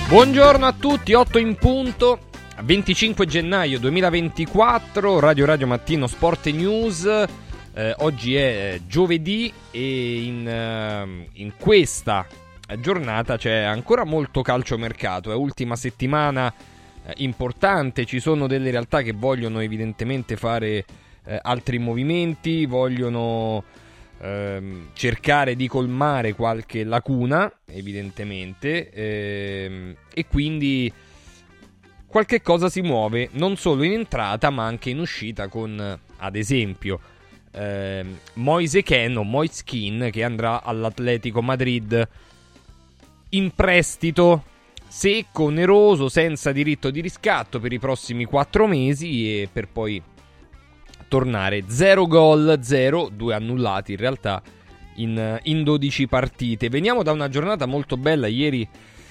Buongiorno a tutti, 8 in punto, 25 gennaio 2024, Radio Mattino Sport e News. Oggi è giovedì e in questa giornata c'è ancora molto calciomercato. È ultima settimana importante, ci sono delle realtà che vogliono evidentemente fare altri movimenti, vogliono cercare di colmare qualche lacuna evidentemente, e quindi qualche cosa si muove non solo in entrata ma anche in uscita, con ad esempio Moise Kean che andrà all'Atletico Madrid in prestito secco, oneroso, senza diritto di riscatto per i prossimi 4 mesi e per poi tornare 0 gol, 2 annullati in realtà in 12 partite. Veniamo da una giornata molto bella ieri,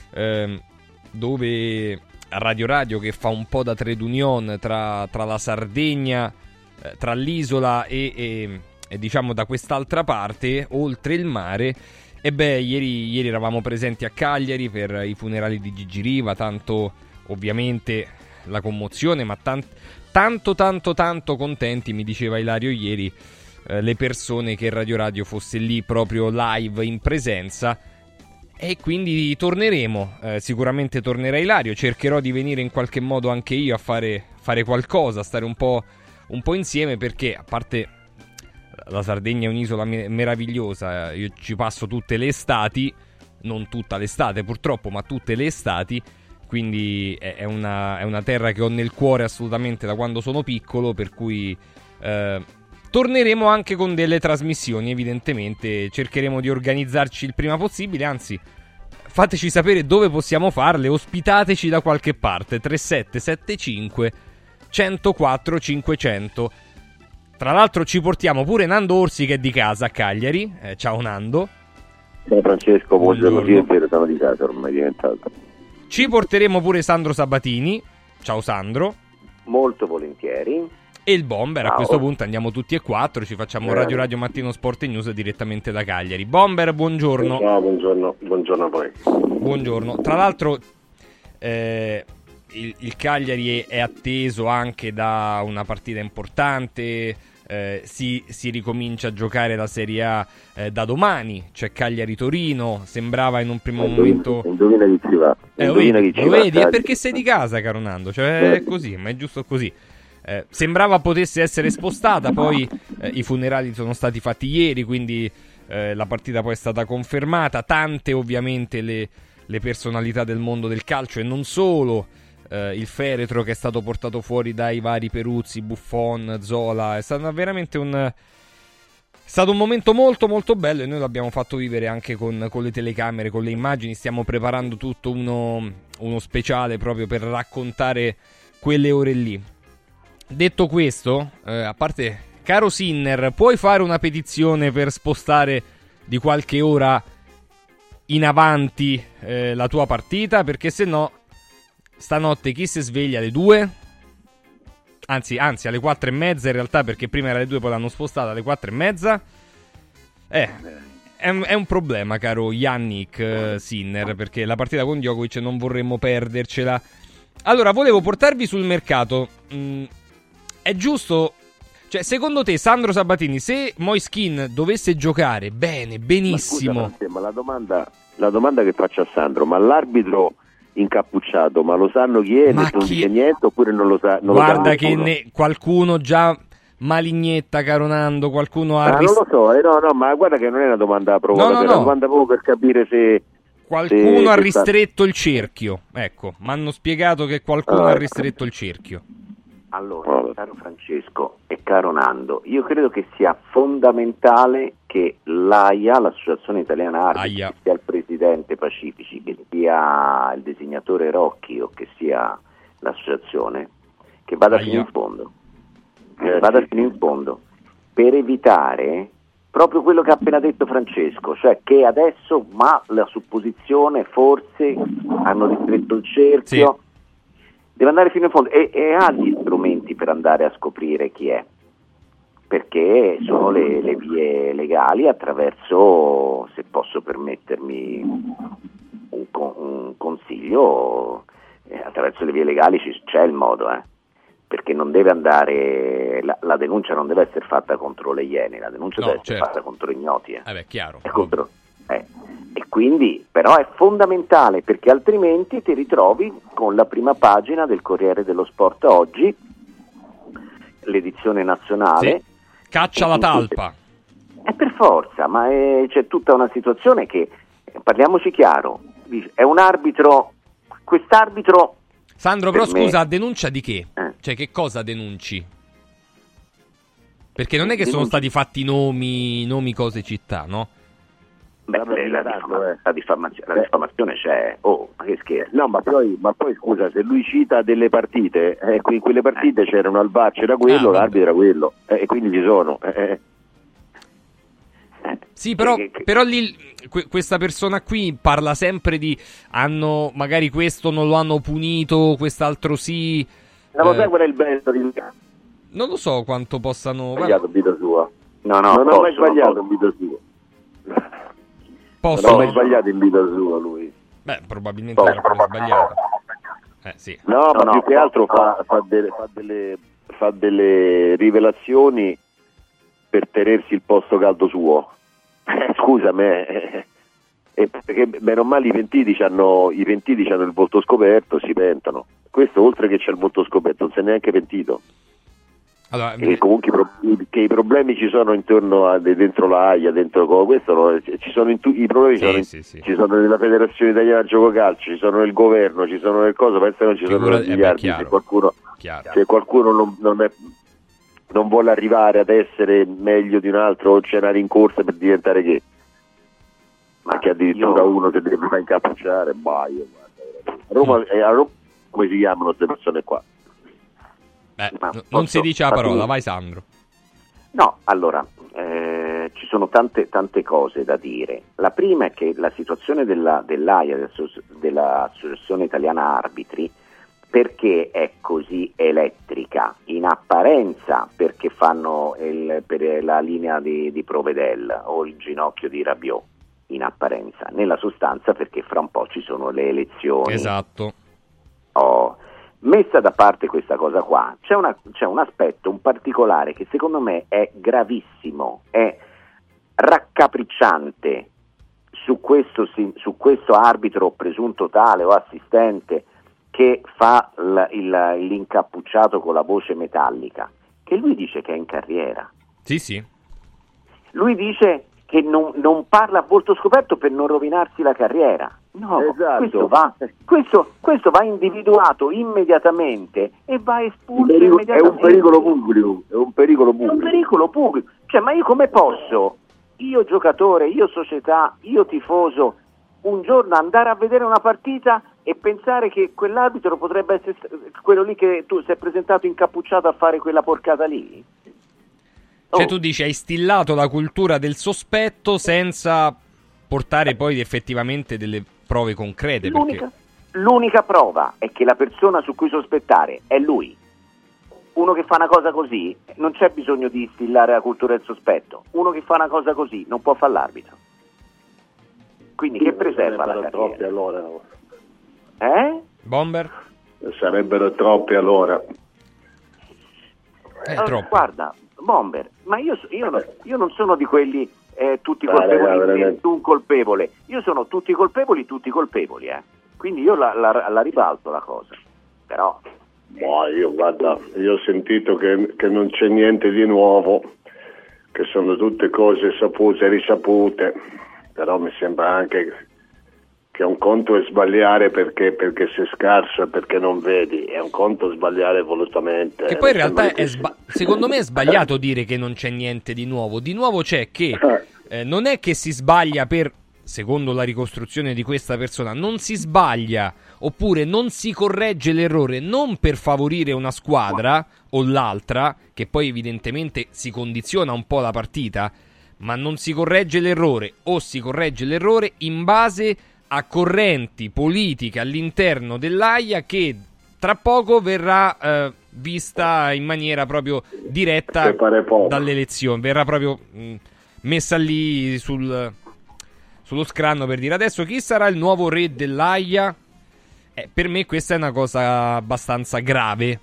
dove Radio che fa un po' da trade union tra la Sardegna, tra l'isola e diciamo da quest'altra parte, oltre il mare. E beh, ieri eravamo presenti a Cagliari per i funerali di Gigi Riva, tanto ovviamente la commozione, ma tanto contenti, mi diceva Ilario ieri, le persone che Radio fosse lì proprio live in presenza. E quindi torneremo, sicuramente tornerà Ilario, cercherò di venire in qualche modo anche io a fare qualcosa, a stare un po' insieme, perché a parte la Sardegna è un'isola meravigliosa, io ci passo tutte le estati, non tutta l'estate purtroppo, ma tutte le estati. Quindi è una terra che ho nel cuore assolutamente da quando sono piccolo, per cui torneremo anche con delle trasmissioni, evidentemente cercheremo di organizzarci il prima possibile, anzi fateci sapere dove possiamo farle, ospitateci da qualche parte. 3775 104 500. Tra l'altro ci portiamo pure Nando Orsi, che è di casa a Cagliari. Ciao Nando. Ciao Francesco, buongiorno. Sì, è vero, sono di casa ormai diventato. Ci porteremo pure Sandro Sabatini. Ciao Sandro. Molto volentieri. E il Bomber. Ciao. A questo punto andiamo tutti e 4. Ci facciamo Radio Mattino Sport e News direttamente da Cagliari. Bomber, buongiorno. Ciao, buongiorno a voi. Buongiorno. Tra l'altro il Cagliari è atteso anche da una partita importante. Si ricomincia a giocare la Serie A da domani, c'è Cagliari-Torino. Sembrava in un primo momento, indovina chi ci va. Lo vedi? È perché sei di casa, caro Nando, cioè è così, ma è giusto così. Sembrava potesse essere spostata, poi i funerali sono stati fatti ieri, quindi la partita poi è stata confermata. Tante ovviamente le personalità del mondo del calcio, e non solo. Il feretro che è stato portato fuori dai vari Peruzzi, Buffon, Zola. È stato veramente un momento molto molto bello, e noi l'abbiamo fatto vivere anche con le telecamere, con le immagini. Stiamo preparando tutto uno speciale proprio per raccontare quelle ore lì. Detto questo, a parte, caro Sinner, puoi fare una petizione per spostare di qualche ora in avanti la tua partita, perché se no stanotte chi si sveglia alle 2? Anzi alle 4:30 in realtà, perché prima era alle 2, poi l'hanno spostata alle 4:30. È un problema, caro Yannick Sinner, perché la partita con Djokovic non vorremmo perdercela. Allora, volevo portarvi sul mercato. È giusto, cioè, secondo te, Sandro Sabatini, se Moise Kean dovesse giocare bene, benissimo. Ma scusa, la domanda che faccio a Sandro, ma l'arbitro incappucciato, ma lo sanno chi è? Non dice niente, oppure non lo sa? Guarda che qualcuno già malignetta, caro Nando, qualcuno ha non lo so, no, ma guarda che non è una domanda provocatoria, è una domanda proprio per capire se qualcuno ha ristretto il cerchio. Ecco, mi hanno spiegato che qualcuno ha ristretto il cerchio. Allora, caro Francesco e caro Nando, io credo che sia fondamentale che l'AIA, l'Associazione Italiana Arbitri, che sia il presidente Pacifici, che sia il disegnatore Rocchi o che sia l'associazione, che vada fino in fondo. Vada fino in fondo, per evitare proprio quello che ha appena detto Francesco, cioè che adesso, ma la supposizione, forse hanno ristretto il cerchio. Sì. Deve andare fino in fondo e ha gli strumenti per andare a scoprire chi è, perché sono le vie legali attraverso, se posso permettermi un Consiglio, attraverso le vie legali c'è il modo, perché non deve andare, la denuncia non deve essere fatta contro le Iene, la denuncia deve essere fatta contro ignoti. Chiaro. E quindi però è fondamentale, perché altrimenti ti ritrovi con la prima pagina del Corriere dello Sport oggi, l'edizione nazionale. Sì. Caccia la talpa. È per forza, ma c'è tutta una situazione che, parliamoci chiaro, è un arbitro, quest'arbitro... Sandro, però scusa, a denuncia di che? Cioè, che cosa denunci? Perché non è che sono stati fatti nomi, cose, città, no? Beh, la diffamazione c'è. Oh, ma che scherzo. No, ma poi scusa, se lui cita delle partite, in quelle partite c'erano al VAR, c'era quello, l'arbitro era quello, e quindi ci sono. Sì, però lì questa persona qui parla sempre di magari questo non lo hanno punito, quest'altro sì. Ma sai qual è il bello di... Non lo so quanto possano... sbagliato in vita sua. No, non ho mai sbagliato in vita sua. Non ho mai sbagliato in vita sua lui. Beh, probabilmente avrà pure sbagliato. Sì. No, ma più che altro fa delle rivelazioni per tenersi il posto caldo suo. Scusami, perché bene o male i pentiti hanno il volto scoperto, si pentano. Questo, oltre che c'è il volto scoperto, non si è neanche pentito. Allora, comunque che i problemi ci sono intorno dentro la AIA, dentro questo, ci sono i problemi ci sono nella Federazione Italiana Gioco Calcio, ci sono nel governo, ci sono nel coso, penso che non ci sono gli arbitri. Se qualcuno non vuole arrivare ad essere meglio di un altro o c'è una rincorsa per diventare che, ma che addirittura uno che deve far incappucciare, Roma, come si chiamano queste persone qua? Non si dice la parola, vai Sandro. No, allora, ci sono tante cose da dire. La prima è che la situazione dell'AIA, dell'Associazione Italiana Arbitri, perché è così elettrica? In apparenza perché fanno per la linea di Provedel o il ginocchio di Rabiot, in apparenza. Nella sostanza perché fra un po' ci sono le elezioni. Esatto. Messa da parte questa cosa qua, c'è un aspetto, un particolare che secondo me è gravissimo, è raccapricciante su questo arbitro presunto tale o assistente che fa l'incappucciato con la voce metallica, che lui dice che è in carriera. Sì. Lui dice che non parla a volto scoperto per non rovinarsi la carriera. No, esatto. questo va individuato immediatamente e va espulso immediatamente. È un pericolo pubblico. È un pericolo pubblico. Cioè, ma io come posso, io giocatore, io società, io tifoso, un giorno andare a vedere una partita e pensare che quell'arbitro potrebbe essere quello lì che tu sei presentato incappucciato a fare quella porcata lì? Cioè tu dici hai stillato la cultura del sospetto senza portare poi effettivamente delle prove concrete. L'unica prova è che la persona su cui sospettare è lui. Uno che fa una cosa così non c'è bisogno di instillare la cultura del sospetto. Uno che fa una cosa così non può fare l'arbitro. Quindi che preserva la carriera? Troppi allora. Bomber? Sarebbero troppi allora. Allora, guarda, Bomber, ma io non sono di quelli tutti colpevoli, nessun colpevole. Io sono tutti colpevoli, Quindi io la ribalto la cosa. Però io ho sentito che non c'è niente di nuovo, che sono tutte cose sapute e risapute, però mi sembra anche che un conto è sbagliare perché sei scarso e perché non vedi, è un conto sbagliare volutamente. Che poi in realtà secondo me è sbagliato dire che non c'è niente di nuovo. Di nuovo c'è che non è che si sbaglia secondo la ricostruzione di questa persona, non si sbaglia oppure non si corregge l'errore non per favorire una squadra o l'altra, che poi evidentemente si condiziona un po' la partita, ma non si corregge l'errore o si corregge l'errore in base a correnti politiche all'interno dell'AIA che tra poco verrà vista in maniera proprio diretta dalle elezioni, verrà proprio messa lì sullo scranno per dire adesso chi sarà il nuovo re dell'AIA. Per me questa è una cosa abbastanza grave.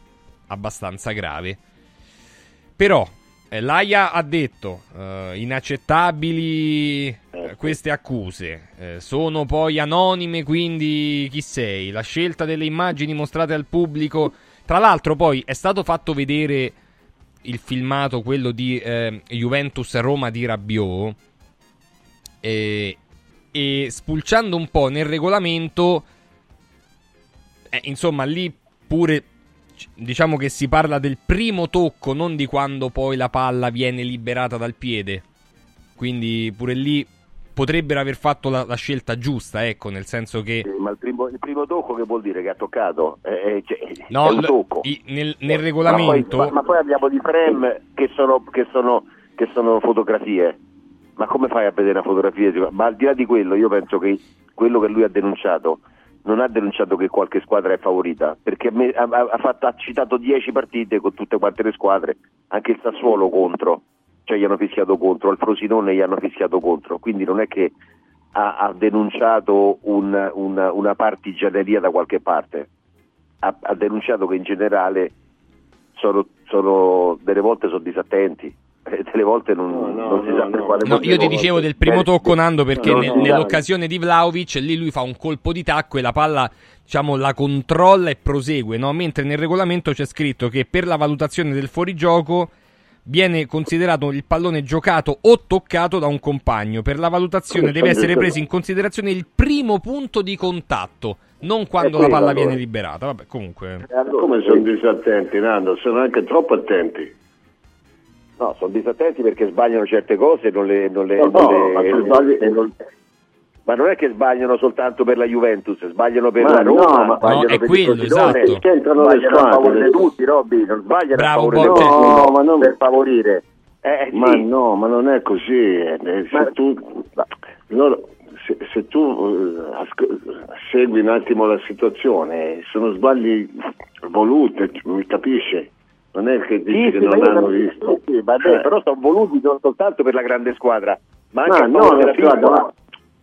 Però l'AIA ha detto inaccettabili queste accuse, sono poi anonime, quindi chi sei? La scelta delle immagini mostrate al pubblico. Tra l'altro poi è stato fatto vedere il filmato, quello di Juventus Roma di Rabiot, e spulciando un po' nel regolamento, insomma lì pure diciamo che si parla del primo tocco, non di quando poi la palla viene liberata dal piede, quindi pure lì potrebbero aver fatto la scelta giusta, ecco, nel senso che... Ma il primo tocco che vuol dire? Che ha toccato? No, è un tocco. Nel regolamento... Ma poi abbiamo di frame che sono fotografie. Ma come fai a vedere una fotografia? Ma al di là di quello, io penso che quello che lui ha denunciato non ha denunciato che qualche squadra è favorita, perché ha citato 10 partite con tutte quante le squadre, anche il Sassuolo contro, cioè gli hanno fischiato contro, al Frosinone gli hanno fischiato contro, quindi non è che ha denunciato una partigianeria da qualche parte, ha denunciato che in generale sono delle volte sono disattenti, delle volte non si sa per quale motivo. Io ti dicevo del primo tocco, Nando, perché nell'occasione di Vlahovic lì lui fa un colpo di tacco e la palla, diciamo, la controlla e prosegue, no? Mentre nel regolamento c'è scritto che per la valutazione del fuorigioco viene considerato il pallone giocato o toccato da un compagno. Per la valutazione deve essere preso in considerazione il primo punto di contatto, non quando la palla viene liberata. Vabbè, comunque. Come sono disattenti, Nando? Sono anche troppo attenti. No, sono disattenti perché sbagliano certe cose, ma non è che sbagliano soltanto per la Juventus, sbagliano per la Roma, no, è quello, esatto. C'entrano le squadre, a favore di tutti, Robby, non sbagliano. Bravo, a favore di tutti, ma non per favorire. Ma sì. No, ma non è così. Se tu segui un attimo la situazione, sono sbagli voluti, mi capisci? Non è che dici che non hanno visto. Sì, vabbè, però sono voluti non soltanto per la grande squadra, ma anche per la piccola.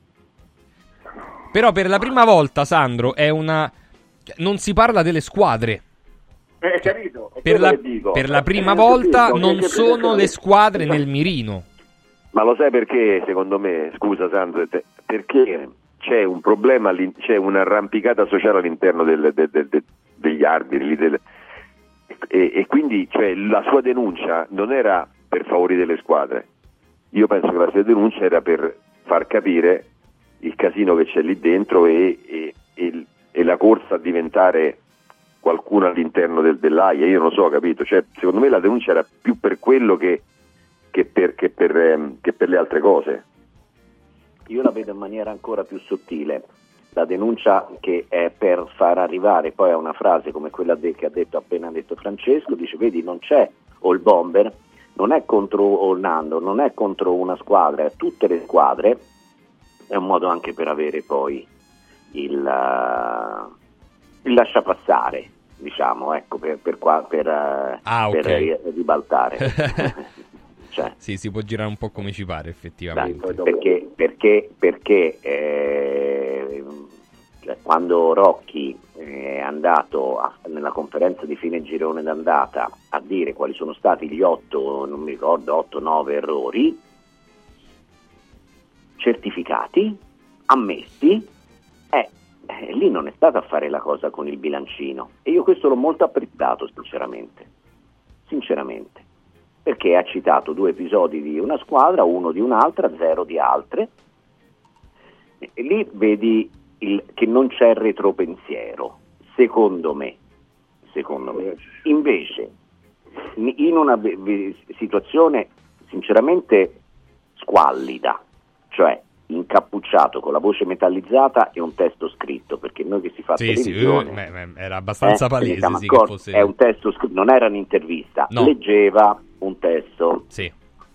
Però per la prima volta, Sandro, non si parla delle squadre. Capito? Per la prima volta non sono le squadre nel mirino. Ma lo sai perché, secondo me? Scusa, Sandro, perché c'è un problema, c'è un'arrampicata sociale all'interno degli arbitri, e quindi, cioè, la sua denuncia non era per favorire le squadre. Io penso che la sua denuncia era per far capire il casino che c'è lì dentro e la corsa a diventare qualcuno all'interno dell'AIA. Io non so, capito? Cioè, secondo me la denuncia era più per quello che per le altre cose. Io la vedo in maniera ancora più sottile. La denuncia che è per far arrivare poi a una frase come quella che ha appena detto Francesco, dice: vedi, non c'è o il Bomber, non è contro Orlando, non è contro una squadra, è tutte le squadre. È un modo anche per avere poi il lasciapassare, diciamo, ecco, per ribaltare. Cioè, sì, si può girare un po' come ci pare, effettivamente. Perché cioè, quando Rocchi è andato nella conferenza di fine girone d'andata a dire quali sono stati gli 8-9 errori certificati, ammessi, lì non è stato a fare la cosa con il bilancino, e io questo l'ho molto apprezzato, sinceramente, perché ha citato 2 episodi di una squadra, 1 di un'altra, 0 di altre, e lì vedi che non c'è retropensiero, secondo me. Invece, in una situazione sinceramente squallida, cioè incappucciato con la voce metallizzata e un testo scritto, perché noi che si fa televisione era abbastanza palese, sì, che fosse... è un testo scritto, non era un'intervista, leggeva un testo. Sì.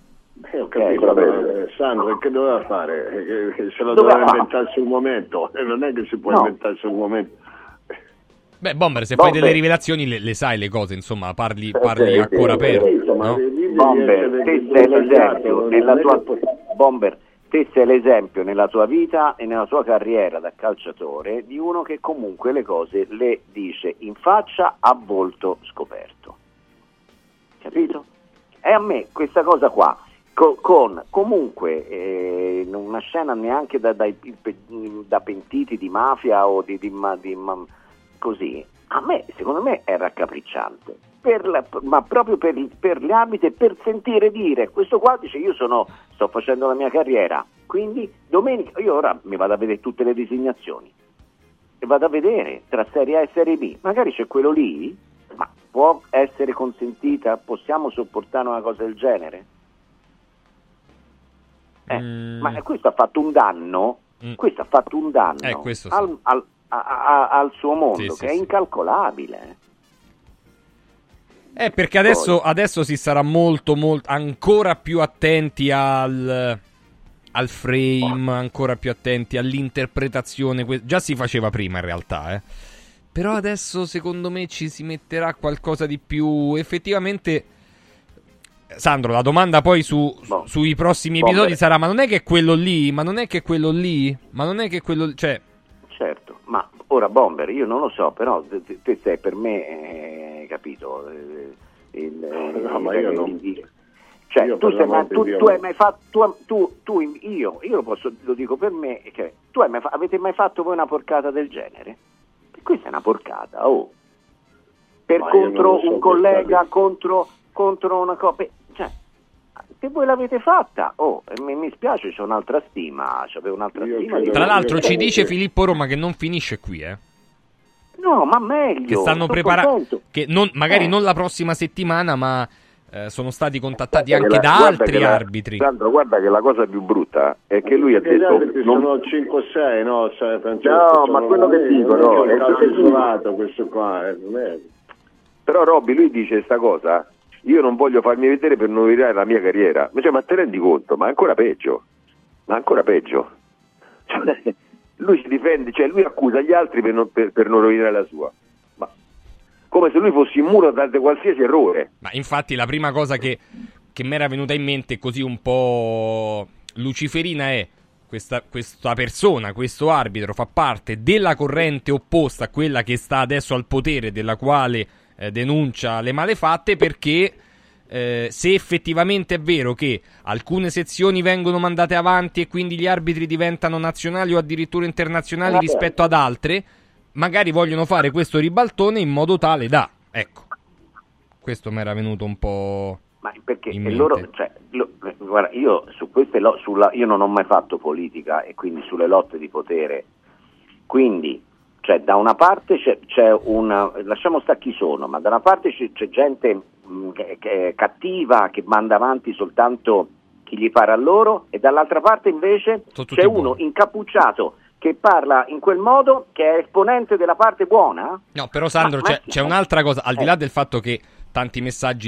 Sandro, che doveva fare? Che se lo doveva inventare sul momento, non è che si può inventare sul momento. Beh, Bomber, se fai delle rivelazioni le sai le cose, insomma, parli a cuore aperto, no? Bomber, te sei l'esempio nella tua Bomber, te sei l'esempio nella tua vita e nella tua carriera da calciatore di uno che comunque le cose le dice in faccia a volto scoperto, capito? E a me questa cosa qua con comunque una scena neanche da pentiti di mafia o così, a me, secondo me è raccapricciante, ma proprio per gli arbitri, per sentire dire questo qua dice io sto facendo la mia carriera, quindi domenica io ora mi vado a vedere tutte le designazioni e vado a vedere tra Serie A e Serie B, magari c'è quello lì, ma può essere consentita, possiamo sopportare una cosa del genere? Ma questo ha fatto un danno, questo ha fatto un danno questo sì. al suo mondo, sì, che è incalcolabile. Perché adesso si sarà molto ancora più attenti al frame, ancora più attenti all'interpretazione. Già si faceva prima in realtà, però adesso secondo me ci si metterà qualcosa di più effettivamente. Sandro, la domanda poi sui prossimi episodi sarà: ma non è che è quello lì? Ma non è che è quello lì? Ma non è che è quello lì? Cioè... Certo, ma ora Bomber, io non lo so, però te sei per me, capito? No, ma io non... Cioè, io tu hai mai fatto, io lo dico per me, che avete mai fatto voi una porcata del genere? Questa è una porcata, contro un collega, contro una coppia, cioè, se voi l'avete fatta, mi spiace, c'ho un'altra stima, c'avevo un'altra stima. Tra l'altro ci dice Filippo Roma che non finisce qui, No, ma meglio. Che stanno preparando, che magari non la prossima settimana, ma sono stati contattati anche da altri arbitri. Sandro, guarda che la cosa più brutta è che lui ha detto sono 5-6, no? No, ma quello che dicono è isolato questo qua. Però Robby, lui dice sta cosa: io non voglio farmi vedere per non rovinare la mia carriera. Ma te rendi conto? Ma ancora peggio. Cioè, lui si difende, cioè lui accusa gli altri per non rovinare la sua. Ma come se lui fosse immune da qualsiasi errore. Ma infatti la prima cosa che mi era venuta in mente così un po' luciferina è questa persona, questo arbitro fa parte della corrente opposta a quella che sta adesso al potere, della quale denuncia le malefatte, perché se effettivamente è vero che alcune sezioni vengono mandate avanti e quindi gli arbitri diventano nazionali o addirittura internazionali rispetto ad altre, magari vogliono fare questo ribaltone in modo tale da, ecco, questo mi era venuto un po'. Ma perché guarda, io su queste io non ho mai fatto politica e quindi sulle lotte di potere, quindi cioè da una parte c'è una, lasciamo stare chi sono, ma da una parte c'è gente che è cattiva, che manda avanti soltanto chi gli pare a loro, e dall'altra parte invece c'è uno incappucciato che parla in quel modo, che è esponente della parte buona. No, però Sandro, c'è un'altra cosa, al di là del fatto che tanti messaggi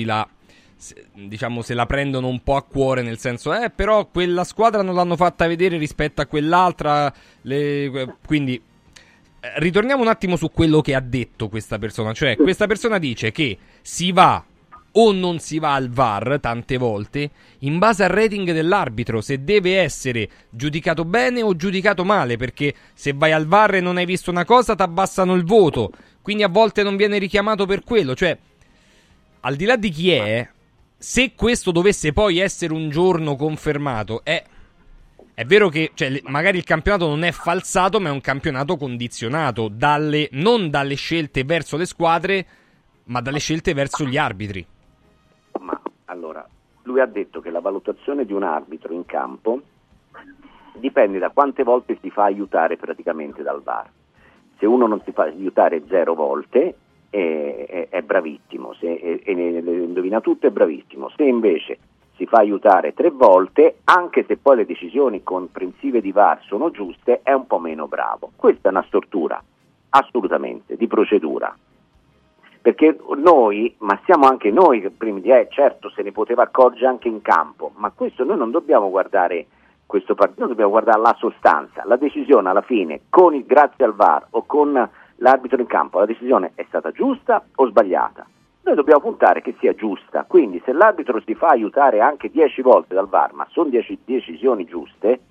se la prendono un po' a cuore, nel senso però quella squadra non l'hanno fatta vedere rispetto a quell'altra, quindi ritorniamo un attimo su quello che ha detto questa persona. Cioè, questa persona dice che si va o non si va al VAR tante volte in base al rating dell'arbitro, se deve essere giudicato bene o giudicato male, perché se vai al VAR e non hai visto una cosa ti abbassano il voto, quindi a volte non viene richiamato per quello. Cioè, al di là di chi è, se questo dovesse poi essere un giorno confermato, è vero che magari il campionato non è falsato, ma è un campionato condizionato non dalle scelte verso le squadre, ma dalle scelte verso gli arbitri. Ma allora, lui ha detto che la valutazione di un arbitro in campo dipende da quante volte si fa aiutare praticamente dal VAR. Se uno non si fa aiutare 0 volte è bravissimo, se indovina tutto è bravissimo. Se invece si fa aiutare 3 volte, anche se poi le decisioni comprensive di VAR sono giuste, è un po' meno bravo. Questa è una stortura, assolutamente, di procedura. Perché noi, ma siamo anche noi che prima certo se ne poteva accorgere anche in campo, ma questo noi non dobbiamo guardare questo partito, noi dobbiamo guardare la sostanza, la decisione alla fine, grazie al VAR o con l'arbitro in campo, la decisione è stata giusta o sbagliata? Noi dobbiamo puntare che sia giusta, quindi se l'arbitro si fa aiutare anche 10 volte dal VAR, ma sono 10 decisioni giuste,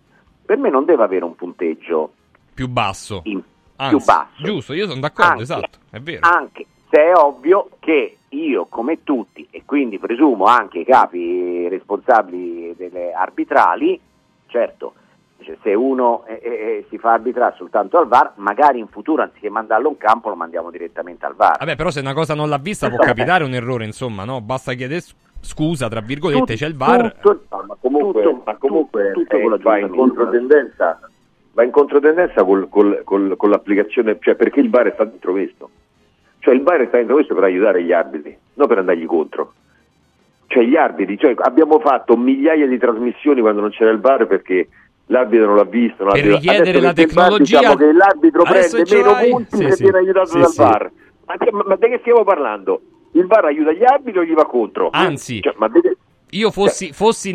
per me non deve avere un punteggio più basso. Più basso. Giusto, io sono d'accordo, esatto, è vero. Anche se è ovvio che io, come tutti, e quindi presumo anche i capi responsabili delle arbitrali, certo, se uno si fa arbitrare soltanto al VAR, magari in futuro anziché mandarlo in campo lo mandiamo direttamente al VAR. Vabbè, però se una cosa non l'ha vista può capitare un errore, insomma, no? Basta chiedere scusa, tra virgolette, c'è il VAR. Ma comunque va in controtendenza. Va in controtendenza con l'applicazione, cioè perché il VAR è stato intromesso. Cioè il VAR è stato intromesso per aiutare gli arbitri, non per andargli contro. Cioè gli arbitri, abbiamo fatto migliaia di trasmissioni quando non c'era il VAR perché l'arbitro non l'ha visto. Per richiedere la tecnologia. Diciamo che l'arbitro prende meno punti se viene aiutato dal VAR. Ma di che stiamo parlando? Il VAR aiuta gli arbitri o gli va contro? Anzi, io fossi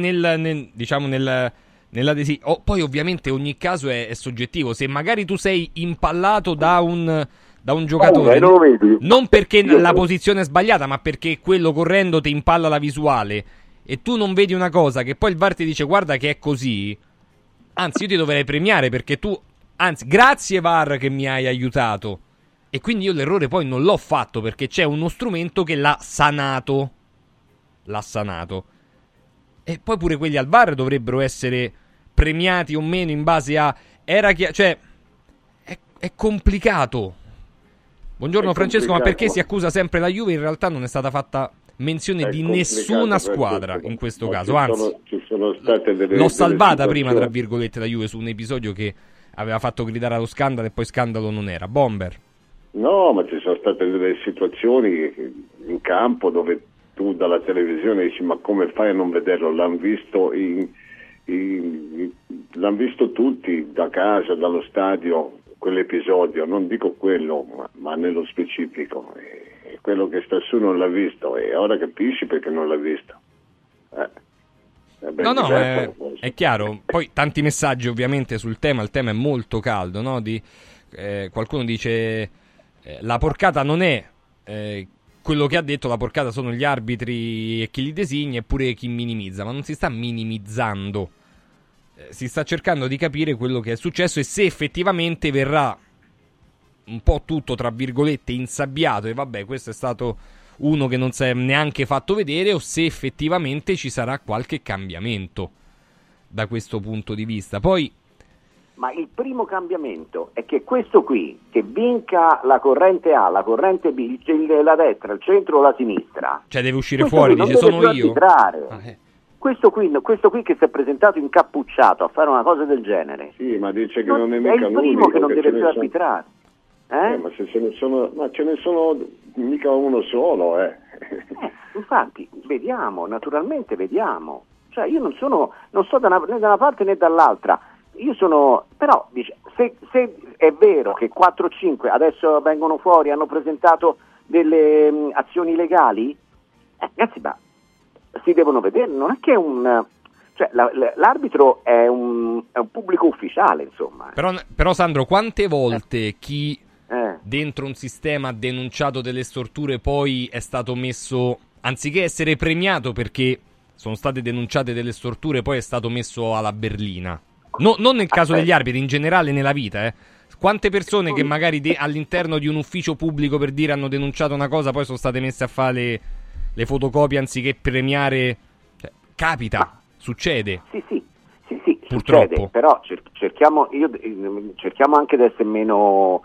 poi ovviamente ogni caso è soggettivo. Se magari tu sei impallato da un giocatore, non perché la posizione è sbagliata, ma perché quello correndo ti impalla la visuale e tu non vedi una cosa che poi il VAR ti dice guarda che è così, anzi io ti dovrei premiare perché grazie VAR che mi hai aiutato. E quindi io l'errore poi non l'ho fatto perché c'è uno strumento che l'ha sanato. E poi pure quelli al VAR dovrebbero essere premiati o meno in base a... Cioè, è complicato. Buongiorno Francesco, ma perché si accusa sempre la Juve? In realtà non è stata fatta menzione di nessuna squadra in questo caso. Anzi, ci sono state l'ho salvata prima, tra virgolette, la Juve su un episodio che aveva fatto gridare allo scandalo e poi scandalo non era. Bomber. No, ma ci sono state delle situazioni in campo dove tu dalla televisione dici ma come fai a non vederlo? L'hanno visto tutti da casa, dallo stadio, quell'episodio, non dico quello, ma nello specifico. E quello che sta su non l'ha visto e ora capisci perché non l'ha visto. È chiaro. Poi tanti messaggi ovviamente sul tema, il tema è molto caldo, no? Qualcuno dice la porcata non è quello che ha detto, la porcata sono gli arbitri e chi li designa e pure chi minimizza, ma non si sta minimizzando, si sta cercando di capire quello che è successo e se effettivamente verrà un po' tutto tra virgolette insabbiato e vabbè questo è stato uno che non si è neanche fatto vedere, o se effettivamente ci sarà qualche cambiamento da questo punto di vista. Poi ma il primo cambiamento è che questo qui, che vinca la corrente A, la corrente B, la destra, il centro o la sinistra, cioè deve uscire fuori, dice sono io. Questo qui che si è presentato incappucciato a fare una cosa del genere. Sì, ma dice che non è mica è il primo che non deve più arbitrare. Ma se ce ne sono mica uno solo, Infatti, naturalmente vediamo. Cioè io non sto né da una parte né dall'altra. Io sono, però, dice, se è vero che 4-5 adesso vengono fuori, hanno presentato delle azioni legali, ragazzi, ma si devono vedere, non è che l'arbitro è un pubblico ufficiale, insomma. Però Sandro, quante volte chi dentro un sistema ha denunciato delle storture poi è stato messo, anziché essere premiato perché sono state denunciate delle storture, poi è stato messo alla berlina? No, non nel caso degli arbitri, in generale nella vita, Quante persone che magari all'interno di un ufficio pubblico, per dire, hanno denunciato una cosa, poi sono state messe a fare le fotocopie anziché premiare? Capita, succede. Sì, purtroppo. Succede, però cerchiamo anche di essere meno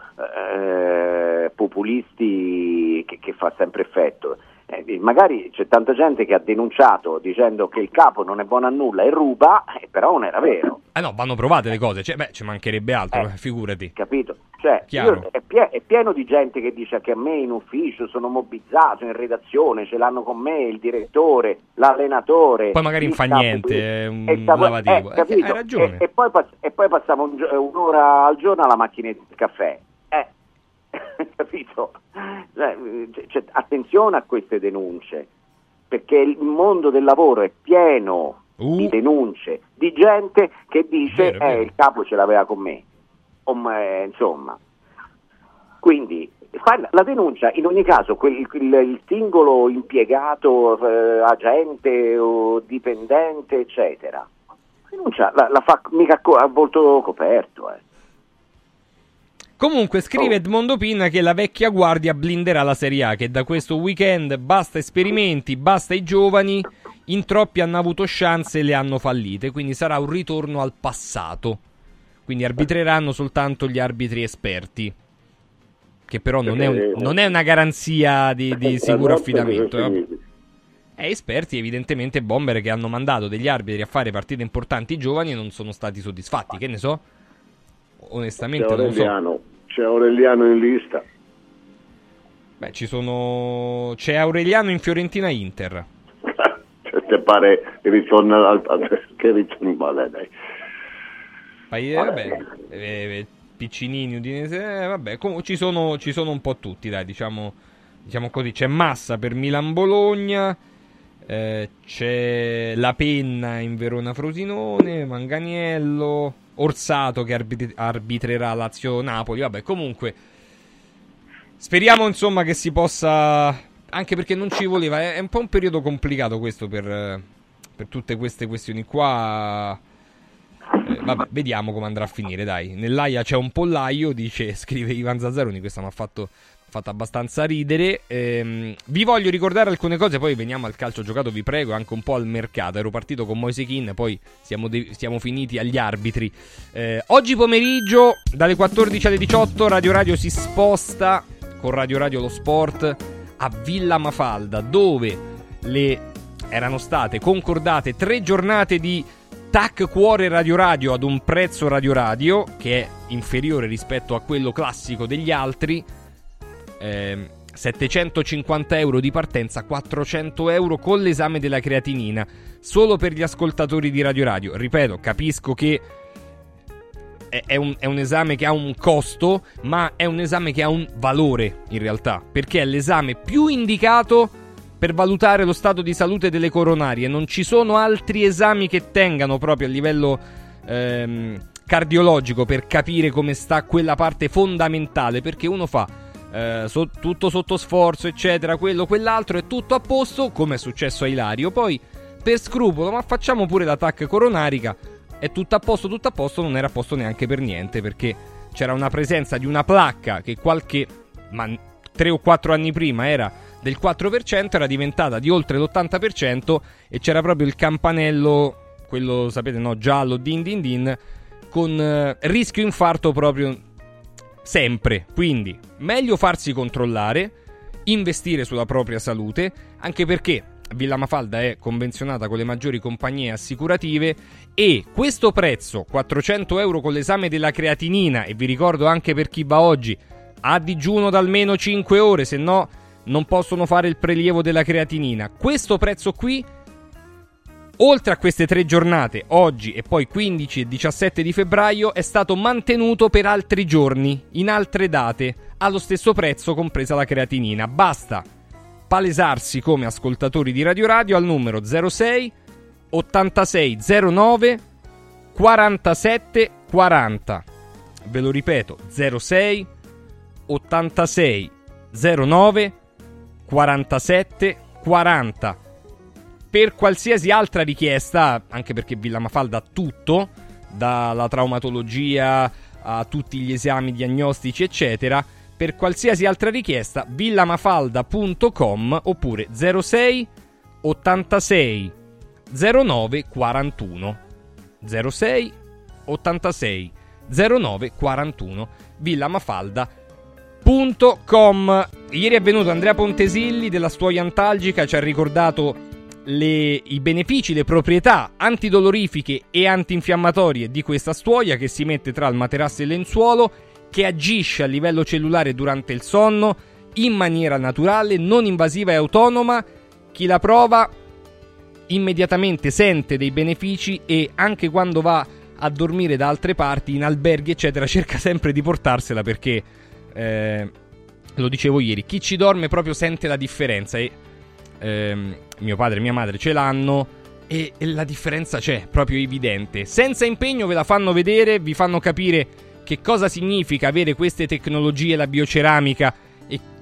populisti, che fa sempre effetto. Magari c'è tanta gente che ha denunciato dicendo che il capo non è buono a nulla e ruba, però non era vero. No, vanno provate le cose, ci mancherebbe altro, figurati. Capito? È pieno di gente che dice che a me in ufficio sono mobbizzato, in redazione ce l'hanno con me il direttore, l'allenatore. Poi magari non fa niente, è un lavativo. Hai ragione. E poi passava un'ora al giorno alla macchinetta del caffè. Capito? Attenzione a queste denunce, perché il mondo del lavoro è pieno di denunce, di gente che dice vero. Il capo ce l'aveva con me, insomma. Quindi la denuncia, in ogni caso il singolo impiegato, agente o dipendente eccetera, denuncia la fa mica a volto coperto. Comunque scrive Edmondo Pinna che la vecchia guardia blinderà la Serie A, che da questo weekend basta esperimenti, basta i giovani, in troppi hanno avuto chance e le hanno fallite, quindi sarà un ritorno al passato, quindi arbitreranno soltanto gli arbitri esperti, che però non è una garanzia di sicuro affidamento. Esperti evidentemente bomber che hanno mandato degli arbitri a fare partite importanti giovani e non sono stati soddisfatti, che ne so? Onestamente non lo so. C'è Aureliano in lista. Beh, c'è Aureliano in Fiorentina Inter. Te pare che ritorna che ritorna, dai. Piccinini, Udinese, vabbè, ci sono un po' tutti, dai, diciamo così. C'è Massa per Milan-Bologna, c'è La Penna in Verona-Frosinone, Manganiello, Orsato che arbitrerà Lazio-Napoli. Vabbè, comunque speriamo insomma che si possa, anche perché non ci voleva, è un po' un periodo complicato questo per tutte queste questioni qua. Vabbè, vediamo come andrà a finire, dai. Nell'AIA c'è un pollaio, scrive Ivan Zazzaroni, questa mi ha fatto abbastanza ridere. Vi voglio ricordare alcune cose, poi veniamo al calcio giocato, vi prego, anche un po' al mercato. Ero partito con Moise Kean, poi siamo finiti agli arbitri. Oggi pomeriggio dalle 14 alle 18 Radio si sposta con Radio lo Sport a Villa Mafalda, dove erano state concordate 3 giornate di TAC Cuore Radio ad un prezzo Radio che è inferiore rispetto a quello classico degli altri. 750 euro di partenza, 400 euro con l'esame della creatinina, solo per gli ascoltatori di Radio. Ripeto, capisco che è un esame che ha un costo, ma è un esame che ha un valore in realtà, perché è l'esame più indicato per valutare lo stato di salute delle coronarie. Non ci sono altri esami che tengano proprio a livello cardiologico per capire come sta quella parte fondamentale, perché uno fa tutto sotto sforzo eccetera, quell'altro, è tutto a posto, come è successo a Ilario, poi per scrupolo ma facciamo pure la TAC coronarica, è tutto a posto, non era a posto neanche per niente, perché c'era una presenza di una placca che 3 o 4 anni prima era del 4%, era diventata di oltre l'80% e c'era proprio il campanello, quello sapete, no, giallo, din din din, con rischio infarto proprio sempre. Quindi meglio farsi controllare, investire sulla propria salute, anche perché Villa Mafalda è convenzionata con le maggiori compagnie assicurative e questo prezzo, 400 euro con l'esame della creatinina, e vi ricordo anche per chi va oggi, a digiuno da almeno 5 ore, se no non possono fare il prelievo della creatinina. Questo prezzo qui, oltre a queste 3 giornate, oggi e poi 15 e 17 di febbraio, è stato mantenuto per altri giorni, in altre date, allo stesso prezzo compresa la creatinina. Basta palesarsi come ascoltatori di Radio al numero 06 86 09 47 40. Ve lo ripeto, 06 86 09 47 40. Per qualsiasi altra richiesta, anche perché Villa Mafalda ha tutto, dalla traumatologia a tutti gli esami diagnostici eccetera, per qualsiasi altra richiesta villamafalda.com oppure 06 86 09 41 06 86 09 41 villamafalda.com. Ieri è venuto Andrea Pontesilli della Stuoia Antalgica, ci ha ricordato i benefici, le proprietà antidolorifiche e antinfiammatorie di questa stuoia, che si mette tra il materasso e il lenzuolo, che agisce a livello cellulare durante il sonno in maniera naturale, non invasiva e autonoma. Chi la prova immediatamente sente dei benefici e anche quando va a dormire da altre parti, in alberghi eccetera, cerca sempre di portarsela, perché lo dicevo ieri, chi ci dorme proprio sente la differenza e mio padre e mia madre ce l'hanno e la differenza c'è, proprio evidente. Senza impegno ve la fanno vedere, vi fanno capire che cosa significa avere queste tecnologie, la bioceramica, e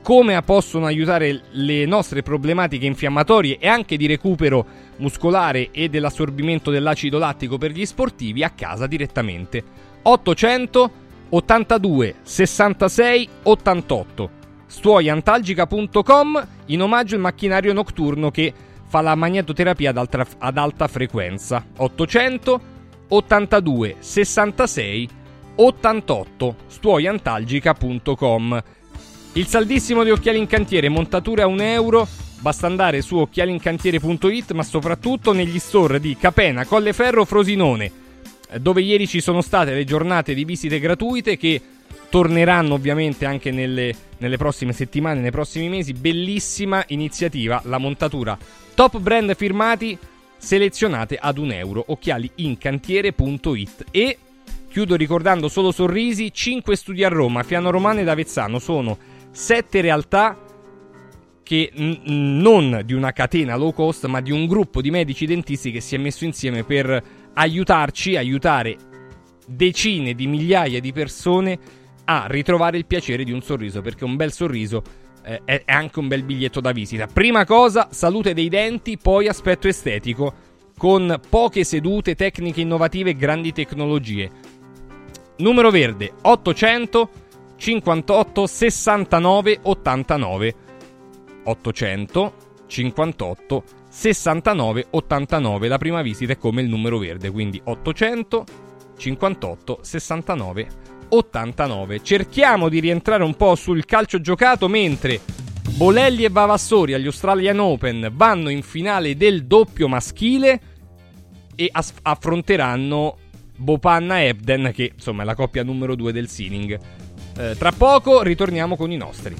come possono aiutare le nostre problematiche infiammatorie e anche di recupero muscolare e dell'assorbimento dell'acido lattico per gli sportivi a casa direttamente. 800 82 66 88. Stuoiantalgica.com, in omaggio al macchinario notturno che fa la magnetoterapia ad alta frequenza. 800 82 66 88. Stuoiantalgica.com. Il saldissimo di Occhiali in Cantiere, montature a €1, basta andare su occhialincantiere.it, ma soprattutto negli store di Capena, Colleferro, Frosinone, dove ieri ci sono state le giornate di visite gratuite che torneranno ovviamente anche nelle prossime settimane, nei prossimi mesi. Bellissima iniziativa, la montatura top brand firmati selezionate ad €1, occhialincantiere.it. E chiudo ricordando solo Sorrisi, 5 studi a Roma, Fiano Romano ed Avezzano, sono 7 realtà che non di una catena low cost, ma di un gruppo di medici dentisti che si è messo insieme per aiutare decine di migliaia di persone a ritrovare il piacere di un sorriso, perché un bel sorriso è anche un bel biglietto da visita. Prima cosa, salute dei denti, poi aspetto estetico, con poche sedute, tecniche innovative e grandi tecnologie. Numero verde 800 58 69 89. 800 58 69 89. La prima visita è come il numero verde, quindi 800 58 69 89. Cerchiamo di rientrare un po' sul calcio giocato, mentre Bolelli e Vavassori agli Australian Open vanno in finale del doppio maschile e affronteranno Bopanna e Ebden, che insomma è la coppia numero 2 del seeding. Tra poco ritorniamo con i nostri.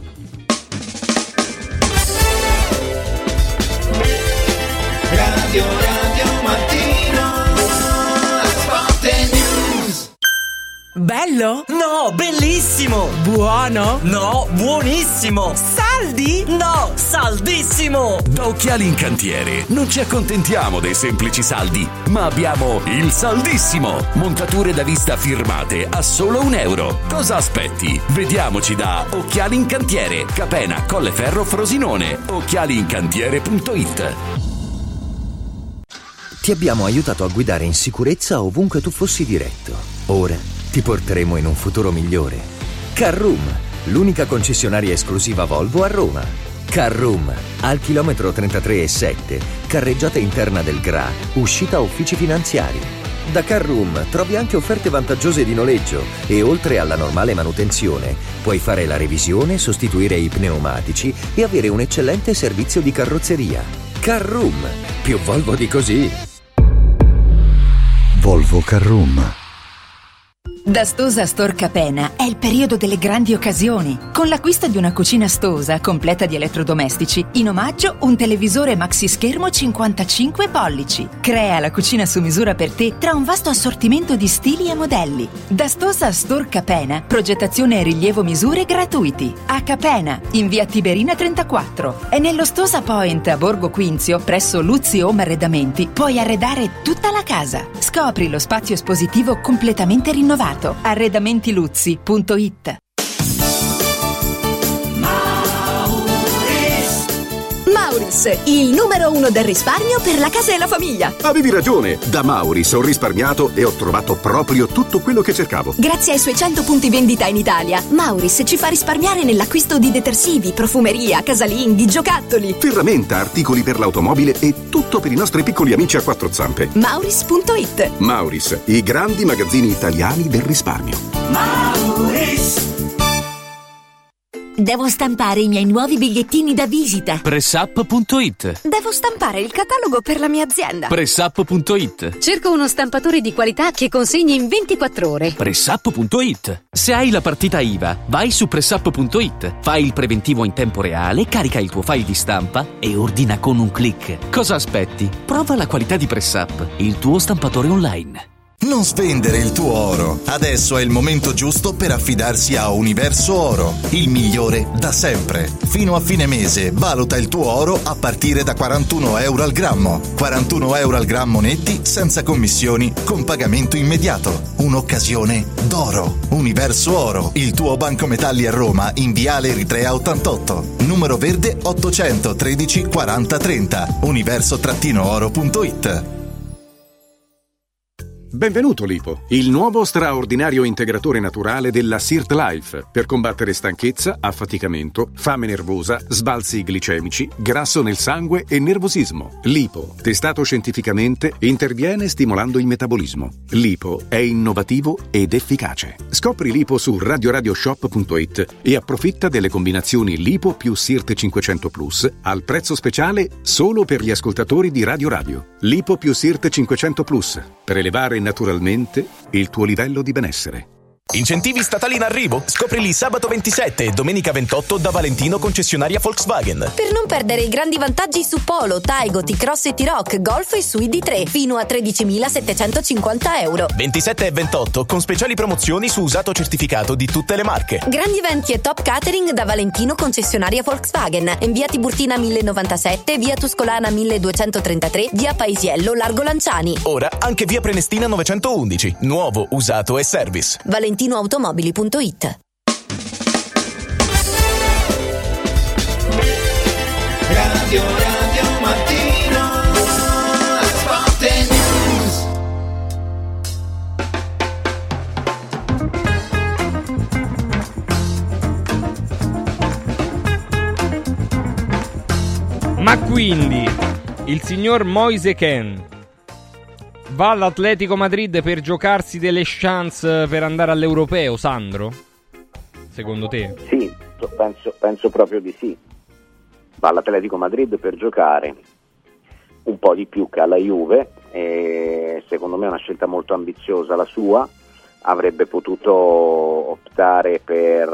Radio Mattino, Sport News. Bello? No, bellissimo! Buono? No, buonissimo! Saldi? No, saldissimo! Da Occhiali in Cantiere non ci accontentiamo dei semplici saldi, ma abbiamo il saldissimo! Montature da vista firmate a solo €1. Cosa aspetti? Vediamoci da Occhiali in Cantiere, Capena, Colleferro, Frosinone. Occhialincantiere.it. Ti abbiamo aiutato a guidare in sicurezza ovunque tu fossi diretto. Ora ti porteremo in un futuro migliore. Carroom, l'unica concessionaria esclusiva Volvo a Roma. Carroom, al chilometro 33,7, carreggiata interna del GRA, uscita uffici finanziari. Da Carroom trovi anche offerte vantaggiose di noleggio e oltre alla normale manutenzione puoi fare la revisione, sostituire i pneumatici e avere un eccellente servizio di carrozzeria. Carroom, più Volvo di così. Volvo Carroom. Da Stosa Store Capena è il periodo delle grandi occasioni. Con l'acquisto di una cucina Stosa completa di elettrodomestici, in omaggio un televisore maxi schermo 55 pollici. Crea la cucina su misura per te tra un vasto assortimento di stili e modelli. Da Stosa Store Capena, progettazione e rilievo misure gratuiti. A Capena, in via Tiberina 34. E nello Stosa Point a Borgo Quinzio, presso Luzzi Home Arredamenti, puoi arredare tutta la casa. Scopri lo spazio espositivo completamente rinnovato. Arredamentiluzzi.it. Mauris, il numero 1 del risparmio per la casa e la famiglia. Avevi ragione, da Mauris ho risparmiato e ho trovato proprio tutto quello che cercavo. Grazie ai suoi 100 punti vendita in Italia, Mauris ci fa risparmiare nell'acquisto di detersivi, profumeria, casalinghi, giocattoli, ferramenta, articoli per l'automobile e tutto per i nostri piccoli amici a quattro zampe. Mauris.it. Mauris, i grandi magazzini italiani del risparmio. Mauris. Devo stampare i miei nuovi bigliettini da visita. Pressup.it. Devo stampare il catalogo per la mia azienda. Pressup.it. Cerco uno stampatore di qualità che consegni in 24 ore. Pressup.it. Se hai la partita IVA, vai su Pressup.it, fai il preventivo in tempo reale, carica il tuo file di stampa e ordina con un click. Cosa aspetti? Prova la qualità di Pressup, il tuo stampatore online. Non spendere il tuo oro. Adesso è il momento giusto per affidarsi a Universo Oro, il migliore da sempre. Fino a fine mese valuta il tuo oro a partire da €41 al grammo. €41 al grammo netti, senza commissioni, con pagamento immediato. Un'occasione d'oro. Universo Oro, il tuo banco metalli a Roma, in Viale Eritrea 88. Numero verde 813 40 30. universo-oro.it. Benvenuto Lipo, il nuovo straordinario integratore naturale della Sirt Life per combattere stanchezza, affaticamento, fame nervosa, sbalzi glicemici, grasso nel sangue e nervosismo. Lipo, testato scientificamente, interviene stimolando il metabolismo. Lipo è innovativo ed efficace. Scopri Lipo su radioradioshop.it e approfitta delle combinazioni Lipo più Sirt 500 Plus al prezzo speciale solo per gli ascoltatori di Radio Radio. Lipo più Sirt 500 Plus, per elevare naturalmente il tuo livello di benessere. Incentivi statali in arrivo? Scoprili sabato 27 e domenica 28 da Valentino concessionaria Volkswagen. Per non perdere i grandi vantaggi su Polo, Taigo, T-Cross e T-Roc, Golf e Sui D3 fino a €13.750. 27 e 28 con speciali promozioni su usato certificato di tutte le marche. Grandi eventi e top catering da Valentino concessionaria Volkswagen. In via Tiburtina 1097, via Tuscolana 1233, via Paisiello, Largo Lanciani. Ora anche via Prenestina 911. Nuovo, usato e service. ValentinoAutomobili.it. Radio Mattino, Sport News. Ma quindi il signor Moise Kean va all'Atletico Madrid per giocarsi delle chance per andare all'Europeo, Sandro? Secondo te? Sì, penso proprio di sì. Va all'Atletico Madrid per giocare un po' di più che alla Juve, e secondo me è una scelta molto ambiziosa la sua. Avrebbe potuto optare per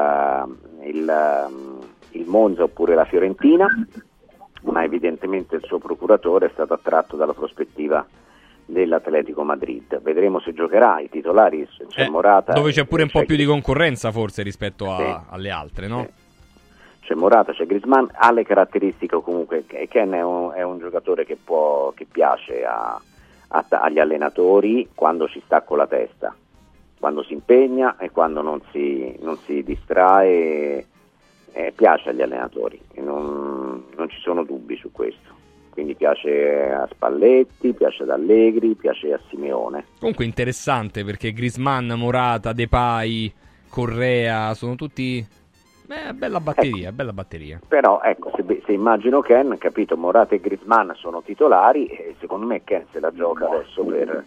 il Monza oppure la Fiorentina, ma evidentemente il suo procuratore è stato attratto dalla prospettiva dell'Atletico Madrid. Vedremo se giocherà. I titolari c'è Morata, dove c'è pure un po' più di concorrenza forse rispetto alle altre, no? C'è Morata, c'è Griezmann, ha le caratteristiche comunque. Ken è un giocatore che piace agli allenatori quando ci sta con la testa, quando si impegna e quando non si distrae, piace agli allenatori, e non ci sono dubbi su questo. Quindi piace a Spalletti, piace ad Allegri, piace a Simeone. Comunque interessante, perché Griezmann, Morata, Depay, Correa sono tutti bella batteria. Però ecco, se immagino Ken, capito, Morata e Griezmann sono titolari, e secondo me Ken se la gioca adesso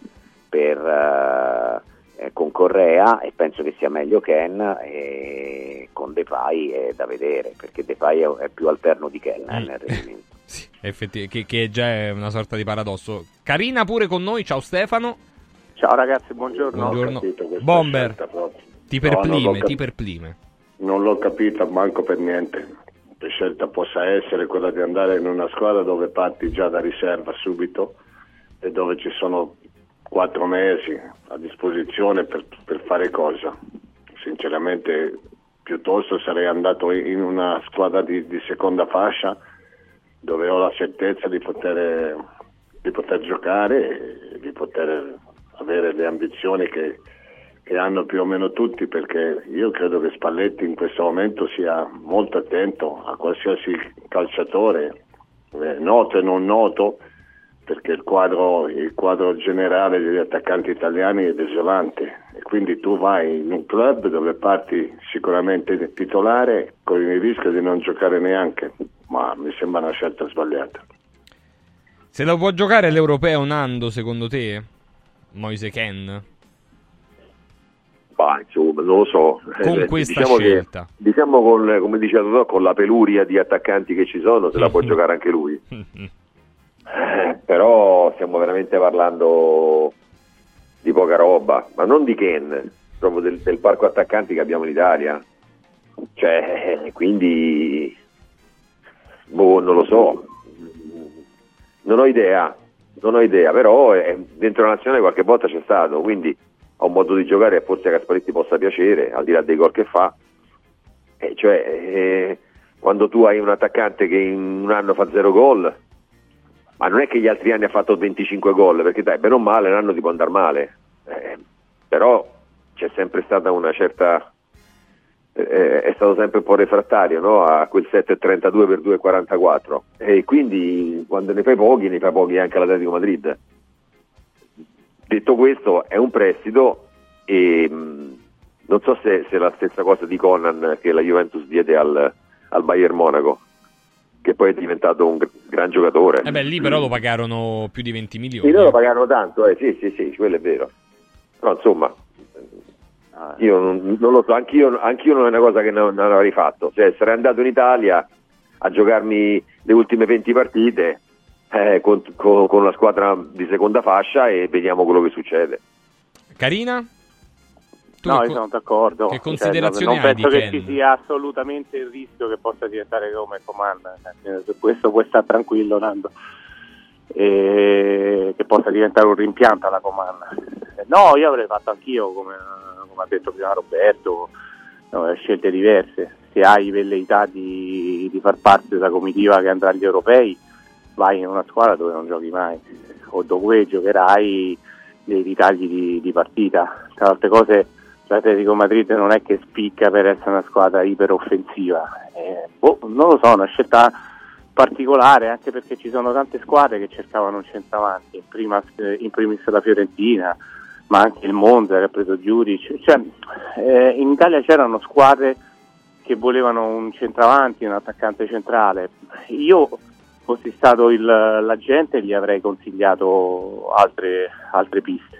con Correa, e penso che sia meglio Ken, e con Depay è da vedere, perché Depay è più alterno di Ken nel rendimento. Sì, che già è una sorta di paradosso. Carina pure con noi, ciao Stefano. Ciao ragazzi, buongiorno. Bomber, ti perplime. Non l'ho capita manco per niente. La scelta possa essere quella di andare in una squadra dove parti già da riserva subito e dove ci sono 4 mesi a disposizione per fare cosa. Sinceramente piuttosto sarei andato in una squadra di seconda fascia, dove ho la certezza di poter giocare e di poter avere le ambizioni che hanno più o meno tutti, perché io credo che Spalletti in questo momento sia molto attento a qualsiasi calciatore, noto e non noto, perché il quadro generale degli attaccanti italiani è desolante, e quindi tu vai in un club dove parti sicuramente titolare con il rischio di non giocare neanche, ma mi sembra una scelta sbagliata. Se lo può giocare l'Europeo, Nando, secondo te? Moise Kean? Insomma, non lo so. Con questa scelta. Diciamo come dice Totò, con la peluria di attaccanti che ci sono, se la può giocare anche lui. Però stiamo veramente parlando di poca roba, ma non di Ken, proprio del parco attaccanti che abbiamo in Italia. Cioè, quindi non lo so, non ho idea. Non ho idea, però dentro la nazionale qualche volta c'è stato, quindi ha un modo di giocare che forse a Gasparetti possa piacere, al di là dei gol che fa. Quando tu hai un attaccante che in un anno fa 0 gol, ma non è che gli altri anni ha fatto 25 gol, perché dai, bene o male un anno ti può andare male, però c'è sempre stata una certa, è stato sempre un po' refrattario, no? A quel 7,32 per 2,44, e quindi quando ne fai pochi anche all'Atletico Madrid. Detto questo, è un prestito e non so se è la stessa cosa di Conan che la Juventus diede al Bayern Monaco, che poi è diventato un gran giocatore. Lì però lo pagarono più di 20 milioni. Sì, loro pagarono tanto, sì, quello è vero. Però insomma, io non lo so, anch'io non è una cosa che non avrei fatto. Cioè, sarei andato in Italia a giocarmi le ultime 20 partite con la squadra di seconda fascia e vediamo quello che succede. Carina? No, io sono d'accordo. Che considerazioni non hai penso di che Ken? ci sia assolutamente il rischio che possa diventare come Coman, su questo puoi stare tranquillo, Nando, che possa diventare un rimpianto alla Coman. No, io avrei fatto anch'io, come ha detto prima Roberto, scelte diverse. Se hai velleità di far parte della comitiva che andrà agli europei, vai in una squadra dove non giochi mai, o dove giocherai dei ritagli di partita. Tra altre cose, l'Atletico Madrid non è che spicca per essere una squadra iperoffensiva, non lo so, una scelta particolare, anche perché ci sono tante squadre che cercavano un centravanti, in primis la Fiorentina, ma anche il Monza che ha preso Giuric. In Italia c'erano squadre che volevano un centravanti, un attaccante centrale. Io, fossi stato l'agente, gli avrei consigliato altre piste.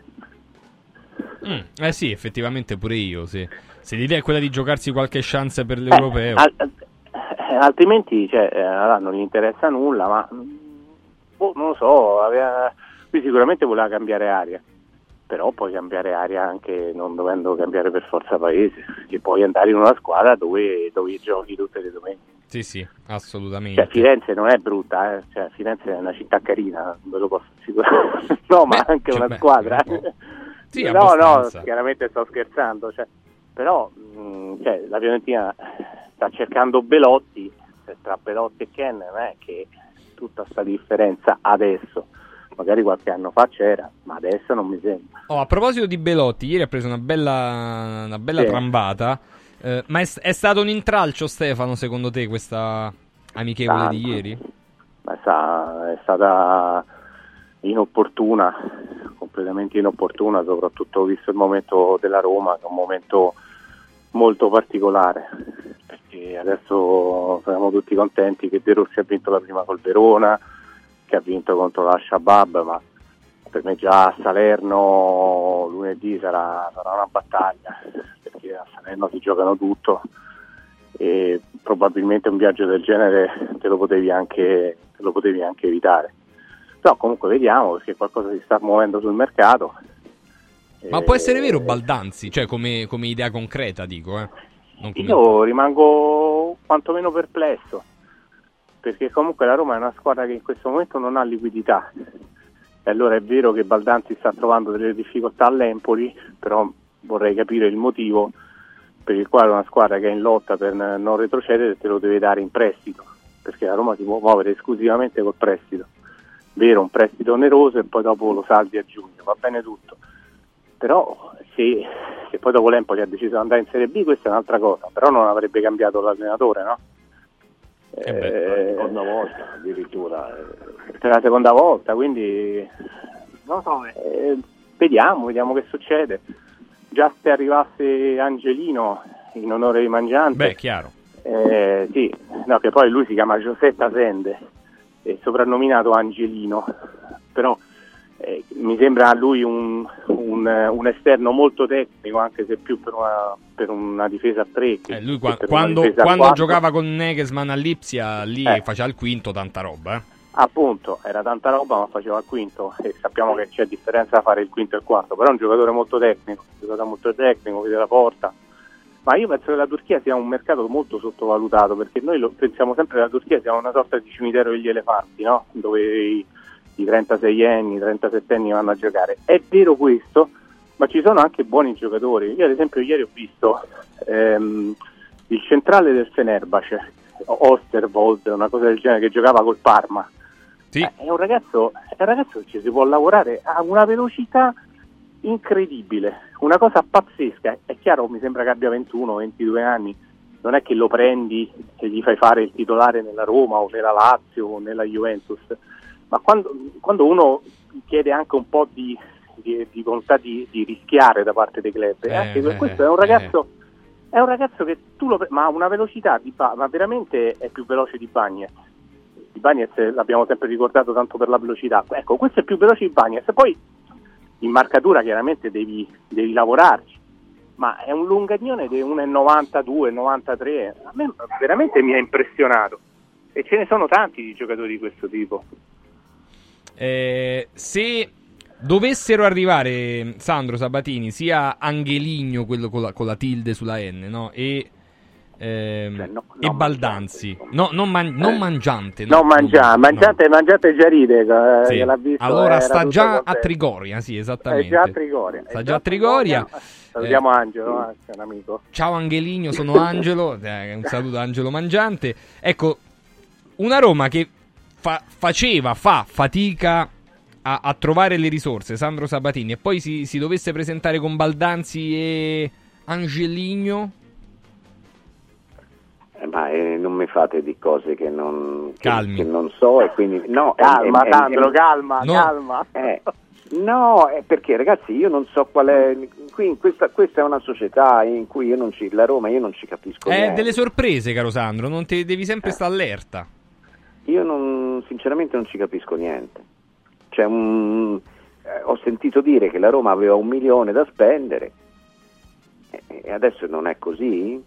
Sì, effettivamente pure io, sì. Se l'idea è quella di giocarsi qualche chance per l'europeo, altrimenti non gli interessa nulla, ma non lo so, lui sicuramente voleva cambiare aria, però puoi cambiare aria anche non dovendo cambiare per forza paese, che puoi andare in una squadra dove giochi tutte le domeniche. Sì, assolutamente. Firenze non è brutta, Firenze è una città carina, ve lo posso assicurare. No, ma anche una squadra. Sì, no, chiaramente sto scherzando, però la Fiorentina sta cercando Belotti, tra Belotti e Ken non è che tutta sta differenza adesso, magari qualche anno fa c'era, ma adesso non mi sembra. A proposito di Belotti, ieri ha preso una bella trambata, ma è stato un intralcio, Stefano, secondo te, questa amichevole di ieri? È stata inopportuna, completamente inopportuna, soprattutto visto il momento della Roma, che è un momento molto particolare, perché adesso siamo tutti contenti che De Rossi ha vinto la prima col Verona, che ha vinto contro la Shabab, ma per me già a Salerno lunedì sarà una battaglia, perché a Salerno si giocano tutto e probabilmente un viaggio del genere te lo potevi anche evitare. Però comunque vediamo, perché qualcosa si sta muovendo sul mercato. Ma può essere vero Baldanzi, come idea concreta, dico, Io rimango quantomeno perplesso, perché comunque la Roma è una squadra che in questo momento non ha liquidità, e allora è vero che Baldanzi sta trovando delle difficoltà all'Empoli, però vorrei capire il motivo per il quale una squadra che è in lotta per non retrocedere te lo deve dare in prestito, perché la Roma si può muovere esclusivamente col prestito. Vero, un prestito oneroso e poi dopo lo salvi a giugno, va bene tutto, però se poi dopo l'Empoli ha deciso di andare in Serie B, questa è un'altra cosa, però non avrebbe cambiato l'allenatore, no? La seconda volta addirittura. Per la seconda volta, quindi non so, vediamo che succede. Già se arrivasse Angelino in onore di Mangiante, chiaro. Sì, no, che poi lui si chiama Giuseppe Sende, è soprannominato Angelino, però mi sembra a lui un esterno molto tecnico, anche se più per una difesa a 3. Lui quando giocava con Nagelsmann all'Ipsia, lì faceva il quinto, tanta roba. Appunto, era tanta roba, ma faceva il quinto, e sappiamo che c'è differenza tra fare il quinto e il quarto, però è un giocatore molto tecnico, vede la porta. Ma io penso che la Turchia sia un mercato molto sottovalutato, perché noi pensiamo sempre che la Turchia sia una sorta di cimitero degli elefanti, no? Dove i 36enni, i 37enni vanno a giocare. È vero questo, ma ci sono anche buoni giocatori. Io ad esempio ieri ho visto il centrale del Fenerbahce, Osterwold, una cosa del genere, che giocava col Parma. Sì. È un ragazzo che ci si può lavorare a una velocità incredibile, una cosa pazzesca. È chiaro, mi sembra che abbia 21-22 anni, non è che lo prendi e gli fai fare il titolare nella Roma o nella Lazio o nella Juventus, ma quando uno chiede anche un po' di volontà di rischiare da parte dei club, anche per questo è un ragazzo che tu ma ha una velocità ma veramente è più veloce di Bagnez. Di Bagnez l'abbiamo sempre ricordato tanto per la velocità, ecco, questo è più veloce di Bagnez. Poi in marcatura chiaramente devi lavorarci, ma è un lungagnone di 1,92, 93, a me veramente mi ha impressionato, e ce ne sono tanti di giocatori di questo tipo. Se dovessero arrivare, Sandro Sabatini, sia Angeligno, quello con la tilde sulla N, no? E Baldanzi, Mangiante. Mangiante già ride, sì. Che l'ha visto, allora sta già a Trigoria, sì, esattamente. È già a Trigoria. Salutiamo Angelo, che è un amico. Ciao Angeligno, sono Angelo, un saluto a Angelo Mangiante. Ecco, una Roma che fa fatica a trovare le risorse, Sandro Sabatini, e poi si dovesse presentare con Baldanzi e Angeligno. Ma non mi fate di cose che non so, e quindi no. Calma, Sandro, calma. No, è perché ragazzi io non so qual è. Qui questa è una società in cui la Roma io non ci capisco niente. Delle sorprese, caro Sandro, non ti devi sempre stare allerta. Io sinceramente non ci capisco niente. Ho sentito dire che la Roma aveva 1 milione da spendere e adesso non è così?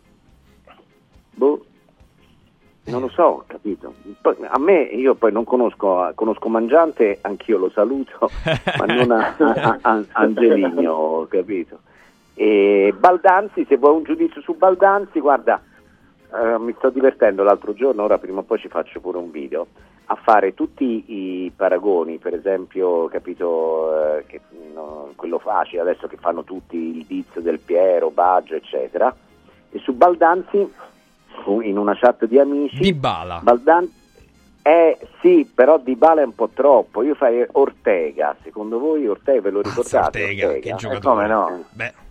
Non lo so, capito? Poi, io poi non conosco Mangiante, anch'io lo saluto, ma non Angeligno, capito? E Baldanzi, se vuoi un giudizio su Baldanzi, guarda, mi sto divertendo l'altro giorno, ora prima o poi ci faccio pure un video, a fare tutti i paragoni, per esempio, capito, quello facile, adesso che fanno tutti il Diz del Piero, Baggio, eccetera, e su Baldanzi, in una chat di amici, Dybala. Baldanzi, sì, però Dybala è un po' troppo. Io farei Ortega. Secondo voi Ortega ve lo ricordate? Ortega, che giocatore. Come no?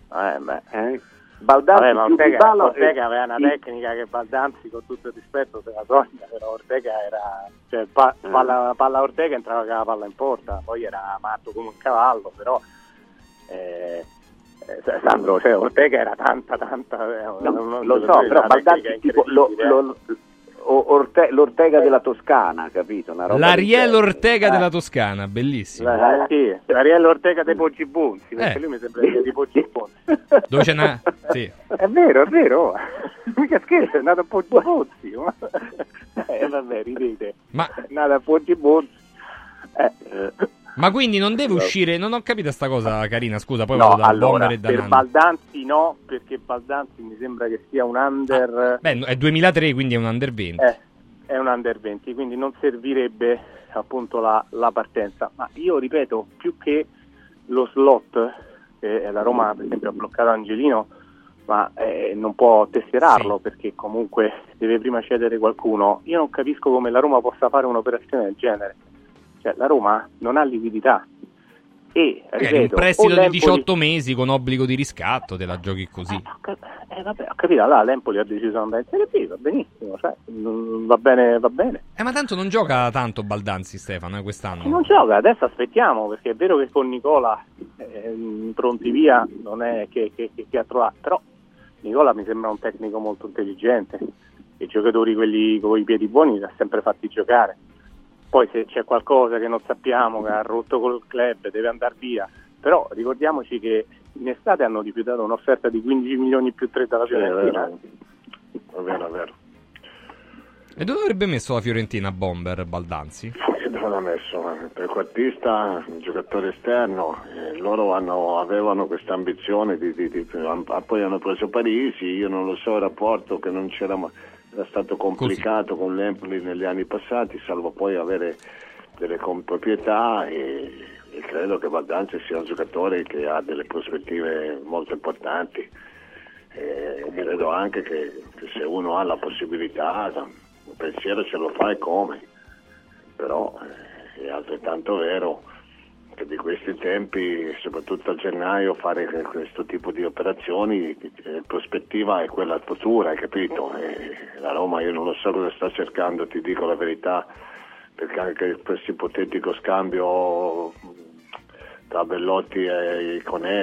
Baldanzi Ortega aveva una tecnica che Baldanzi, con tutto il rispetto, se la sogna, però Ortega era palla Ortega entrava con la palla in porta, poi era matto come un cavallo, però Sandro, Ortega era tanta lo so, però Baldanzi tipo l'Ortega della Toscana, capito? L'Ariel Ortega della Toscana, bellissimo. Sì, l'Ariel Ortega dei Poggi Bonzi, perché lui mi sembra dei Poggi Bonzi. Dove c'è una... Sì. È vero. Mica scherzo, è nato a Poggi Bonzi. Vabbè, ridete. Ma... È nato a Poggi Bonzi. Ma quindi non deve uscire, non ho capito sta cosa, Carina, scusa, poi vado da Bomber e da per Baldanzi no, perché Baldanzi mi sembra che sia un under... è 2003, quindi è un under 20. È un under 20, quindi non servirebbe appunto la partenza. Ma io ripeto, più che lo slot, che la Roma per esempio ha bloccato Angelino, ma non può tesserarlo, sì, perché comunque deve prima cedere qualcuno. Io non capisco come la Roma possa fare un'operazione del genere. Cioè, la Roma non ha liquidità e ripeto, un prestito di 18 mesi con obbligo di riscatto, te la giochi così. Vabbè, ho capito, allora l'Empoli ha deciso di andare in Serie B, va benissimo, cioè, va bene. Ma tanto non gioca tanto Baldanzi, Stefano, quest'anno. Non gioca, adesso aspettiamo, perché è vero che con Nicola pronti via non è che ha trovato, però Nicola mi sembra un tecnico molto intelligente, i giocatori quelli con i piedi buoni li ha sempre fatti giocare. Poi se c'è qualcosa che non sappiamo, che ha rotto col club, deve andare via. Però ricordiamoci che in estate hanno rifiutato un'offerta di 15 milioni più 3 dalla Fiorentina. È vero. E dove avrebbe messo la Fiorentina Bomber, Baldanzi? Dove l'ha messo? Trequartista, un giocatore esterno. Loro avevano questa ambizione poi hanno preso Parisi. Io non lo so, il rapporto che non c'era mai. Era stato complicato con l'Empoli negli anni passati, salvo poi avere delle comproprietà e credo che Baldanzi sia un giocatore che ha delle prospettive molto importanti. Credo anche che se uno ha la possibilità, un pensiero ce lo fa e come, però è altrettanto vero che di questi tempi, soprattutto a gennaio, fare questo tipo di operazioni, prospettiva è quella futura, hai capito? La Roma io non lo so cosa sta cercando, ti dico la verità, perché anche questo ipotetico scambio tra Bellotti e Iconè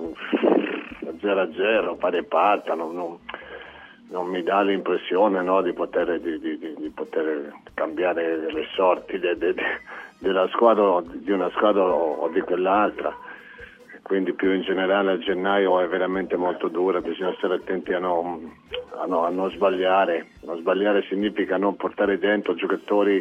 0-0, pari e patta, non mi dà l'impressione, no, di poter cambiare le sorti della squadra, di una squadra o di quell'altra. Quindi più in generale a gennaio è veramente molto dura, bisogna stare attenti a non sbagliare. Non sbagliare significa non portare dentro giocatori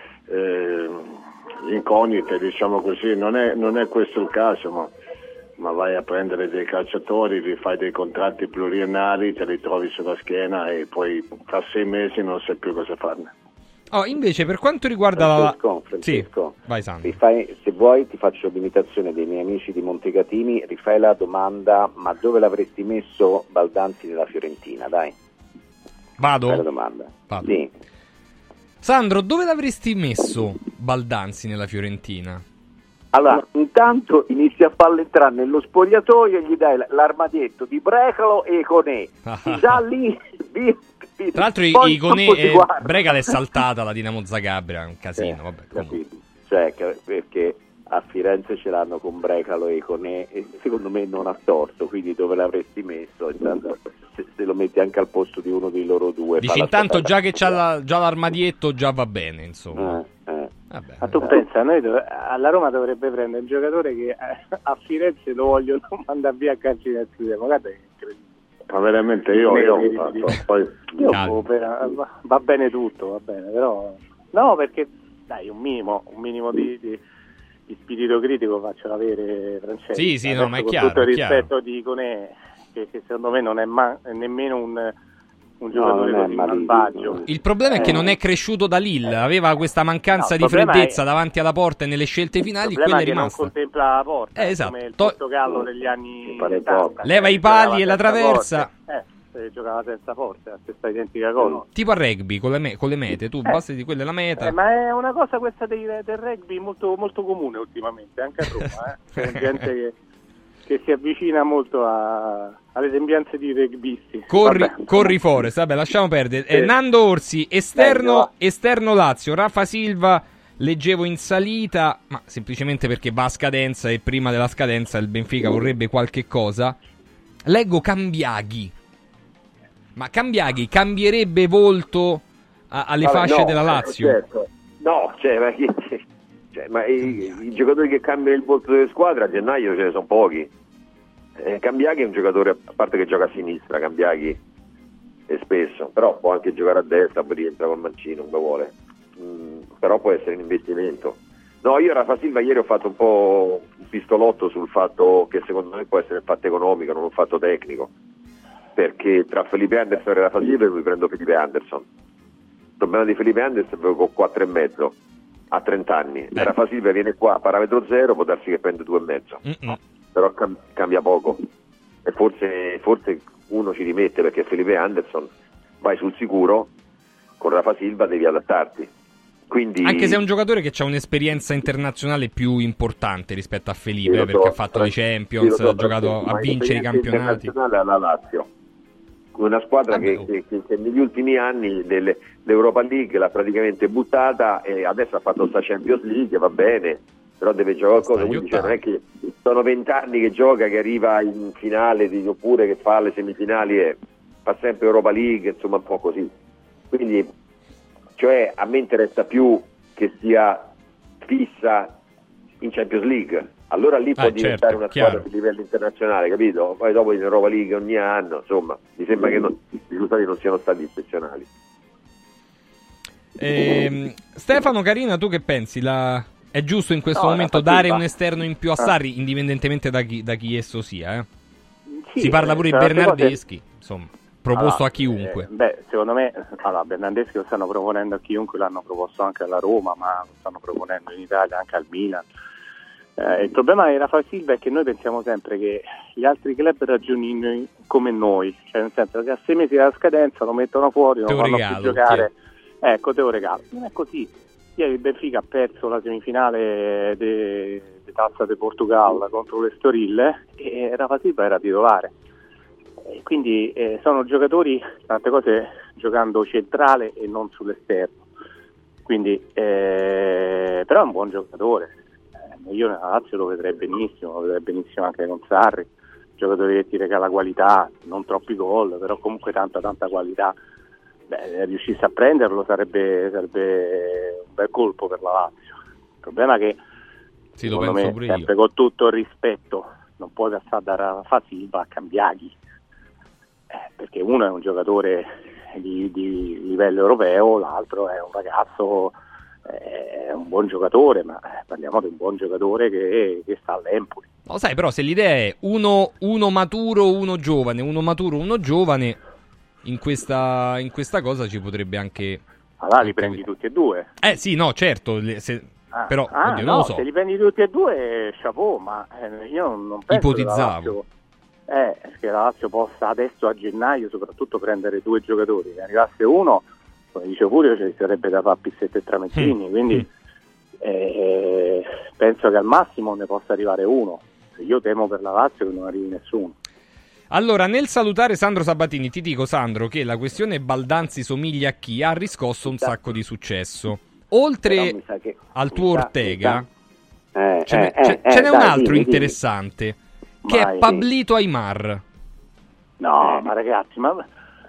incognite, diciamo così. Non è questo il caso, ma vai a prendere dei calciatori, li fai dei contratti pluriennali, te li trovi sulla schiena e poi tra 6 mesi non sai più cosa farne. Invece per quanto riguarda Francesco, vai Sandro. Se vuoi ti faccio l'imitazione dei miei amici di Montecatini, rifai la domanda: ma dove l'avresti messo Baldanzi nella Fiorentina? Dai. Vado? Fai la domanda. Vado. Sì. Sandro, dove l'avresti messo Baldanzi nella Fiorentina? Allora, intanto inizi a farlo entrare nello spogliatoio e gli dai l'armadietto di Brecalo e Iconè. Già lì tra l'altro Iconè Brecalo è saltata la Dinamo Zagabria, un casino, vabbè, cioè, perché a Firenze ce l'hanno con Brecalo e Iconè e secondo me non ha torto, quindi dove l'avresti messo? Intanto, se lo metti anche al posto di uno dei loro due, dici intanto già che c'ha già l'armadietto già va bene, insomma. Vabbè. Ma tu pensa, alla Roma dovrebbe prendere un giocatore che a Firenze lo vogliono mandare via a calci nel tempo, guarda che incredibile. Ma veramente io va bene tutto, va bene, però no, perché dai, un minimo di spirito critico faccio avere, Francesco. Sì, no, ma è chiaro. Con tutto il rispetto di Iconè, che secondo me non è nemmeno un giocatore così malvagio. Il problema è che non è cresciuto da Lille, aveva questa mancanza di freddezza davanti alla porta e nelle scelte finali, quella è rimasta. Non contempla la porta, esatto. Come il Portogallo degli anni 70. Leva i pali e la traversa. Giocava senza porta, la stessa identica cosa. Tipo a rugby con le mete, tu basta di quella la meta. Ma è una cosa questa del rugby molto, molto comune ultimamente, anche a Roma. C'è gente che si avvicina molto alle sembianze di rugbisti. Corri Forest, vabbè, lasciamo perdere. Nando Orsi, esterno Lazio, Rafa Silva, leggevo in salita, ma semplicemente perché va a scadenza e prima della scadenza il Benfica vorrebbe qualche cosa. Leggo Cambiaghi. Ma Cambiaghi cambierebbe volto alle fasce della Lazio? Certo. No, ma i giocatori che cambiano il volto delle squadre a gennaio ce ne sono pochi. Cambiaghi è un giocatore, a parte che gioca a sinistra, Cambiaghi è spesso, però può anche giocare a destra, poi rientra col mancino, come vuole. Però può essere un investimento. No, io Rafa Silva ieri ho fatto un po' un pistolotto sul fatto che secondo me può essere un fatto economico, non un fatto tecnico, perché tra Felipe Anderson e Rafa Silva mi prendo Felipe Anderson. Il problema di Felipe Anderson è con 4,5 a 30 anni. Rafa Silva viene qua a parametro zero, può darsi che prende 2,5. Però cambia poco e forse uno ci rimette, perché Felipe Anderson vai sul sicuro, con Rafa Silva devi adattarti. Quindi, anche se è un giocatore che ha un'esperienza internazionale più importante rispetto a Felipe, perché ha fatto le Champions, ha giocato a vincere i campionati. Internazionale alla Lazio, una squadra che negli ultimi anni l'Europa League l'ha praticamente buttata e adesso ha fatto sta Champions League, va bene, però deve giocare qualcosa, quindi non è che sono 20 anni che gioca, che arriva in finale oppure che fa le semifinali e fa sempre Europa League, insomma un po' così. Quindi, cioè, a me interessa più che sia fissa in Champions League, allora lì può diventare una squadra di livello internazionale, capito? Poi dopo in Europa League ogni anno, insomma, mi sembra che i risultati non siano stati eccezionali. Stefano Carina, tu che pensi? È giusto in questo momento dare un esterno in più a Sarri, indipendentemente da chi esso sia? Sì, si parla pure di Bernardeschi, insomma. proposto a chiunque. Secondo me Bernardeschi lo stanno proponendo a chiunque, l'hanno proposto anche alla Roma, ma lo stanno proponendo in Italia anche al Milan. Il problema di Rafa Silva è che noi pensiamo sempre che gli altri club ragionino come noi, cioè nel senso che a 6 mesi dalla scadenza lo mettono fuori, non fanno più giocare, ecco, te lo regalo. Non è così. Ieri il Benfica ha perso la semifinale di Tazza de Portugal contro l'Estoril e Rafa Silva era titolare. E quindi sono giocatori, tante cose giocando centrale e non sull'esterno. Quindi, però è un buon giocatore. Io nella Lazio lo vedrei benissimo anche con Sarri, giocatore che ti regala qualità, non troppi gol, però comunque tanta qualità. Riuscisse a prenderlo sarebbe un bel colpo per la Lazio. Il problema è che secondo me, sempre con tutto il rispetto, non puoi passare da Rafa Silva a Cambiaghi, perché uno è un giocatore di livello europeo, l'altro è un ragazzo, è un buon giocatore, ma parliamo di un buon giocatore che sta all'Empoli. No, sai, però se l'idea è uno maturo, uno giovane, in questa cosa ci potrebbe anche... Allora li prendi tutti e due? Sì, no, certo, però oddio, non lo so. Se li prendi tutti e due, chapeau, ma io non penso ipotizzavo che la Lazio possa adesso a gennaio soprattutto prendere 2 giocatori. Se arrivasse uno, come dice Furio, ci sarebbe da fare Pizzetto e Tramezzini, quindi penso che al massimo ne possa arrivare uno. Io temo per la Lazio che non arrivi nessuno. Allora, nel salutare Sandro Sabatini, ti dico, Sandro, che la questione Baldanzi somiglia a chi ha riscosso un sacco di successo. Oltre al tuo Ortega, ce n'è un altro interessante, che è Pablito Aimar. No, ma ragazzi, ma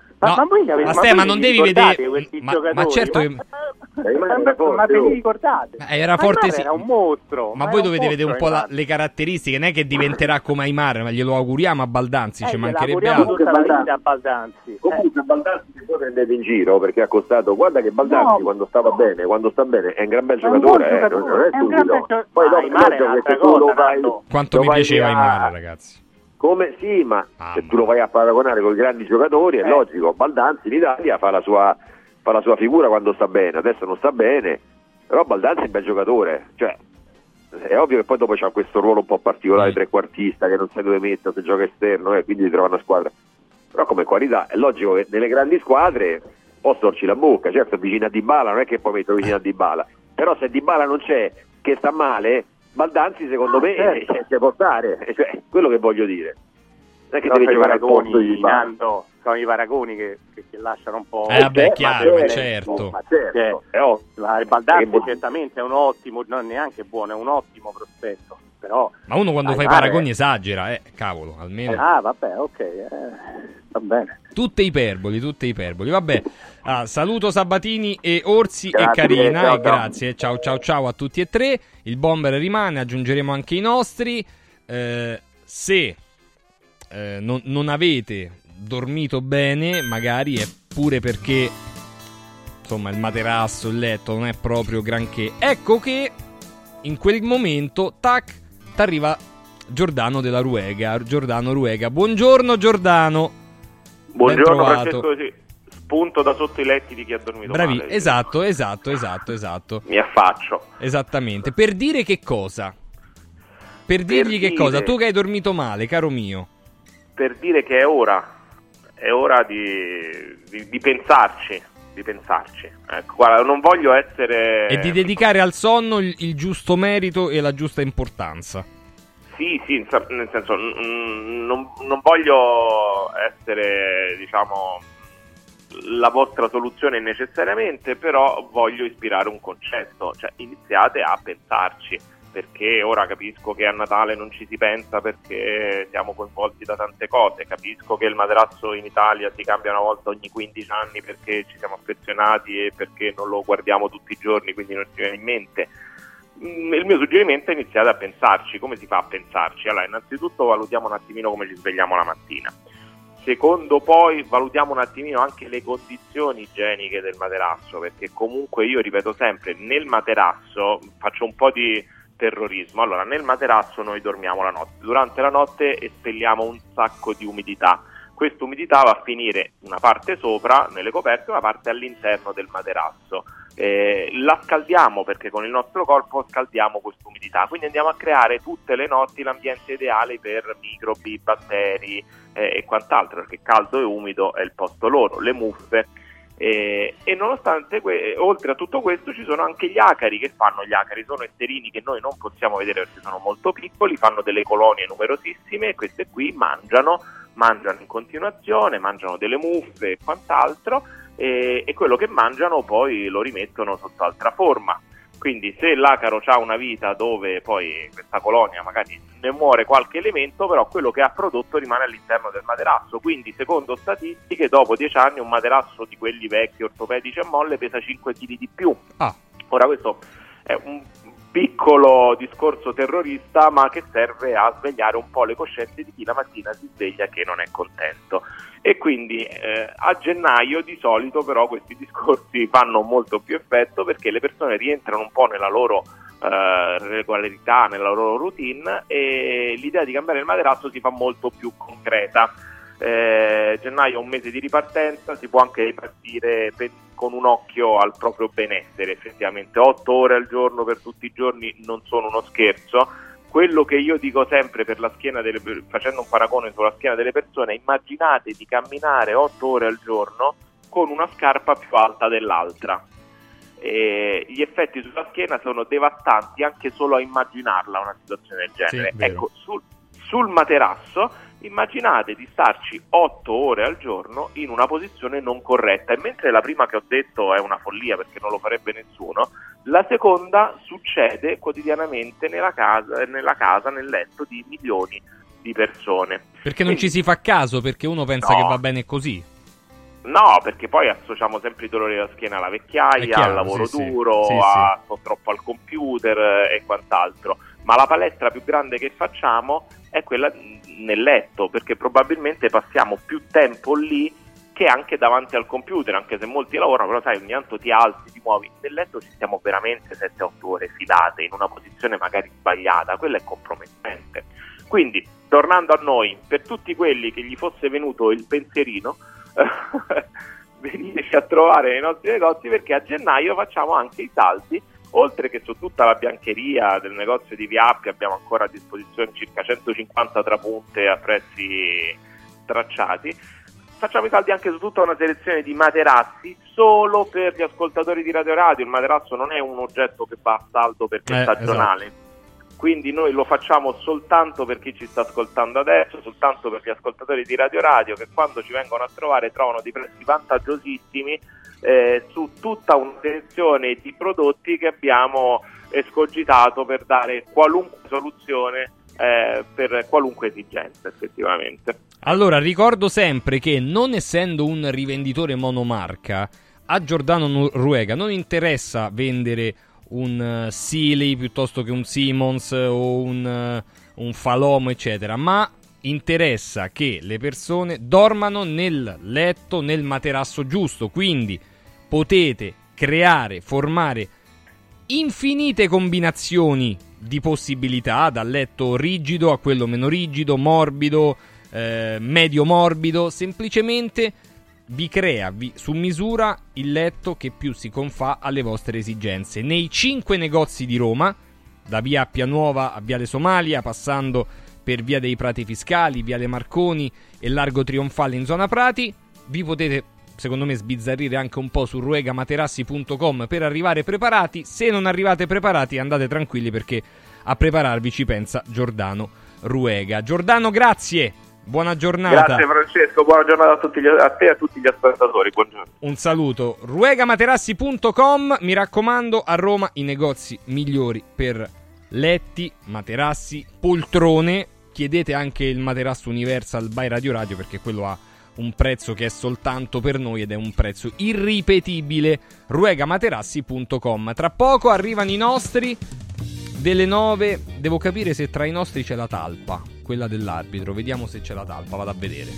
non devi vedere, ma certo che... ma ve li ricordate? Era forte, sì. Era un mostro. Ma voi dovete vedere un po' le caratteristiche, non è che diventerà come Aimar, ma glielo auguriamo a Baldanzi, ci mancherebbe altro. Tutta la vita a Baldanzi. Comunque Baldanzi si può prendere in giro perché ha costato, guarda che Baldanzi quando sta bene è un gran bel giocatore, non è stupido. Poi quanto mi piaceva Aimar, ragazzi. Come sì, ma se tu lo vai a paragonare con i grandi giocatori è logico. Baldanzi in Italia fa la sua figura quando sta bene, adesso non sta bene, però Baldanzi è un bel giocatore, cioè è ovvio che poi dopo c'ha questo ruolo un po' particolare trequartista che non sai dove mettere, se gioca esterno, quindi si trova una squadra, però come qualità è logico che nelle grandi squadre può storci la bocca, certo vicino a Dybala non è che puoi mettere vicino a Dybala, però se Dybala non c'è, che sta male, Baldanzi secondo me si può stare, cioè, quello che voglio dire, non è che deve giocare al posto di Dybala. Sono i paragoni che lasciano un po'... vabbè, chiaro, certo. Il Baldanzi certamente è un ottimo, non neanche buono, è un ottimo prospetto, però... Ma uno quando fa i paragoni esagera, cavolo, almeno... vabbè, ok, va bene. Tutte iperboli, vabbè. Saluto Sabatini e Orsi, grazie, e Carina, ciao, e grazie, ciao a tutti e tre. Il bomber rimane, aggiungeremo anche i nostri. Se non avete dormito bene, magari è pure perché insomma il materasso, il letto non è proprio granché. Ecco che in quel momento t'arriva Giordano della Ruega. Giordano Ruega, buongiorno Giordano. Buongiorno Francesco, sì. Spunto da sotto i letti di chi ha dormito male. Esatto. Mi affaccio. Esattamente. Per dire che cosa? Per dirgli che cosa? Tu che hai dormito male, caro mio. Per dire che è ora di pensarci. Ecco, guarda, non voglio essere... E di dedicare al sonno il giusto merito e la giusta importanza. Sì, nel senso, non voglio essere, diciamo, la vostra soluzione necessariamente, però voglio ispirare un concetto, cioè iniziate a pensarci, perché ora capisco che a Natale non ci si pensa perché siamo coinvolti da tante cose, capisco che il materasso in Italia si cambia una volta ogni 15 anni perché ci siamo affezionati e perché non lo guardiamo tutti i giorni, quindi non ci viene in mente. Il mio suggerimento è iniziare a pensarci. Come si fa a pensarci? Allora, innanzitutto valutiamo un attimino come ci svegliamo la mattina. Secondo, poi valutiamo un attimino anche le condizioni igieniche del materasso, perché comunque io ripeto sempre, nel materasso faccio un po' di terrorismo. Allora, nel materasso noi dormiamo la notte, durante la notte espelliamo un sacco di umidità. questa umidità va a finire una parte sopra nelle coperte e una parte all'interno del materasso. La scaldiamo perché con il nostro corpo scaldiamo questa umidità, quindi andiamo a creare tutte le notti l'ambiente ideale per microbi, batteri e quant'altro, perché caldo e umido è il posto loro, le muffe. E nonostante oltre a tutto questo ci sono anche gli acari. Che fanno gli acari? Sono esserini che noi non possiamo vedere perché sono molto piccoli, fanno delle colonie numerosissime e queste qui mangiano in continuazione, mangiano delle muffe e quant'altro, e quello che mangiano poi lo rimettono sotto altra forma. Quindi se l'acaro ha una vita dove poi questa colonia magari ne muore qualche elemento, però quello che ha prodotto rimane all'interno del materasso. Quindi secondo statistiche dopo 10 anni un materasso di quelli vecchi ortopedici a molle pesa 5 kg di più. Ora questo è un piccolo discorso terrorista, ma che serve a svegliare un po' le coscienze di chi la mattina si sveglia che non è contento. E quindi a gennaio di solito però questi discorsi fanno molto più effetto, perché le persone rientrano un po' nella loro regolarità, nella loro routine, e l'idea di cambiare il materasso si fa molto più concreta. Gennaio è un mese di ripartenza, si può anche ripartire con un occhio al proprio benessere. Effettivamente 8 ore al giorno per tutti i giorni non sono uno scherzo. Quello che io dico sempre per la schiena facendo un paragone sulla schiena delle persone: immaginate di camminare 8 ore al giorno con una scarpa più alta dell'altra. Gli effetti sulla schiena sono devastanti anche solo a immaginarla una situazione del genere. Sì, ecco, sul materasso immaginate di starci 8 ore al giorno in una posizione non corretta, e mentre la prima che ho detto è una follia perché non lo farebbe nessuno, la seconda succede quotidianamente nella casa, nel letto di milioni di persone. Perché non ci si fa caso, perché uno pensa che va bene così. No, perché poi associamo sempre i dolori alla schiena alla vecchiaia, al lavoro duro, sto troppo al computer e quant'altro. Ma la palestra più grande che facciamo è quella nel letto, perché probabilmente passiamo più tempo lì che anche davanti al computer, anche se molti lavorano, però sai, ogni tanto ti alzi, ti muovi. Nel letto ci stiamo veramente 7-8 ore filate in una posizione magari sbagliata, quello è compromettente. Quindi, tornando a noi, per tutti quelli che gli fosse venuto il pensierino, veniteci a trovare nei nostri negozi, perché a gennaio facciamo anche i saldi. Oltre che su tutta la biancheria del negozio di Via Appia abbiamo ancora a disposizione circa 150 trapunte a prezzi tracciati, facciamo i saldi anche su tutta una selezione di materassi solo per gli ascoltatori di Radio Radio. Il materasso non è un oggetto che va a saldo perché è stagionale, esatto. Quindi noi lo facciamo soltanto per chi ci sta ascoltando adesso, soltanto per gli ascoltatori di Radio Radio, che quando ci vengono a trovare trovano dei prezzi vantaggiosissimi su tutta una selezione di prodotti che abbiamo escogitato per dare qualunque soluzione per qualunque esigenza, effettivamente. Allora, ricordo sempre che, non essendo un rivenditore monomarca, a Giordano Ruega non interessa vendere un Sealy piuttosto che un Simmons o un Falomo, eccetera, ma interessa che le persone dormano nel letto, nel materasso giusto. Quindi potete creare, formare infinite combinazioni di possibilità, dal letto rigido a quello meno rigido, morbido, medio morbido. Semplicemente vi crea su misura il letto che più si confà alle vostre esigenze. Nei 5 negozi di Roma, da via Appia Nuova a viale Somalia, passando per via dei Prati Fiscali, viale Marconi e largo Trionfale in zona Prati. Vi potete, secondo me, sbizzarrire anche un po' su ruegamaterassi.com per arrivare preparati. Se non arrivate preparati, andate tranquilli, perché a prepararvi ci pensa Giordano Ruega. Giordano, grazie, buona giornata. Grazie Francesco, buona giornata a te e a tutti gli ascoltatori. Buongiorno. Un saluto. ruegamaterassi.com, mi raccomando, a Roma i negozi migliori per letti, materassi, poltrone. Chiedete anche il materasso Universal by Radio Radio, perché quello ha un prezzo che è soltanto per noi ed è un prezzo irripetibile. ruegamaterassi.com. Tra poco arrivano i nostri delle 9. Devo capire se tra i nostri c'è la talpa, quella dell'arbitro. Vediamo se c'è la talpa, vado a vedere.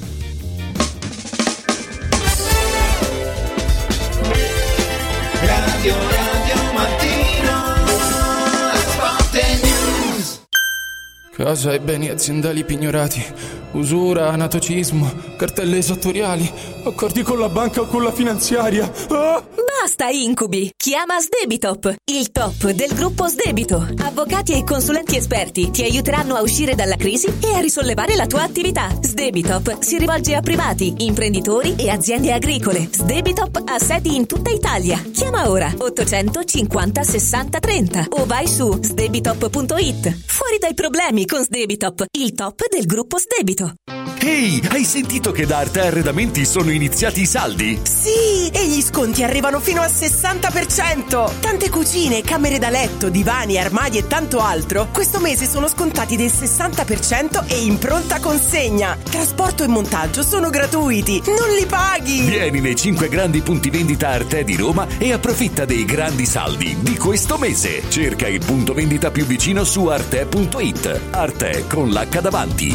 Radio Mattino, Sport News. Casa e beni aziendali pignorati, usura, anatocismo, cartelle esattoriali, accordi con la banca o con la finanziaria. Ah! Basta incubi! Chiama Sdebitop, il top del gruppo Sdebito. Avvocati e consulenti esperti ti aiuteranno a uscire dalla crisi e a risollevare la tua attività. Sdebitop si rivolge a privati, imprenditori e aziende agricole. Sdebitop ha sedi in tutta Italia. Chiama ora 850 60 30 o vai su sdebitop.it. Fuori dai problemi con Sdebitop, il top del gruppo Sdebito. Ehi, hai sentito che da Arte Arredamenti sono iniziati i saldi? Sì, e gli sconti arrivano fino al 60%. Tante cucine, camere da letto, divani, armadi e tanto altro questo mese sono scontati del 60% e in pronta consegna. Trasporto e montaggio sono gratuiti, non li paghi. Vieni nei 5 grandi punti vendita Arte di Roma e approfitta dei grandi saldi di questo mese. Cerca il punto vendita più vicino su arte.it. Arte con l'H davanti.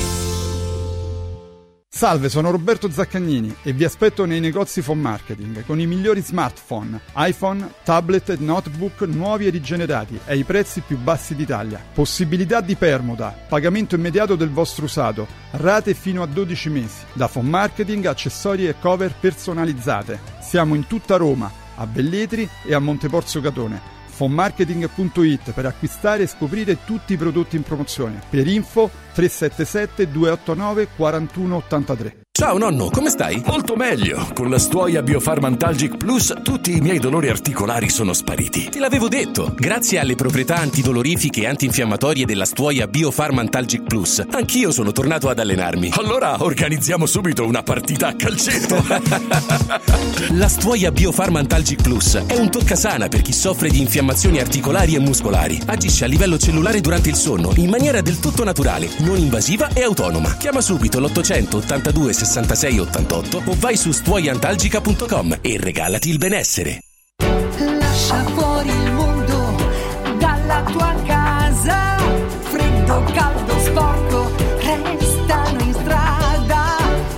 Salve, sono Roberto Zaccagnini e vi aspetto nei negozi Phone Marketing con i migliori smartphone, iPhone, tablet e notebook nuovi e rigenerati ai prezzi più bassi d'Italia. Possibilità di permuta, pagamento immediato del vostro usato, rate fino a 12 mesi. Da Phone Marketing, accessori e cover personalizzate. Siamo in tutta Roma, a Velletri e a Monteporzio Catone. Fonmarketing.it per acquistare e scoprire tutti i prodotti in promozione. Per info 377 289 4183. Ciao nonno, come stai? Molto meglio. Con la Stuoia Biofarmantalgic Plus tutti i miei dolori articolari sono spariti. Te l'avevo detto. Grazie alle proprietà antidolorifiche e antinfiammatorie della Stuoia Biofarmantalgic Plus, anch'io sono tornato ad allenarmi. Allora organizziamo subito una partita a calcetto. La Stuoia Biofarmantalgic Plus è un toccasana per chi soffre di infiammazioni articolari e muscolari. Agisce a livello cellulare durante il sonno in maniera del tutto naturale, non invasiva e autonoma. Chiama subito l'882 66 88 o vai su stuoiantalgica.com e regalati il benessere. Lascia fuori il mondo dalla tua casa. Freddo, caldo, sporco, restano in strada.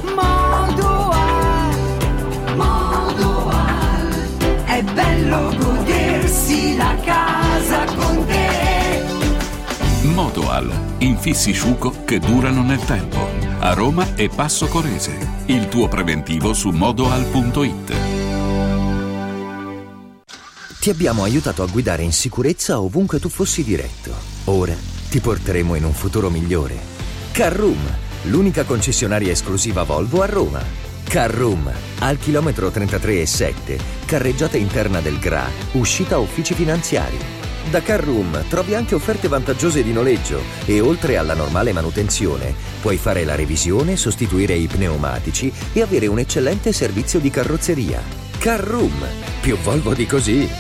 Modoal, è bello godersi la casa con te. Modoal, infissi Sciuco che durano nel tempo. A Roma e Passo Corese. Il tuo preventivo su modoal.it. Ti abbiamo aiutato a guidare in sicurezza ovunque tu fossi diretto. Ora ti porteremo in un futuro migliore. Carroom, l'unica concessionaria esclusiva Volvo a Roma. Carroom, al chilometro 33,7, carreggiata interna del GRA, uscita uffici finanziari. Da Carroom trovi anche offerte vantaggiose di noleggio e oltre alla normale manutenzione puoi fare la revisione, sostituire i pneumatici e avere un eccellente servizio di carrozzeria. Carroom, più Volvo di così.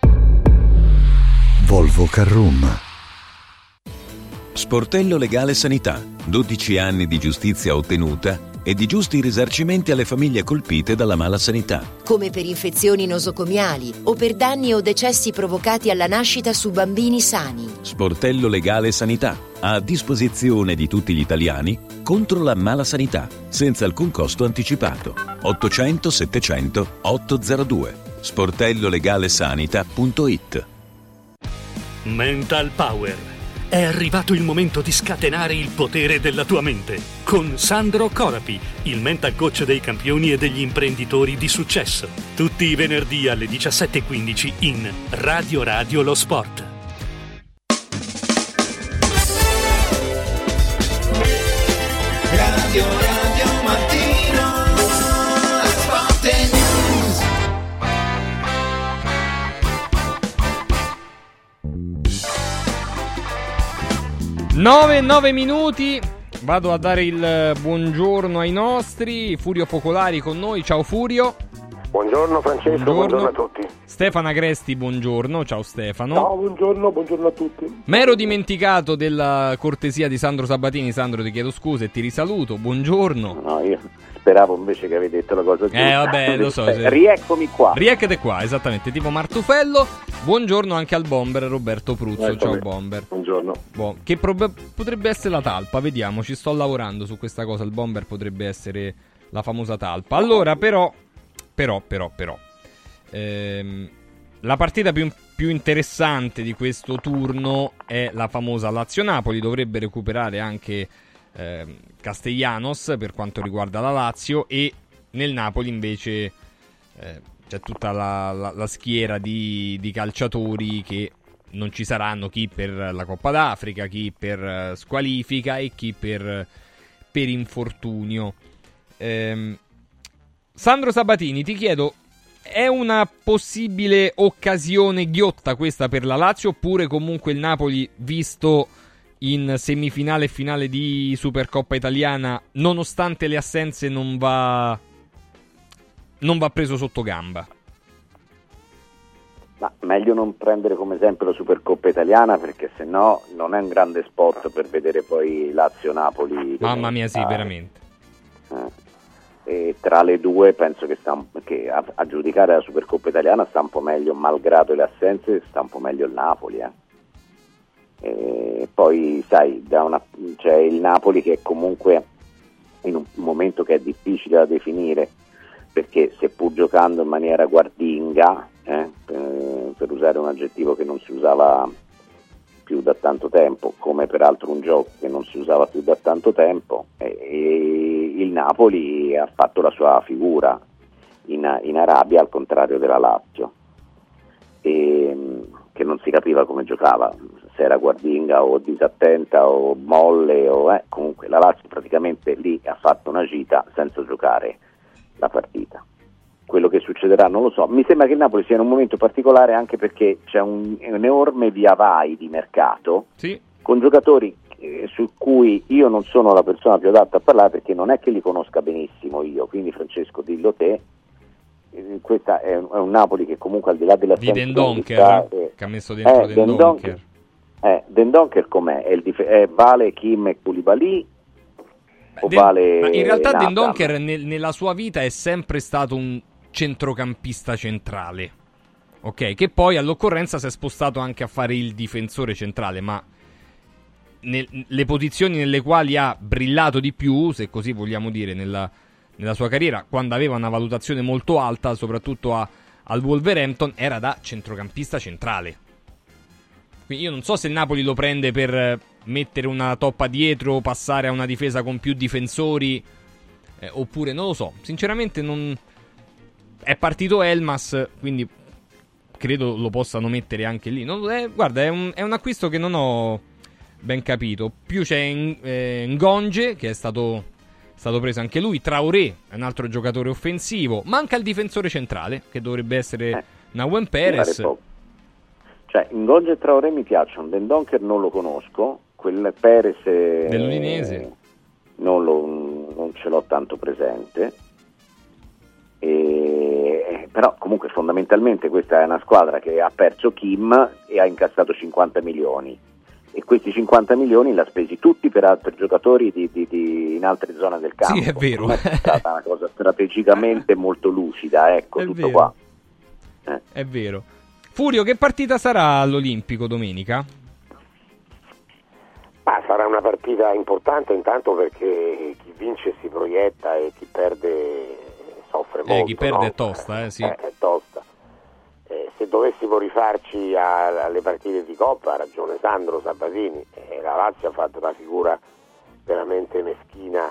Volvo Carroom. Sportello Legale Sanità, 12 anni di giustizia ottenuta e di giusti risarcimenti alle famiglie colpite dalla mala sanità. Come per infezioni nosocomiali o per danni o decessi provocati alla nascita su bambini sani. Sportello Legale Sanità, a disposizione di tutti gli italiani contro la mala sanità, senza alcun costo anticipato. 800 700 802. sportellolegalesanita.it. Mental Power. È arrivato il momento di scatenare il potere della tua mente con Sandro Corapi, il mental coach dei campioni e degli imprenditori di successo. Tutti i venerdì alle 17:15 in Radio Lo Sport. Radio Mattino, Sport e News. 9 minuti. Vado a dare il buongiorno ai nostri. Furio Focolari con noi. Ciao Furio. Buongiorno Francesco, buongiorno a tutti. Stefano Agresti, buongiorno. Ciao Stefano. Ciao, buongiorno a tutti. M'ero dimenticato della cortesia di Sandro Sabatini. Sandro, ti chiedo scusa e ti risaluto. Buongiorno. No, io speravo invece che avevi detto la cosa giusta. Vabbè, lo so. Rieccomi qua. Rieccote qua, esattamente, tipo Martufello. Buongiorno anche al bomber Roberto Pruzzo. Ciao bomber. Buongiorno. Che potrebbe essere la talpa, vediamo, ci sto lavorando su questa cosa. Il bomber potrebbe essere la famosa talpa. Allora, però la partita più interessante di questo turno è la famosa Lazio-Napoli. Dovrebbe recuperare anche Castellanos per quanto riguarda la Lazio, e nel Napoli invece c'è tutta la schiera di calciatori che non ci saranno, chi per la Coppa d'Africa, chi per squalifica e chi per infortunio. Sandro Sabatini, ti chiedo, è una possibile occasione ghiotta questa per la Lazio, oppure comunque il Napoli, visto in semifinale e finale di Supercoppa italiana, nonostante le assenze, non va preso sotto gamba? Ma meglio non prendere come esempio la Supercoppa italiana, perché sennò non è un grande spot per vedere poi Lazio-Napoli. Mamma mia, sì, veramente. E tra le due penso che a giudicare la Supercoppa italiana sta un po' meglio, malgrado le assenze, sta un po' meglio il Napoli. E poi sai, c'è il Napoli che è comunque in un momento che è difficile da definire, perché seppur giocando in maniera guardinga, per usare un aggettivo che non si usava più da tanto tempo, come peraltro un gioco che non si usava più da tanto tempo, e il Napoli ha fatto la sua figura in Arabia, al contrario della Lazio, che non si capiva come giocava, se era guardinga o disattenta o molle comunque la Lazio praticamente lì ha fatto una gita senza giocare la partita. Quello che succederà non lo so. Mi sembra che il Napoli sia in un momento particolare anche perché c'è un enorme via vai di mercato, sì, con giocatori su cui io non sono la persona più adatta a parlare, perché non è che li conosca benissimo io, quindi Francesco dillo te. Questa è un Napoli che comunque al di là della di Dendoncker, che ha messo dentro Dendoncker. Dendoncker com'è? Vale Kim e Koulibaly? Ma in realtà Dendoncker nella sua vita è sempre stato un centrocampista centrale, ok? Che poi all'occorrenza si è spostato anche a fare il difensore centrale, ma le posizioni nelle quali ha brillato di più, se così vogliamo dire, nella sua carriera, quando aveva una valutazione molto alta, soprattutto al Wolverhampton, era da centrocampista centrale. Quindi io non so se il Napoli lo prende per mettere una toppa dietro, passare a una difesa con più difensori, oppure non lo so. Sinceramente non... È partito Elmas, quindi credo lo possano mettere anche lì. Guarda, è un acquisto che non ho ben capito. Più c'è Ngonge, che è stato preso anche lui. Traoré è un altro giocatore offensivo. Manca il difensore centrale, che dovrebbe essere Nawen Perez. Cioè, Ngonge e Traoré mi piacciono, Dendoncker non lo conosco, quel Perez dell'Udinese non ce l'ho tanto presente, però comunque fondamentalmente questa è una squadra che ha perso Kim e ha incassato 50 milioni, e questi 50 milioni li ha spesi tutti per giocatori in altre zone del campo. Sì, è vero. È stata una cosa strategicamente molto lucida, ecco, tutto vero. Qua. È vero. Furio, che partita sarà all'Olimpico domenica? Ma sarà una partita importante, intanto perché chi vince si proietta e chi perde soffre molto. Chi perde è tosta, sì. È tosta. Se dovessimo rifarci alle partite di Coppa, ha ragione Sandro Sabatini, la Lazio ha fatto una figura veramente meschina,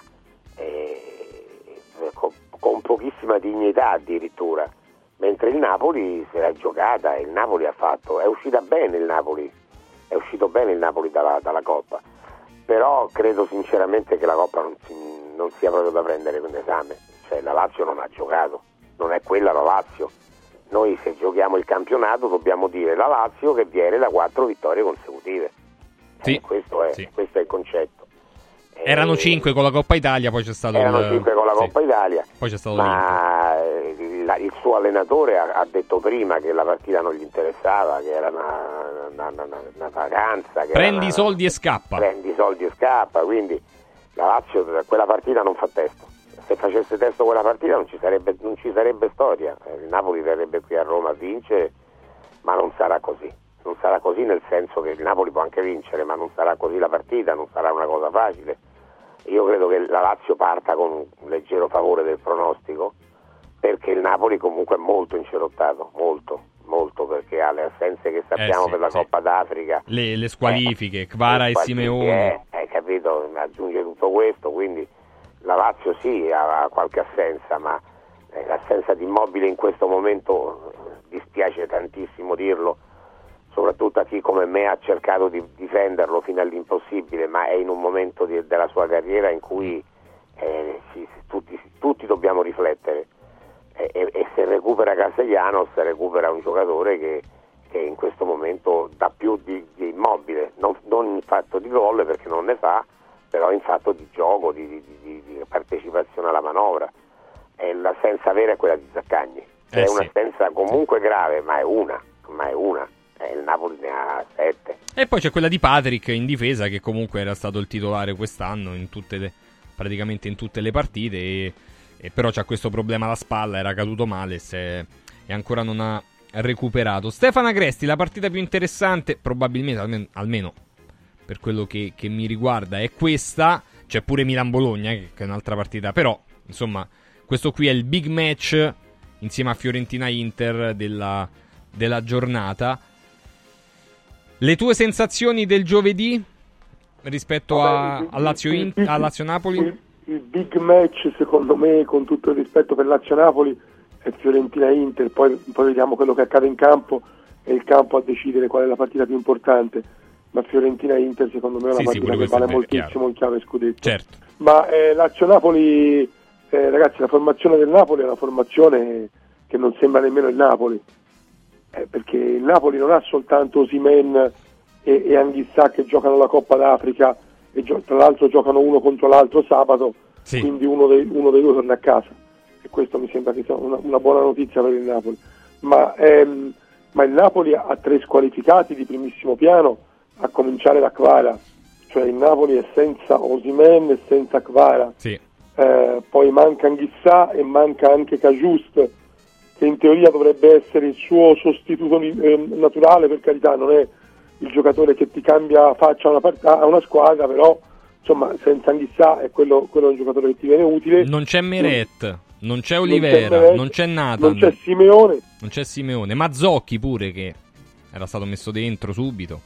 con pochissima dignità addirittura. Mentre il Napoli se l'ha giocata, il Napoli è uscito bene il Napoli dalla Coppa, però credo sinceramente che la Coppa non sia proprio da prendere con esame, cioè la Lazio non ha giocato, non è quella la Lazio. Noi se giochiamo il campionato dobbiamo dire la Lazio che viene da 4 vittorie consecutive, sì, questo è il concetto. Erano 5 con la Coppa Italia, poi c'è stato 5 con la Coppa Italia, poi c'è stato il suo allenatore ha detto prima che la partita non gli interessava, che era una vacanza, che prendi i soldi e scappa, quindi la Lazio quella partita non fa testo. Se facesse testo quella partita non ci sarebbe storia, il Napoli verrebbe qui a Roma a vincere, ma non sarà così. Non sarà così, nel senso che il Napoli può anche vincere, ma non sarà così la partita, non sarà una cosa facile. Io credo che la Lazio parta con un leggero favore del pronostico, perché il Napoli comunque è molto incerottato, molto, perché ha le assenze che sappiamo per la Coppa d'Africa. Le squalifiche, Kvara e Simeone. Capito? Veneto aggiunge tutto questo, quindi la Lazio sì ha qualche assenza, ma l'assenza di Immobile in questo momento dispiace tantissimo dirlo, soprattutto a chi come me ha cercato di difenderlo fino all'impossibile, ma è in un momento della sua carriera in cui tutti dobbiamo riflettere, e se recupera Castellanos recupera un giocatore che in questo momento dà più di Immobile, non in fatto di gol perché non ne fa, però in fatto di gioco, di partecipazione alla manovra. E l'assenza vera è quella di Zaccagni, è un'assenza comunque grave, ma è una. Il Napoli ne ha 7. E poi c'è quella di Patrick in difesa, che comunque era stato il titolare quest'anno praticamente in tutte le partite, e però c'ha questo problema alla spalla, era caduto male e ancora non ha recuperato. Stefano Agresti, la partita più interessante probabilmente, almeno per quello che mi riguarda, è questa. C'è pure Milan-Bologna che è un'altra partita, però insomma questo qui è il big match insieme a Fiorentina-Inter della giornata. Le tue sensazioni del giovedì rispetto a Lazio-Napoli? Il big match secondo me, con tutto il rispetto per Lazio-Napoli, è Fiorentina-Inter, poi vediamo quello che accade in campo, e il campo a decidere qual è la partita più importante, ma Fiorentina-Inter secondo me è una partita che vale moltissimo in chiave scudetto. Certo. Ma Lazio-Napoli, ragazzi, la formazione del Napoli è una formazione che non sembra nemmeno il Napoli, perché il Napoli non ha soltanto Osimhen e Anghissà che giocano la Coppa d'Africa, e tra l'altro giocano uno contro l'altro sabato, quindi uno dei due torna a casa, e questo mi sembra che sia una buona notizia per il Napoli. Ma il Napoli ha 3 squalificati di primissimo piano, a cominciare da Kvara, cioè il Napoli è senza Osimhen e senza Kvara, poi manca Anghissà e manca anche Cajuste, che in teoria dovrebbe essere il suo sostituto naturale, per carità, non è il giocatore che ti cambia faccia a una squadra, però insomma senza Anghissà è quello è un giocatore che ti viene utile. Non c'è Meret, non c'è Olivera, non c'è Nathan, non c'è Simeone, Mazzocchi pure, che era stato messo dentro subito.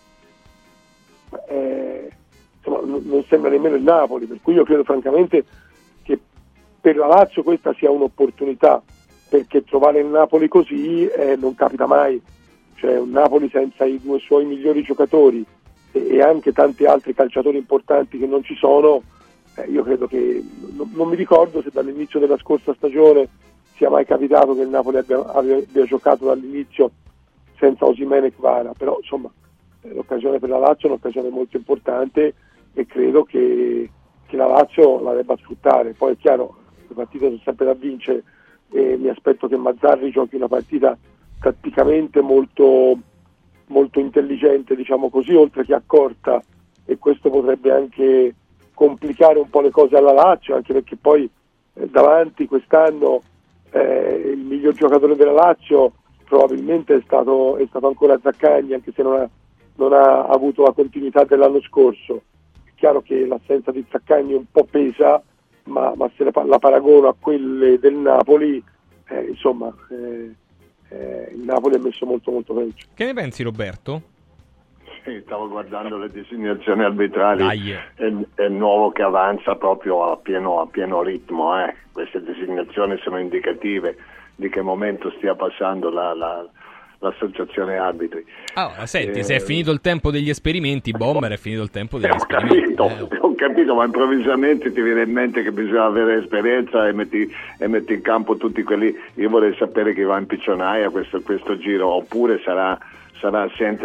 Insomma, non sembra nemmeno il Napoli, per cui io credo francamente che per la Lazio questa sia un'opportunità, perché trovare il Napoli così non capita mai, cioè un Napoli senza i 2 suoi migliori giocatori e anche tanti altri calciatori importanti che non ci sono. Io credo che non mi ricordo se dall'inizio della scorsa stagione sia mai capitato che il Napoli abbia giocato dall'inizio senza Osimhen e Kvara, però insomma l'occasione per la Lazio è un'occasione molto importante, e credo che la Lazio la debba sfruttare. Poi è chiaro, le partite sono sempre da vincere, e mi aspetto che Mazzarri giochi una partita tatticamente molto, molto intelligente, diciamo così, oltre che accorta, e questo potrebbe anche complicare un po' le cose alla Lazio, anche perché poi davanti quest'anno il miglior giocatore della Lazio probabilmente è stato ancora Zaccagni, anche se non ha avuto la continuità dell'anno scorso. È chiaro che l'assenza di Zaccagni un po' pesa, ma se la paragono a quelle del Napoli, insomma il Napoli è messo molto molto peggio. Che ne pensi, Roberto? Sì, stavo guardando le designazioni arbitrali, è il nuovo che avanza proprio a pieno ritmo. Queste designazioni sono indicative di che momento stia passando l'associazione arbitri. Senti, se è finito il tempo degli esperimenti, Bomber, è finito il tempo degli esperimenti. Ho capito, ma improvvisamente ti viene in mente che bisogna avere esperienza e metti in campo tutti quelli. Io vorrei sapere chi va in piccionaia questo giro, oppure sarà assente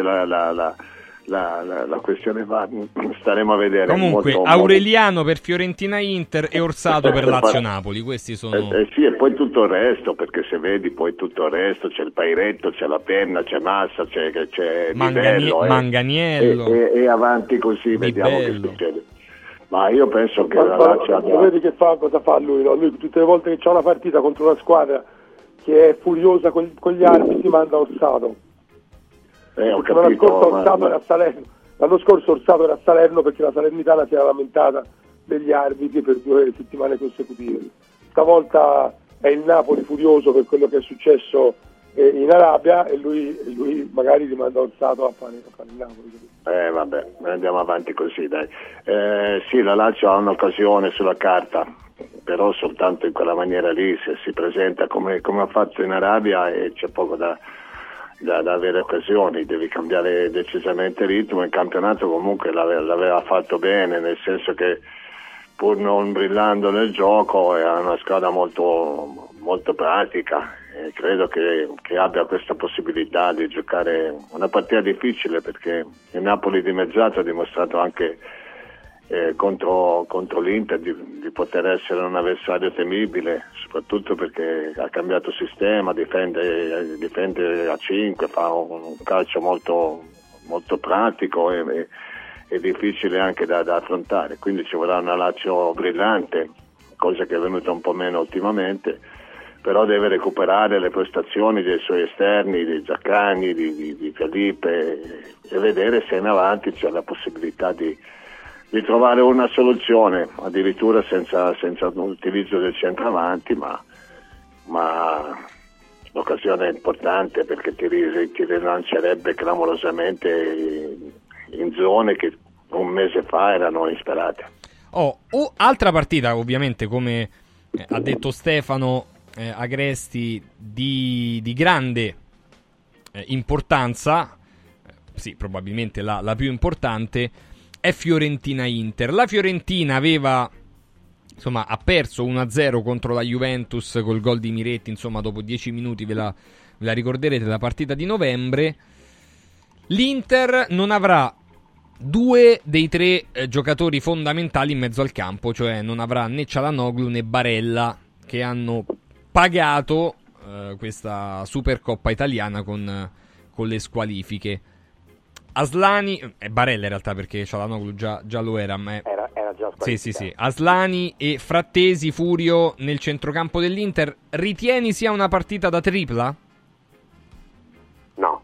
la questione va, staremo a vedere. Comunque Aureliano per Fiorentina-Inter e Orsato per Lazio-Napoli, questi sono sì, e poi tutto il resto, perché se vedi poi tutto il resto, c'è il Pairetto, c'è la Penna, c'è Massa, c'è Manganiello e avanti così, vediamo che succede. Ma io penso che la Lazio vedi che cosa fa lui, no? Lui tutte le volte che c'è una partita contro una squadra che è furiosa con gli arbitri manda Orsato. Ho capito, l'anno scorso Orsato era a Salerno perché la Salernitana si era lamentata degli arbitri per 2 settimane consecutive. Stavolta è il Napoli furioso per quello che è successo in Arabia e lui magari rimanda orsato a fare il Napoli. Vabbè, andiamo avanti così, dai. Sì, la Lazio ha un'occasione sulla carta, però soltanto in quella maniera lì, se si presenta come ha fatto in Arabia, e c'è poco da avere occasioni, devi cambiare decisamente ritmo. Il campionato comunque l'aveva fatto bene, nel senso che pur non brillando nel gioco è una squadra molto, molto pratica, e credo che abbia questa possibilità di giocare una partita difficile, perché il Napoli dimezzato ha dimostrato anche contro l'Inter di poter essere un avversario temibile, soprattutto perché ha cambiato sistema, difende a 5, fa un calcio molto, molto pratico e difficile anche da affrontare, quindi ci vorrà una Lazio brillante, cosa che è venuta un po' meno ultimamente, però deve recuperare le prestazioni dei suoi esterni, di Zaccagni, di Felipe, e vedere se in avanti c'è la possibilità di trovare una soluzione, addirittura senza l'utilizzo del centravanti, ma l'occasione è importante, perché ti rilancerebbe clamorosamente in zone che un mese fa erano insperate. Altra partita, ovviamente, come ha detto Stefano Agresti, di grande importanza, sì, probabilmente la più importante, è Fiorentina-Inter. La Fiorentina ha perso 1-0 contro la Juventus col gol di Miretti, insomma, dopo 10 minuti, ve la ricorderete, la partita di novembre. L'Inter non avrà 2 dei 3 giocatori fondamentali in mezzo al campo, cioè non avrà né Çalhanoğlu né Barella, che hanno pagato questa Supercoppa italiana con le squalifiche. Aslani, Barella in realtà, perché Çalhanoğlu già lo era, ma era già squalificato. Sì. Aslani e Frattesi, Furio nel centrocampo dell'Inter. Ritieni sia una partita da tripla? No,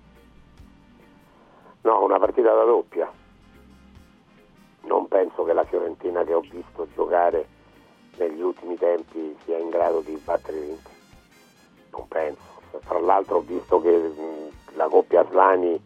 una partita da doppia. Non penso che la Fiorentina che ho visto giocare negli ultimi tempi sia in grado di battere l'Inter. Non penso. Tra l'altro ho visto che la coppia Aslani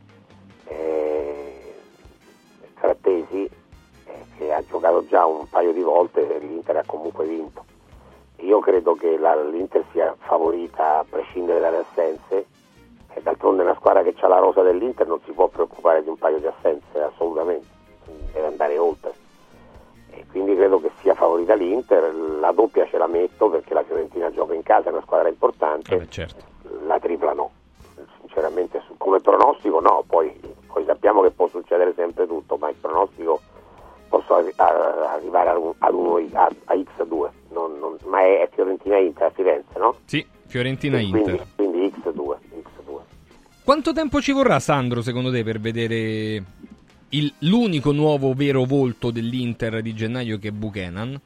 Frattesi, che ha giocato già un paio di volte, l'Inter ha comunque vinto. Io credo che l'Inter sia favorita a prescindere dalle assenze, e d'altronde una squadra che ha la rosa dell'Inter non si può preoccupare di un paio di assenze, assolutamente, deve andare oltre, e quindi credo che sia favorita l'Inter. La doppia ce la metto perché la Fiorentina gioca in casa, è una squadra importante. Certo. La tripla no, sinceramente, come pronostico no, poi sappiamo che può succedere sempre tutto, ma il pronostico posso arrivare a X2, ma è Fiorentina-Inter a Firenze, no? Sì, Fiorentina-Inter. Quindi X2. Quanto tempo ci vorrà, Sandro, secondo te, per vedere l'unico nuovo vero volto dell'Inter di gennaio, che è Buchanan?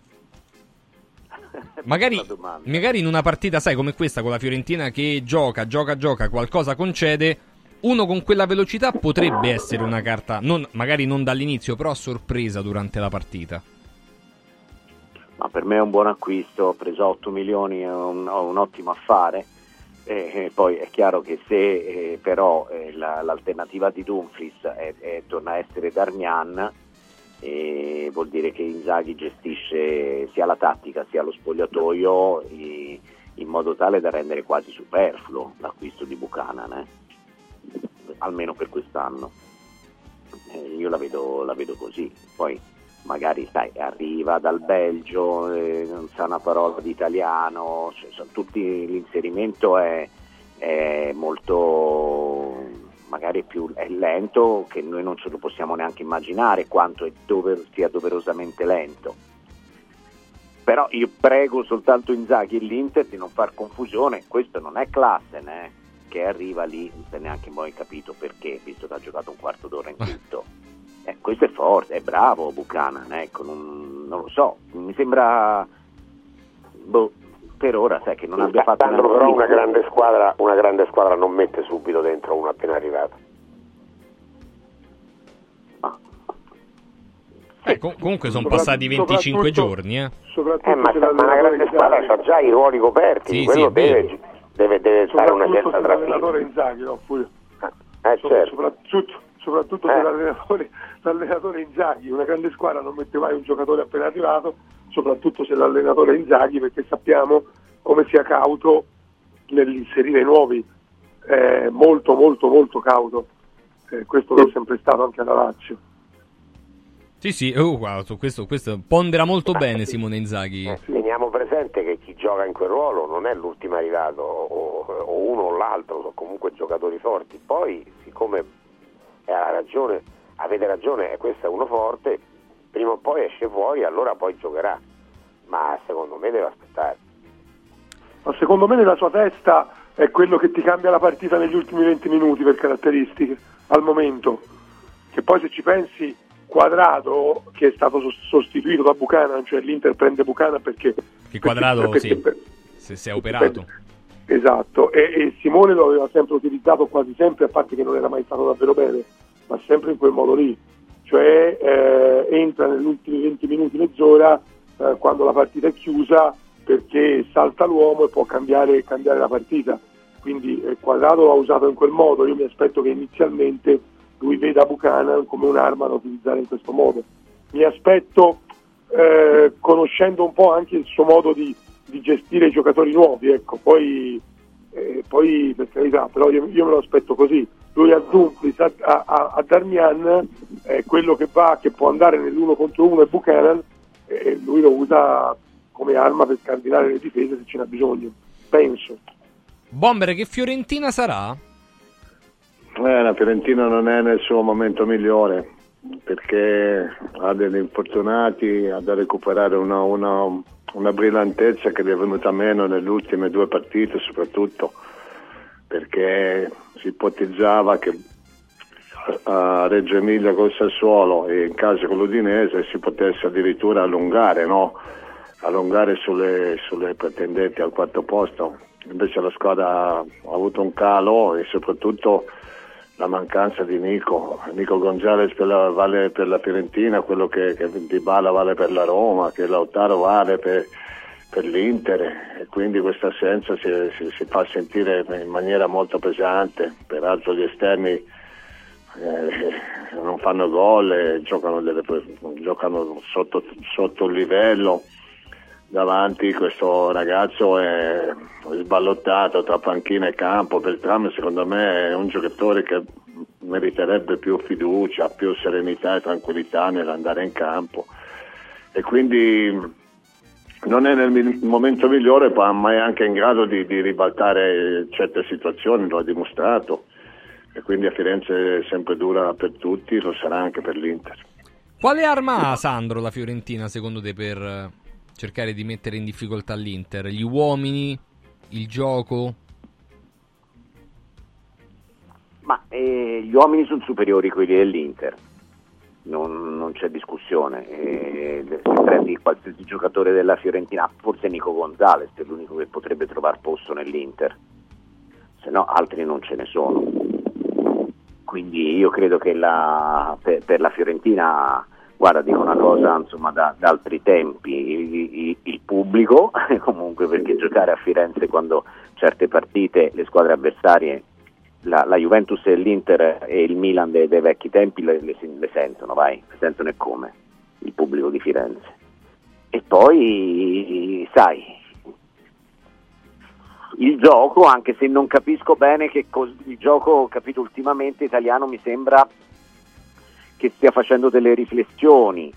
Magari in una partita, sai, come questa, con la Fiorentina che gioca, qualcosa concede, uno con quella velocità potrebbe essere una carta, magari non dall'inizio, però a sorpresa durante la partita. Ma per me è un buon acquisto, ho preso 8 milioni, è un ottimo affare. Poi è chiaro che se però l'alternativa di Dumfries torna a essere Darmian, vuol dire che Inzaghi gestisce sia la tattica sia lo spogliatoio in modo tale da rendere quasi superfluo l'acquisto di Buchanan, almeno per quest'anno. Io la vedo così. Poi magari arriva dal Belgio, non sa una parola di italiano, l'inserimento è molto, magari è lento, che noi non ce lo possiamo neanche immaginare quanto sia doverosamente lento. Però io prego soltanto Inzaghi e l'Inter di non far confusione, questo non è Klassen, che arriva lì, non si è neanche mai capito perché, visto che ha giocato un quarto d'ora in tutto. Questo è forte, è bravo Buchanan, non lo so, mi sembra per ora, sai, che non abbia fatto però una grande squadra non mette subito dentro uno appena arrivato. Comunque sono passati 25 giorni, ma una grande squadra ha già i ruoli coperti, sì, quello sì, deve stare una scelta tra l'allenatore Inzaghi, no? Certo. Soprattutto se l'allenatore Inzaghi, una grande squadra non mette mai un giocatore appena arrivato, soprattutto se l'allenatore Inzaghi, perché sappiamo come sia cauto nell'inserire i nuovi, molto molto molto cauto, questo è sempre stato anche alla Lazio. Sì, wow, questo pondera molto bene Simone Inzaghi. Teniamo presente che chi gioca in quel ruolo non è l'ultimo arrivato o uno o l'altro, sono comunque giocatori forti. Poi, siccome avete ragione, questo è uno forte, prima o poi esce fuori, allora poi giocherà, ma secondo me deve aspettare. Ma secondo me nella sua testa è quello che ti cambia la partita negli ultimi 20 minuti per caratteristiche, al momento, che poi se ci pensi Quadrado, che è stato sostituito da Buchanan, cioè l'Inter prende Buchanan perché Quadrado si è operato. Esatto, e Simone lo aveva sempre utilizzato quasi sempre, a parte che non era mai stato davvero bene, ma sempre in quel modo lì, cioè entra negli ultimi 20 minuti, mezz'ora, quando la partita è chiusa, perché salta l'uomo e può cambiare la partita. Quindi Quadrado l'ha usato in quel modo. Io mi aspetto che inizialmente lui veda Buchanan come un'arma da utilizzare in questo modo. Mi aspetto, conoscendo un po' anche il suo modo di gestire i giocatori nuovi, ecco, poi per carità, però io me lo aspetto così. Lui a Dumfries, a Darmian, quello che può andare nell'1 contro 1 è Buchanan, lui lo usa come arma per scardinare le difese se ce n'ha bisogno, penso. Bomber, che Fiorentina sarà? La Fiorentina non è nel suo momento migliore, perché ha degli infortunati, ha da recuperare una brillantezza che gli è venuta meno nelle ultime 2 partite, soprattutto perché si ipotizzava che a Reggio Emilia col Sassuolo e in casa con l'Udinese si potesse addirittura allungare sulle pretendenti al 4º posto. Invece la squadra ha avuto un calo e soprattutto la mancanza di Nico Gonzalez vale per la Fiorentina, quello che Dybala vale per la Roma, che Lautaro vale per l'Inter, e quindi questa assenza si fa sentire in maniera molto pesante. Peraltro gli esterni non fanno gol, giocano sotto il livello. Davanti questo ragazzo è sballottato tra panchina e campo. Beltrame secondo me è un giocatore che meriterebbe più fiducia, più serenità e tranquillità nell'andare in campo, e quindi non è nel momento migliore, ma è anche in grado di ribaltare certe situazioni, lo ha dimostrato, e quindi a Firenze è sempre dura per tutti, lo sarà anche per l'Inter. Quale arma ha, Sandro, la Fiorentina secondo te per cercare di mettere in difficoltà l'Inter? Gli uomini? Il gioco? Ma gli uomini sono superiori a quelli dell'Inter, non c'è discussione. Se prendi qualsiasi giocatore della Fiorentina, forse Nico Gonzalez è l'unico che potrebbe trovare posto nell'Inter, se no altri non ce ne sono. Quindi io credo che per la Fiorentina, guarda, dico una cosa, insomma, da altri tempi, il pubblico comunque, perché giocare a Firenze quando certe partite le squadre avversarie, la Juventus e l'Inter e il Milan dei vecchi tempi le sentono, le sentono, e come il pubblico di Firenze. E poi sai, il gioco, anche se non capisco bene che il gioco, ho capito ultimamente, italiano, mi sembra che stia facendo delle riflessioni,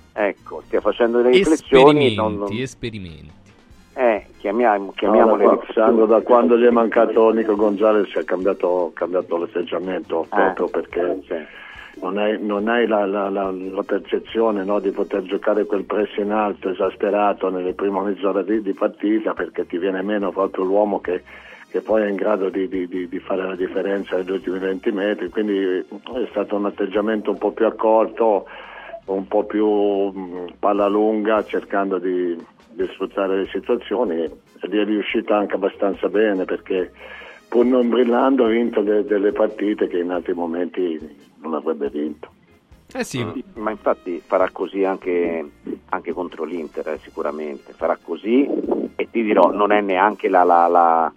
esperimenti. Chiamiamole riflessioni. Da quando gli è mancato Nico Gonzalez ha cambiato l'atteggiamento, proprio perché non hai la percezione, no, di poter giocare quel press in alto esasperato nelle prime mezz'ora di partita, perché ti viene meno proprio l'uomo che poi è in grado di fare la differenza negli ultimi 20 metri, quindi è stato un atteggiamento un po' più accorto, un po' più palla lunga, cercando di sfruttare le situazioni, e lì è riuscita anche abbastanza bene, perché pur non brillando ha vinto delle partite che in altri momenti non avrebbe vinto. Sì. Ma infatti farà così anche contro l'Inter, sicuramente farà così, e ti dirò, non è neanche la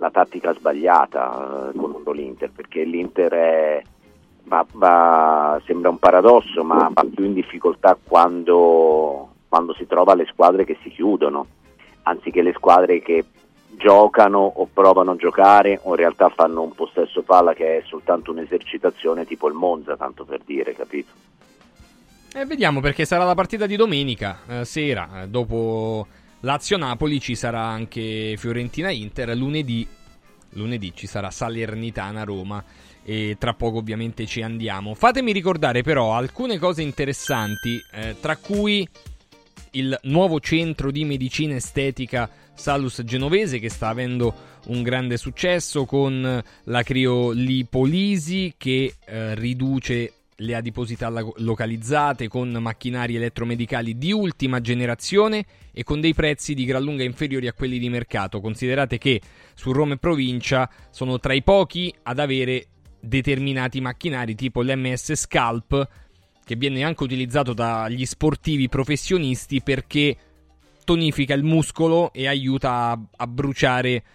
la tattica sbagliata contro l'Inter, perché l'Inter sembra un paradosso, ma va più in difficoltà quando si trova le squadre che si chiudono, anziché le squadre che giocano o provano a giocare o in realtà fanno un possesso palla che è soltanto un'esercitazione, tipo il Monza, tanto per dire, capito? Vediamo, perché sarà la partita di domenica sera, dopo Lazio-Napoli ci sarà anche Fiorentina-Inter, lunedì ci sarà Salernitana-Roma e tra poco ovviamente ci andiamo. Fatemi ricordare però alcune cose interessanti, tra cui il nuovo centro di medicina estetica Salus Genovese, che sta avendo un grande successo con la criolipolisi che riduce le adiposità localizzate, con macchinari elettromedicali di ultima generazione e con dei prezzi di gran lunga inferiori a quelli di mercato. Considerate che su Roma e provincia sono tra i pochi ad avere determinati macchinari, tipo l'MS Scalp, che viene anche utilizzato dagli sportivi professionisti perché tonifica il muscolo e aiuta a bruciare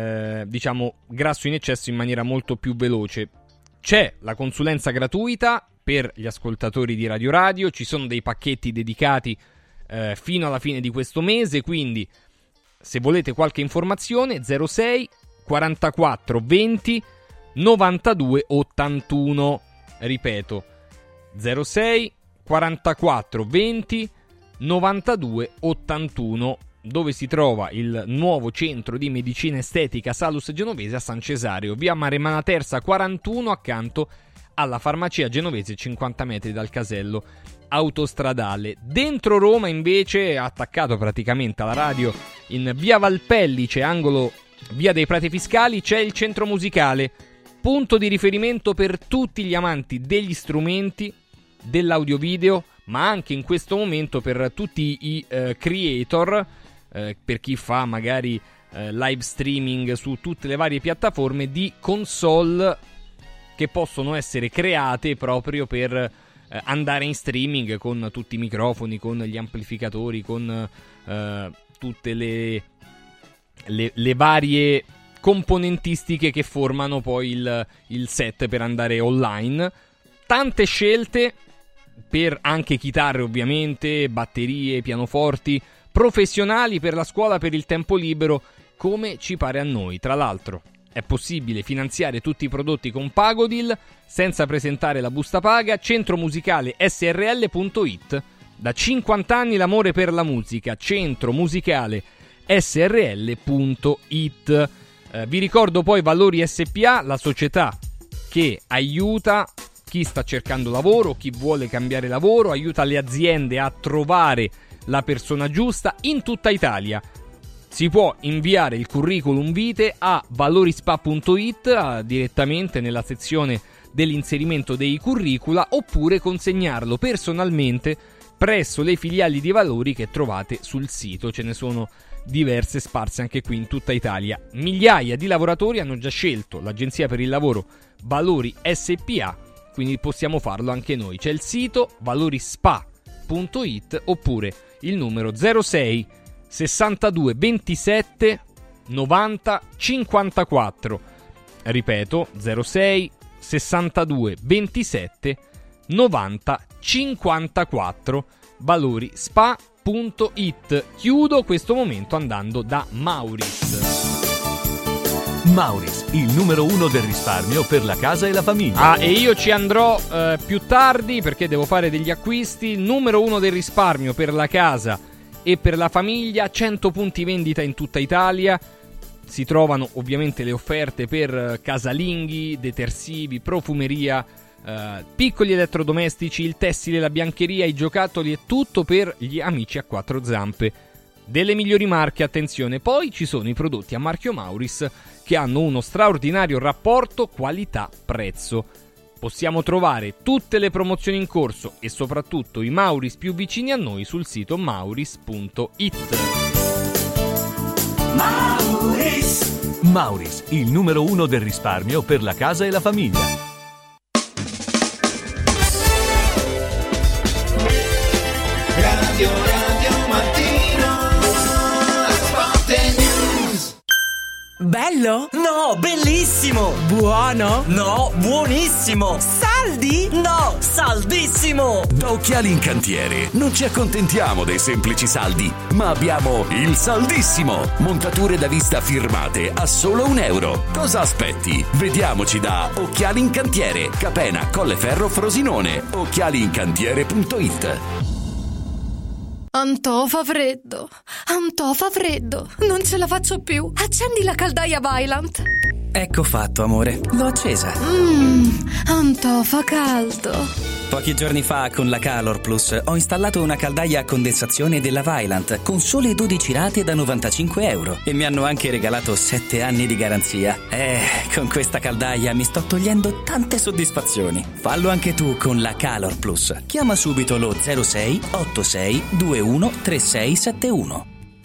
grasso in eccesso in maniera molto più veloce. C'è la consulenza gratuita per gli ascoltatori di Radio Radio, ci sono dei pacchetti dedicati fino alla fine di questo mese, quindi se volete qualche informazione 06 44 20 92 81, ripeto 06 44 20 92 81, dove si trova il nuovo centro di medicina estetica Salus Genovese a San Cesareo, via Maremmana Terza 41, accanto alla farmacia genovese, 50 metri dal casello autostradale. Dentro Roma invece, attaccato praticamente alla radio, in via Valpellice, angolo via dei Prati Fiscali, c'è il centro musicale, punto di riferimento per tutti gli amanti degli strumenti, dell'audio video, ma anche in questo momento per tutti i creator, per chi fa magari live streaming su tutte le varie piattaforme, di console che possono essere create proprio per andare in streaming con tutti i microfoni, con gli amplificatori, con tutte le varie componentistiche che formano poi il set per andare online. Tante scelte per anche chitarre, ovviamente, batterie, pianoforti, professionali per la scuola, per il tempo libero, come ci pare a noi. Tra l'altro è possibile finanziare tutti i prodotti con Pagodil senza presentare la busta paga. Centro musicale srl.it, da 50 anni l'amore per la musica. Centro musicale srl.it. Vi ricordo poi Valori SPA, la società che aiuta chi sta cercando lavoro, chi vuole cambiare lavoro, aiuta le aziende a trovare la persona giusta in tutta Italia. Si può inviare il curriculum vitae a valorispa.it direttamente nella sezione dell'inserimento dei curricula, oppure consegnarlo personalmente presso le filiali di Valori che trovate sul sito. Ce ne sono diverse sparse anche qui in tutta Italia. Migliaia di lavoratori hanno già scelto l'agenzia per il lavoro Valori SPA, quindi possiamo farlo anche noi. C'è il sito valorispa.it oppure il numero 06 62 27 90 54. Ripeto, 06 62 27 90 54. valorispa.it. Chiudo questo momento andando da Mauris. Mauris, il numero 1 del risparmio per la casa e la famiglia. E io ci andrò più tardi perché devo fare degli acquisti. Il numero 1 del risparmio per la casa e per la famiglia, 100 punti vendita in tutta Italia. Si trovano ovviamente le offerte per casalinghi, detersivi, profumeria, piccoli elettrodomestici, il tessile, la biancheria, i giocattoli e tutto per gli amici a quattro zampe. Delle migliori marche, attenzione. Poi ci sono i prodotti a marchio Mauris che hanno uno straordinario rapporto qualità-prezzo. Possiamo trovare tutte le promozioni in corso e soprattutto i Mauris più vicini a noi sul sito mauris.it. Mauris, il numero 1 del risparmio per la casa e la famiglia. Radio Mattino, Sport News. Bello? No, bellissimo! Buono? No, buonissimo! Saldi? No, saldissimo! Da Occhiali in Cantiere non ci accontentiamo dei semplici saldi, ma abbiamo il saldissimo! Montature da vista firmate a solo €1. Cosa aspetti? Vediamoci da Occhiali in Cantiere, Capena, Colleferro, Frosinone. occhialiincantiere.it. Antò fa freddo, non ce la faccio più. Accendi la caldaia Vaillant. Ecco fatto, amore, l'ho accesa. Antò fa caldo. Pochi giorni fa con la Calor Plus ho installato una caldaia a condensazione della Vaillant con sole 12 rate da €95 e mi hanno anche regalato 7 anni di garanzia. Con questa caldaia mi sto togliendo tante soddisfazioni. Fallo anche tu con la Calor Plus. Chiama subito lo 06 86 21 3671.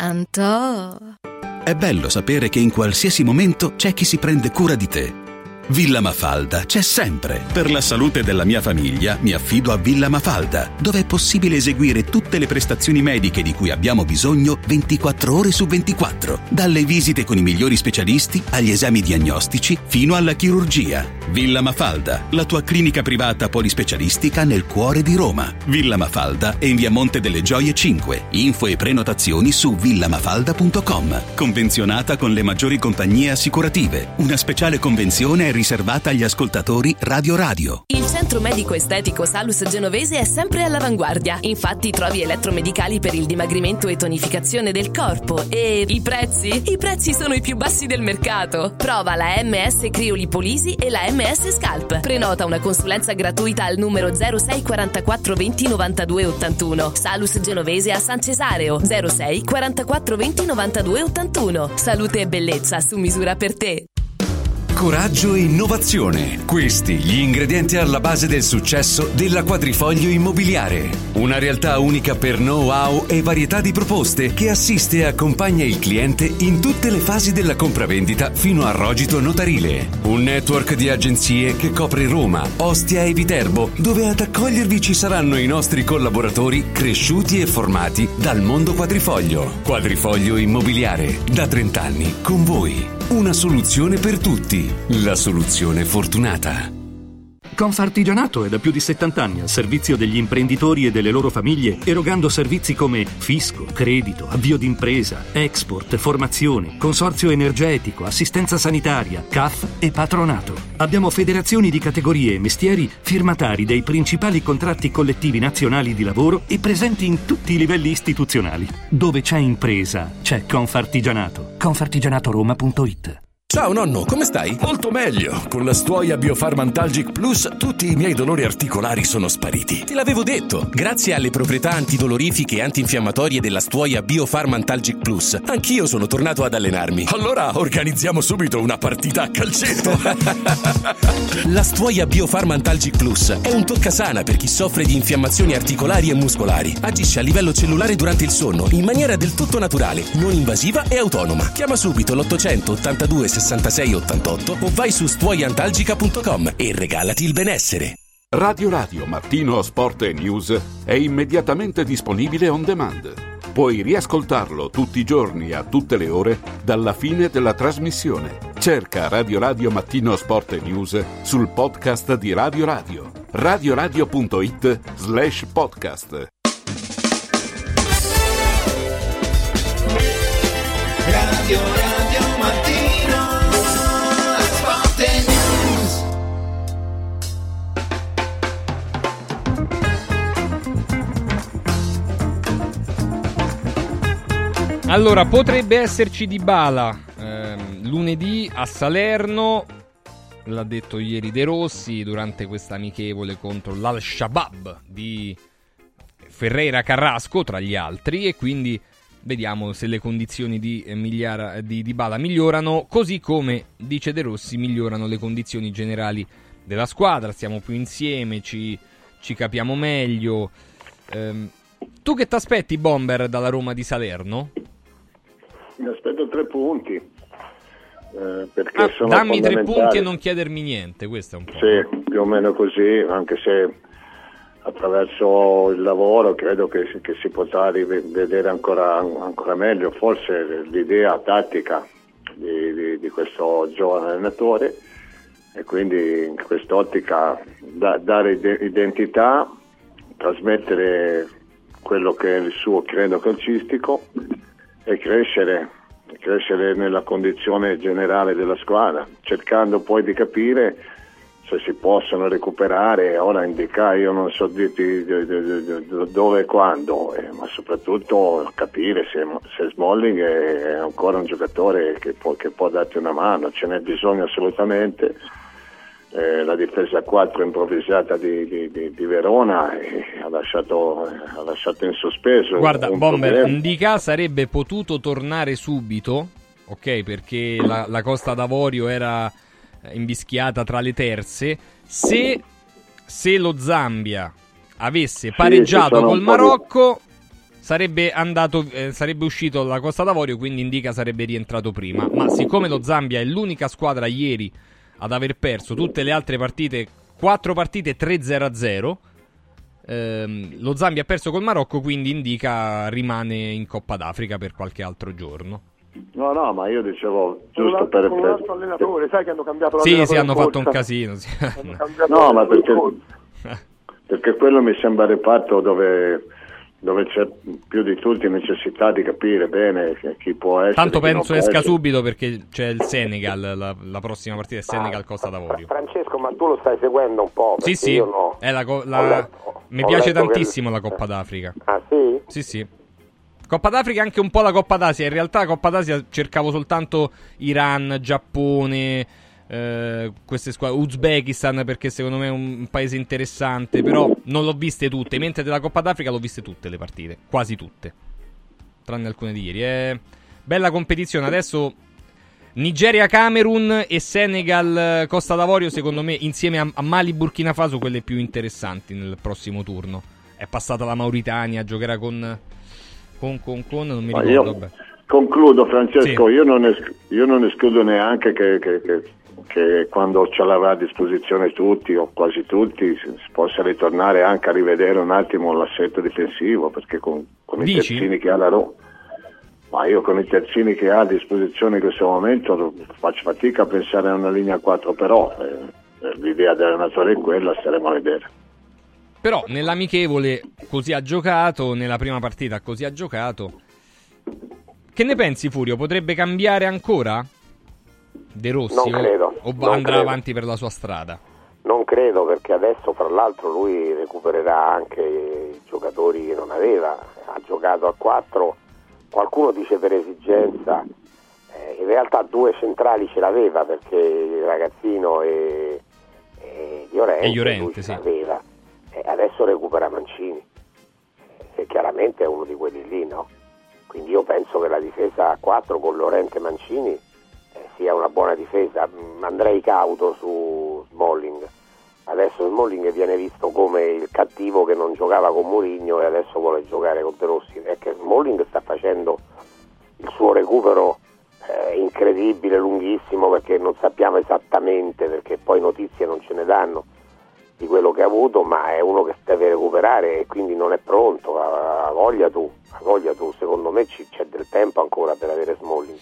Antò. È bello sapere che in qualsiasi momento c'è chi si prende cura di te. Villa Mafalda c'è sempre. Per la salute della mia famiglia mi affido a Villa Mafalda, dove è possibile eseguire tutte le prestazioni mediche di cui abbiamo bisogno 24 ore su 24. Dalle visite con i migliori specialisti agli esami diagnostici fino alla chirurgia. Villa Mafalda, la tua clinica privata polispecialistica nel cuore di Roma. Villa Mafalda è in via Monte delle Gioie 5. Info e prenotazioni su villamafalda.com. Convenzionata con le maggiori compagnie assicurative. Una speciale convenzione è riservata agli ascoltatori Radio. Il centro medico estetico Salus Genovese è sempre all'avanguardia. Infatti trovi elettromedicali per il dimagrimento e tonificazione del corpo. E i prezzi? I prezzi sono i più bassi del mercato. Prova la MS Criolipolisi e la MS Scalp. Prenota una consulenza gratuita al numero 06 44 20 92 81. Salus Genovese a San Cesareo 06 44 20 92 81. Salute e bellezza su misura per te. Coraggio e innovazione. Questi gli ingredienti alla base del successo della Quadrifoglio Immobiliare. Una realtà unica per know-how e varietà di proposte che assiste e accompagna il cliente in tutte le fasi della compravendita fino al rogito notarile. Un network di agenzie che copre Roma, Ostia e Viterbo, dove ad accogliervi ci saranno i nostri collaboratori cresciuti e formati dal mondo quadrifoglio. Quadrifoglio Immobiliare, da 30 anni con voi. Una soluzione per tutti. La soluzione fortunata. Confartigianato è da più di 70 anni al servizio degli imprenditori e delle loro famiglie, erogando servizi come fisco, credito, avvio d'impresa, export, formazione, consorzio energetico, assistenza sanitaria, CAF e patronato. Abbiamo federazioni di categorie e mestieri firmatari dei principali contratti collettivi nazionali di lavoro e presenti in tutti i livelli istituzionali. Dove c'è impresa, c'è Confartigianato. Confartigianatoroma.it. Ciao nonno, come stai? Molto meglio. Con la Stuoia Biofarmantalgic Plus tutti i miei dolori articolari sono spariti. Te l'avevo detto. Grazie alle proprietà antidolorifiche e antinfiammatorie della Stuoia Biofarmantalgic Plus, anch'io sono tornato ad allenarmi. Allora organizziamo subito una partita a calcetto. La Stuoia Biofarmantalgic Plus è un toccasana per chi soffre di infiammazioni articolari e muscolari. Agisce a livello cellulare durante il sonno in maniera del tutto naturale, non invasiva e autonoma. Chiama subito l'800 82 66 88 o vai su stuoiantalgica.com e regalati il benessere. Radio Mattino Sport e News è immediatamente disponibile on demand. Puoi riascoltarlo tutti i giorni a tutte le ore dalla fine della trasmissione. Cerca Radio Mattino Sport e News sul podcast di Radio. radioradio.it/podcast. Radio Mattino Sport e News. Allora, potrebbe esserci Dybala lunedì a Salerno, l'ha detto ieri De Rossi durante questa amichevole contro l'Al-Shabaab di Ferreira Carrasco tra gli altri, e quindi vediamo se le condizioni di Dybala migliorano, così come, dice De Rossi, migliorano le condizioni generali della squadra, stiamo più insieme, ci capiamo meglio. Tu che ti aspetti, Bomber, dalla Roma di Salerno? Mi aspetto 3 punti. Perché sono dammi 3 punti e non chiedermi niente, questo è un po'. Sì, più o meno così, anche se attraverso il lavoro credo che si potrà rivedere ancora meglio forse l'idea tattica di di questo giovane allenatore, e quindi in quest'ottica dare identità, trasmettere quello che è il suo credo calcistico e crescere nella condizione generale della squadra, cercando poi di capire se si possono recuperare. Ora indicare, io non so dirti dove e quando, ma soprattutto capire se Smalling è ancora un giocatore che può darti una mano. Ce n'è bisogno assolutamente. La difesa 4 improvvisata di Verona ha lasciato in sospeso. Guarda, Bomber, Ndicà sarebbe potuto tornare subito, ok, perché la Costa d'Avorio era invischiata tra le terze. Se lo Zambia avesse pareggiato col Marocco, sarebbe uscito la Costa d'Avorio, quindi Ndicà sarebbe rientrato prima. Ma siccome lo Zambia è l'unica squadra ieri ad aver perso tutte le altre partite, 4 partite 3-0-0, lo Zambia ha perso col Marocco, quindi Ndicà rimane in Coppa d'Africa per qualche altro giorno. No, ma io dicevo giusto per un altro allenatore, sai che hanno cambiato l'allenatore. Sì, hanno fatto un casino. No, ma perché quello mi sembra il reparto dove c'è più di tutti necessità di capire bene chi può essere. Tanto penso esca subito, perché c'è il Senegal, la prossima partita è Senegal-Costa d'Avorio. Francesco, ma tu lo stai seguendo un po'? Sì, io no. Mi piace tantissimo la Coppa d'Africa. Ah, sì? Sì. Coppa d'Africa e anche un po' la Coppa d'Asia. In realtà la Coppa d'Asia cercavo soltanto Iran, Giappone, queste squadre, Uzbekistan, perché secondo me è un paese interessante, però non l'ho viste tutte, mentre della Coppa d'Africa l'ho viste tutte le partite, quasi tutte, tranne alcune di ieri. È bella competizione. Adesso Nigeria-Camerun e Senegal-Costa d'Avorio, secondo me, insieme a Mali-Burkina Faso, quelle più interessanti nel prossimo turno. È passata la Mauritania, giocherà con non mi ricordo. Concludo, Francesco. Sì. Io non escludo neanche che quando ce l'avrà a disposizione tutti o quasi tutti si possa ritornare anche a rivedere un attimo l'assetto difensivo, perché con i terzini che ha la Roma, ma io con i terzini che ha a disposizione in questo momento faccio fatica a pensare a una linea 4, però l'idea dell'allenatore è quella, staremo a vedere. Però nell'amichevole così ha giocato, nella prima partita così ha giocato. Che ne pensi, Furio? Potrebbe cambiare ancora De Rossi? Non credo. O andrà avanti per la sua strada? Non credo, perché adesso fra l'altro lui recupererà anche i giocatori che non aveva. Ha giocato a 4, qualcuno dice per esigenza, in realtà 2 centrali ce l'aveva, perché il ragazzino e Llorente sì. l'aveva. Adesso recupera Mancini, e chiaramente è uno di quelli lì, no? Quindi io penso che la difesa a 4 con Llorente e Mancini sia una buona difesa. Andrei cauto su Smalling. Adesso Smalling viene visto come il cattivo che non giocava con Mourinho e adesso vuole giocare con De Rossi. È che Smalling sta facendo il suo recupero incredibile, lunghissimo, perché non sappiamo esattamente, perché poi notizie non ce ne danno di quello che ha avuto, ma è uno che deve recuperare e quindi non è pronto. Ha voglia tu, secondo me c'è del tempo ancora per avere Smalling,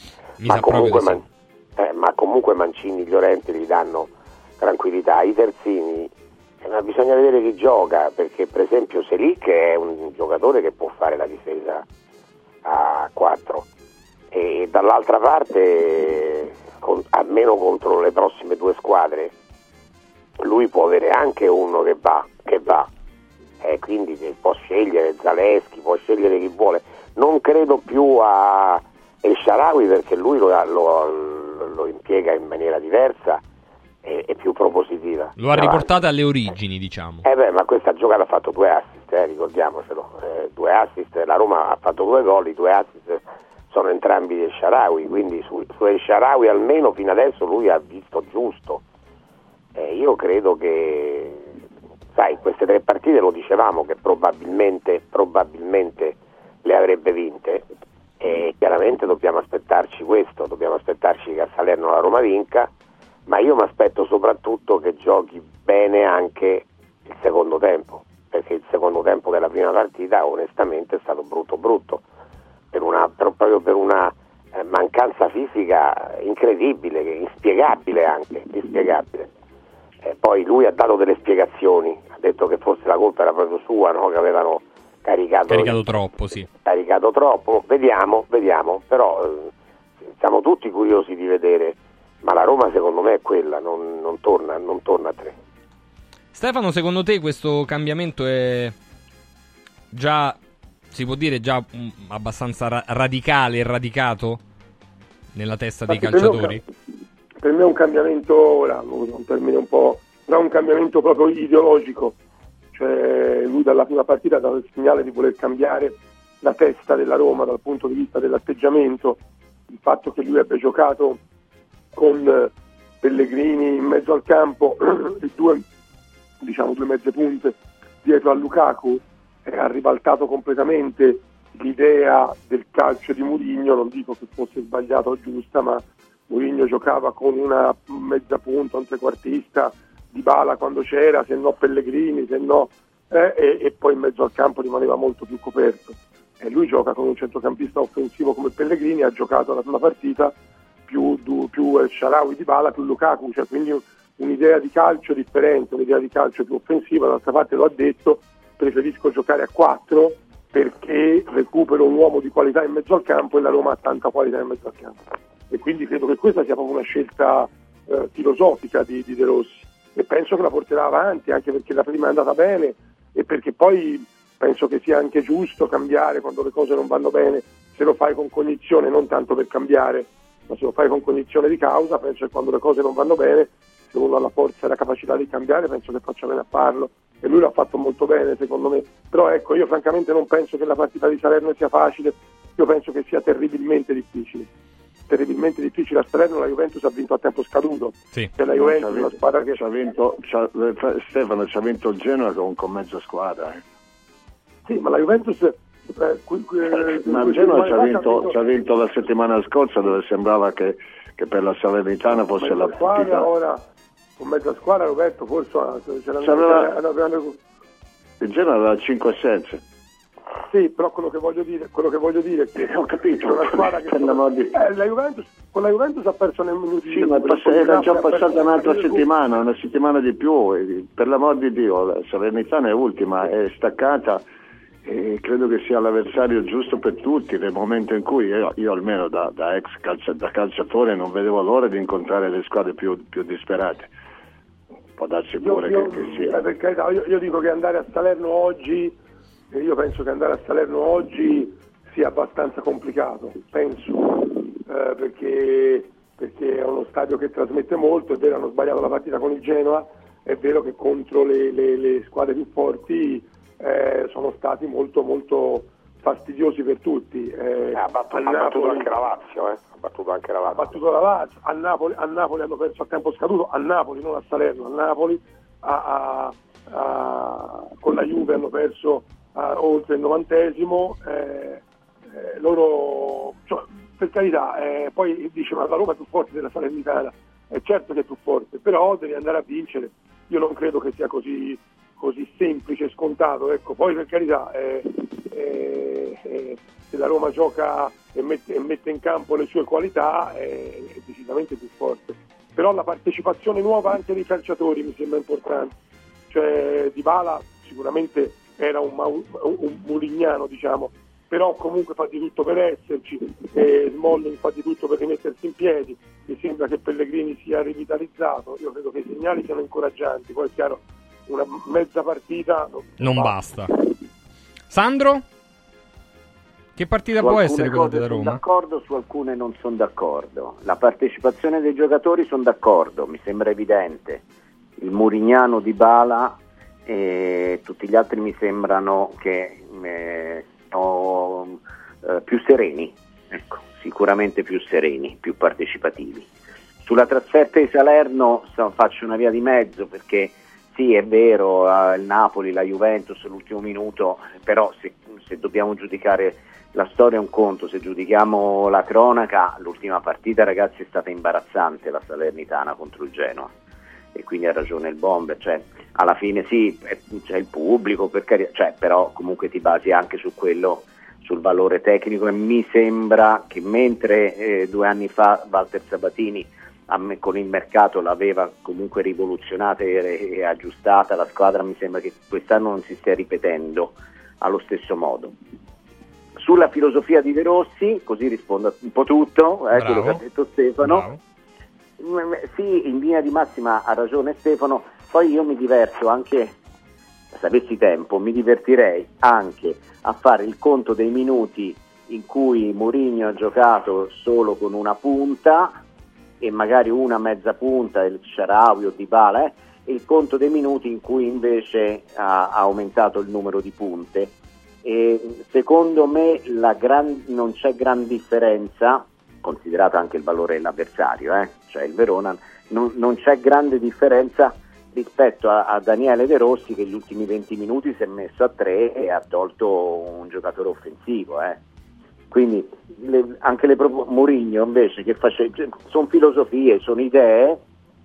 ma comunque Mancini, Llorente gli danno tranquillità. I terzini, ma bisogna vedere chi gioca, perché per esempio Selic è un giocatore che può fare la difesa a 4, e dall'altra parte almeno contro le prossime 2 squadre lui può avere anche uno che va, quindi può scegliere Zaleschi, può scegliere chi vuole. Non credo più a El Shaarawy, perché lui lo impiega in maniera diversa e più propositiva. Lo ha riportato alle origini, diciamo. Ma questa giocata ha fatto 2 assist, ricordiamocelo, 2 assist, la Roma ha fatto 2 gol, i 2 assist sono entrambi di El Shaarawy, quindi su El Shaarawy almeno fino adesso lui ha visto giusto. Io credo che, sai, queste 3 partite lo dicevamo che probabilmente le avrebbe vinte, e chiaramente dobbiamo aspettarci che a Salerno la Roma vinca, ma io mi aspetto soprattutto che giochi bene anche il secondo tempo, perché il secondo tempo della prima partita onestamente è stato brutto, proprio per una mancanza fisica incredibile, inspiegabile anche, inspiegabile. Poi lui ha dato delle spiegazioni, ha detto che forse la colpa era proprio sua, no? Che avevano caricato troppo, sì. Caricato troppo, vediamo, però siamo tutti curiosi di vedere, ma la Roma secondo me è quella, non torna a 3. Stefano, secondo te questo cambiamento è già, si può dire, già abbastanza radicale e radicato nella testa dei calciatori? Per me è un cambiamento, ora un termine un po', però un cambiamento proprio ideologico, cioè lui dalla prima partita ha dato il segnale di voler cambiare la testa della Roma dal punto di vista dell'atteggiamento, il fatto che lui abbia giocato con Pellegrini in mezzo al campo e due mezze punte dietro a Lukaku, ha ribaltato completamente l'idea del calcio di Mourinho. Non dico che fosse sbagliata o giusta, ma Mourinho giocava con una mezza punta, un trequartista, Dybala quando c'era, se no Pellegrini, se no e poi in mezzo al campo rimaneva molto più coperto. E lui gioca con un centrocampista offensivo come Pellegrini, ha giocato la prima partita più El Shaarawy, Dybala più Lukaku, cioè quindi un'idea di calcio differente, un'idea di calcio più offensiva. D'altra parte lo ha detto, preferisco giocare a 4 perché recupero un uomo di qualità in mezzo al campo e la Roma ha tanta qualità in mezzo al campo. E quindi credo che questa sia proprio una scelta filosofica di De Rossi, e penso che la porterà avanti, anche perché la prima è andata bene e perché poi penso che sia anche giusto cambiare quando le cose non vanno bene, se lo fai con cognizione, non tanto per cambiare, ma se lo fai con cognizione di causa. Penso che quando le cose non vanno bene, se uno ha la forza e la capacità di cambiare, penso che faccia bene a farlo, e lui l'ha fatto molto bene secondo me. Però ecco, io francamente non penso che la partita di Salerno sia facile, io penso che sia terribilmente difficile a Salerno. La Juventus ha vinto a tempo scaduto, sì. Cioè, la Juventus è una squadra che Stefano ci ha vinto il Genoa con mezza squadra. Sì, ma la Juventus ma il Genoa ci ha vinto la settimana scorsa, dove sembrava che per la Salernitana fosse la partita. Ora con mezza squadra, Roberto, forse il Genoa aveva 5 assenze. Sì, però quello che voglio dire è che ho capito, una squadra che la Juventus, con la Juventus ha perso nel minuto. Sì, ma era già passata un'altra settimana, una settimana di più, per l'amor di Dio. La Salernitana è ultima, è staccata, e credo che sia l'avversario giusto per tutti, nel momento in cui io almeno da calciatore non vedevo l'ora di incontrare le squadre più disperate. Può darsi pure che sia. Per carità, io dico che andare a Salerno oggi, io penso che andare a Salerno oggi sia abbastanza complicato, penso, perché è uno stadio che trasmette molto. È vero, hanno sbagliato la partita con il Genoa, è vero che contro le squadre più forti sono stati molto molto fastidiosi per tutti. Ha battuto anche la Lazio, Ha battuto la Lazio. A Napoli hanno perso a tempo scaduto, a Napoli, non a Salerno, a Napoli. Con la Juve hanno perso oltre il 90esimo. Loro, cioè, per carità, poi dice ma la Roma è più forte della Salernitana. È certo che è più forte, però devi andare a vincere. Io non credo che sia così semplice e scontato, ecco. Poi per carità, se la Roma gioca e mette in campo le sue qualità, è decisamente più forte. Però la partecipazione nuova anche dei calciatori mi sembra importante. Cioè Dybala sicuramente era un Mourinhiano, diciamo, però comunque fa di tutto per esserci, Smalling fa di tutto per rimettersi in piedi. Mi sembra che Pellegrini sia rivitalizzato. Io credo che i segnali siano incoraggianti. Poi è chiaro, una mezza partita non basta. Sandro? Che partita può essere quella della Roma? Sono d'accordo, su alcune non sono d'accordo. La partecipazione dei giocatori sono d'accordo, mi sembra evidente. Il Murignano Dybala e tutti gli altri mi sembrano che sono più sereni, ecco, sicuramente più sereni, più partecipativi. Sulla trasferta di Salerno faccio una via di mezzo, perché sì, è vero, il Napoli, la Juventus l'ultimo minuto, però se dobbiamo giudicare la storia è un conto, se giudichiamo la cronaca, l'ultima partita, ragazzi, è stata imbarazzante, la Salernitana contro il Genoa, e quindi ha ragione il Bomber, cioè alla fine sì, c'è il pubblico, per carità, cioè, però comunque ti basi anche su quello sul valore tecnico, e mi sembra che mentre 2 anni fa Walter Sabatini con il mercato l'aveva comunque rivoluzionata e aggiustata la squadra, mi sembra che quest'anno non si stia ripetendo allo stesso modo. Sulla filosofia di De Rossi, così rispondo un po' tutto, quello che ha detto Stefano. Sì, in linea di massima ha ragione Stefano. Poi io mi diverto anche, se avessi tempo, mi divertirei anche a fare il conto dei minuti in cui Mourinho ha giocato solo con una punta e magari una mezza punta, il Shaarawy o Dybala, e il conto dei minuti in cui invece ha aumentato il numero di punte. E secondo me non c'è gran differenza, considerato anche il valore dell'avversario, cioè il Verona, non c'è grande differenza rispetto a Daniele De Rossi, che gli ultimi 20 minuti si è messo a 3 e ha tolto un giocatore offensivo. Quindi anche le Mourinho invece, che sono filosofie, sono idee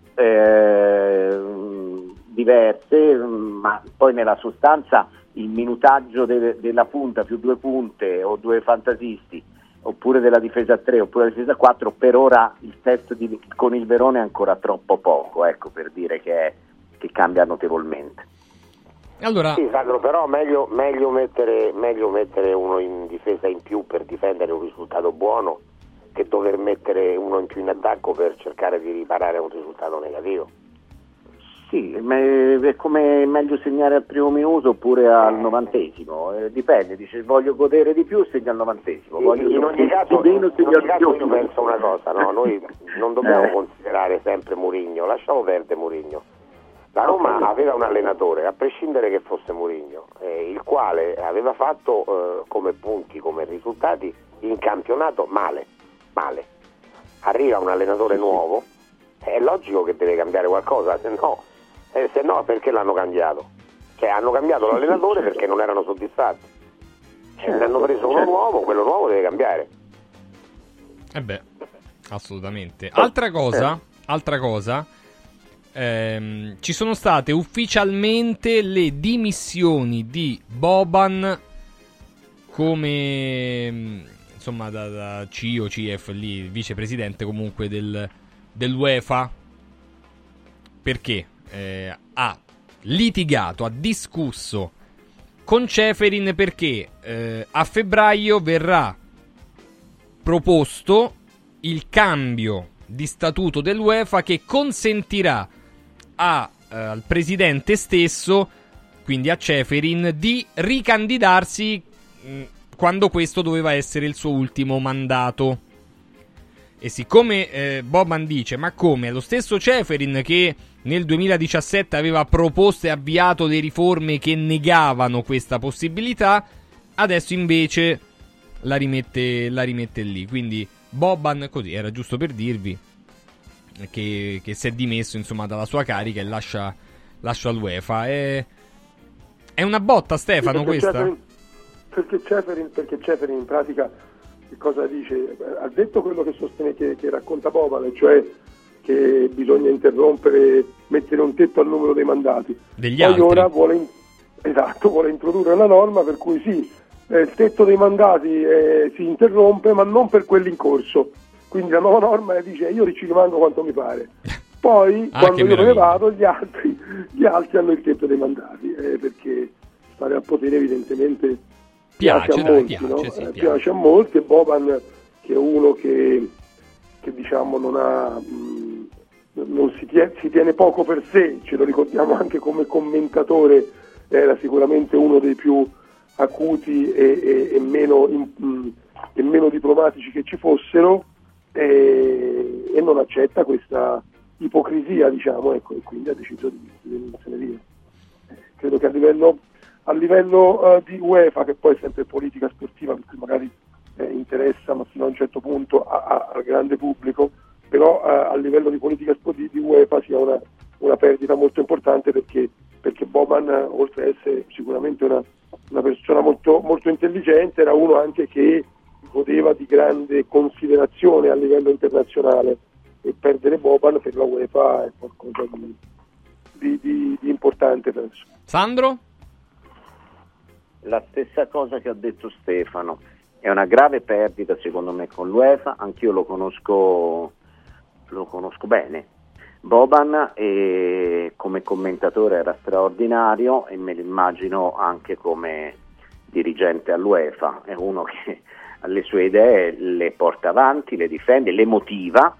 diverse, ma poi nella sostanza il minutaggio della punta più 2 punte o 2 fantasisti, oppure della difesa 3 oppure della difesa 4, per ora il test con il Verona è ancora troppo poco, per dire che cambia notevolmente. Allora... Sì, Sandro, però meglio mettere uno in difesa in più per difendere un risultato buono che dover mettere uno in più in attacco per cercare di riparare un risultato negativo. Sì, è come meglio segnare al primo minuto oppure al 90esimo, dipende, dice voglio godere di più, segno al 90esimo. In ogni caso io penso una cosa, no? Noi non dobbiamo considerare sempre Mourinho, lasciamo perdere Mourinho. La Roma aveva un allenatore, a prescindere che fosse Mourinho, il quale aveva fatto come punti, come risultati in campionato male. Arriva un allenatore nuovo, è logico che deve cambiare qualcosa, se no perché l'hanno cambiato? Cioè hanno cambiato l'allenatore perché non erano soddisfatti. Ne hanno preso uno nuovo, quello nuovo deve cambiare. Assolutamente. Altra cosa, ci sono state ufficialmente le dimissioni di Boban come insomma da CEO, CF, lì vicepresidente comunque dell'UEFA, perché ha litigato, ha discusso con Ceferin perché a febbraio verrà proposto il cambio di statuto dell'UEFA che consentirà al presidente stesso, quindi a Ceferin, di ricandidarsi quando questo doveva essere il suo ultimo mandato. E siccome Boban dice: ma come, lo stesso Ceferin che nel 2017 aveva proposto e avviato le riforme che negavano questa possibilità, adesso invece la rimette lì. Quindi Boban, così, era giusto per dirvi che si è dimesso insomma dalla sua carica e lascia l'UEFA. È una botta, Stefano, questa? Perché Ceferin in pratica che cosa dice? Ha detto quello che sostiene, che racconta Boban, cioè che bisogna mettere un tetto al numero dei mandati. Poi altri. Ora vuole introdurre una norma per cui il tetto dei mandati si interrompe, ma non per quelli in corso. Quindi la nuova norma dice: io ci rimango quanto mi pare. Poi quando io me ne vado gli altri hanno il tetto dei mandati, perché stare al potere evidentemente piace a molti, e Boban, che è uno che diciamo non si tiene poco per sé, ce lo ricordiamo anche come commentatore, era sicuramente uno dei più acuti e meno diplomatici che ci fossero, e non accetta questa ipocrisia, diciamo, e quindi ha deciso di venirsi via. Credo che a livello di UEFA, che poi è sempre politica sportiva, perché magari interessa, ma fino a un certo punto al grande pubblico, però a livello di politica sportiva di UEFA sia una perdita molto importante, perché Boban, oltre ad essere sicuramente una persona molto, molto intelligente, era uno anche che godeva di grande considerazione a livello internazionale, e perdere Boban per la UEFA è qualcosa di importante, penso. Sandro? La stessa cosa che ha detto Stefano, è una grave perdita secondo me con l'UEFA, anch'io lo conosco bene. Boban come commentatore era straordinario e me lo immagino anche come dirigente all'UEFA, è uno che le sue idee le porta avanti, le difende, le motiva,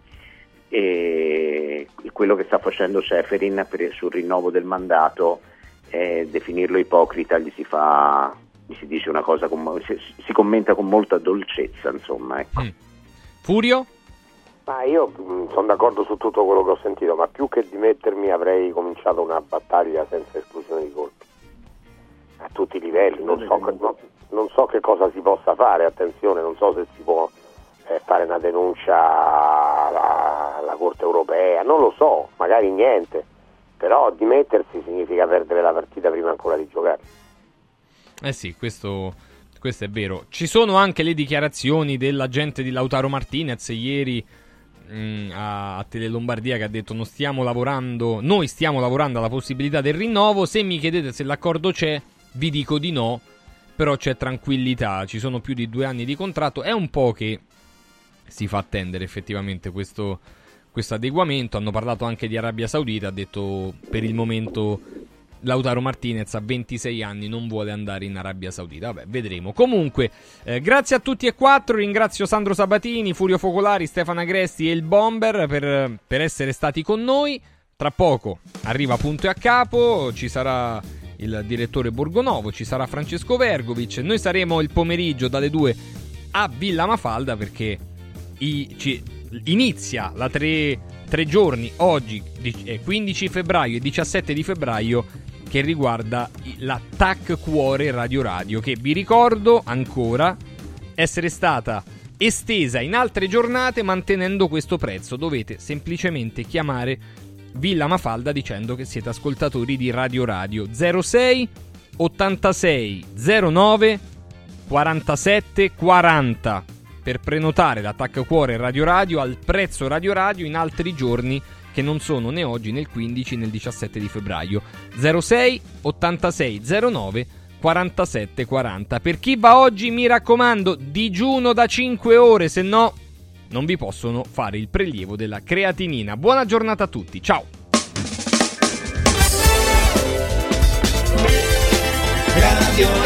e quello che sta facendo Ceferin sul rinnovo del mandato, definirlo ipocrita, gli si dice una cosa, si commenta con molta dolcezza, insomma, ecco. Furio? Ma io sono d'accordo su tutto quello che ho sentito, ma più che dimettermi avrei cominciato una battaglia senza esclusione di colpi, a tutti i livelli. Non so che cosa si possa fare, attenzione, non so se si può fare una denuncia alla Corte Europea, non lo so, magari niente, però dimettersi significa perdere la partita prima ancora di giocare. Sì, questo è vero. Ci sono anche le dichiarazioni dell'agente di Lautaro Martinez ieri a Tele Lombardia, che ha detto noi stiamo lavorando alla possibilità del rinnovo. Se mi chiedete se l'accordo c'è, vi dico di no, però c'è tranquillità, ci sono più di 2 anni di contratto. È un po' che si fa attendere effettivamente questo adeguamento. Hanno parlato anche di Arabia Saudita, ha detto per il momento Lautaro Martinez a 26 anni non vuole andare in Arabia Saudita. Vabbè, vedremo. Comunque, grazie a tutti e 4. Ringrazio Sandro Sabatini, Furio Focolari, Stefano Agresti e il Bomber per essere stati con noi. Tra poco arriva Punto e a Capo, ci sarà il direttore Borgonovo, ci sarà Francesco Vergovic. Noi saremo il pomeriggio dalle 2 a Villa Mafalda, perché inizia la 3 giorni, oggi 15 febbraio e 17 di febbraio, che riguarda la TAC Cuore Radio, che vi ricordo ancora essere stata estesa in altre giornate mantenendo questo prezzo. Dovete semplicemente chiamare Villa Mafalda dicendo che siete ascoltatori di Radio 06 86 09 47 40 per prenotare la TAC Cuore Radio al prezzo Radio in altri giorni che non sono né oggi né il 15 né il 17 di febbraio. 06 86 09 47 40. Per chi va oggi, mi raccomando, digiuno da 5 ore, se no non vi possono fare il prelievo della creatinina. Buona giornata a tutti, ciao! Radio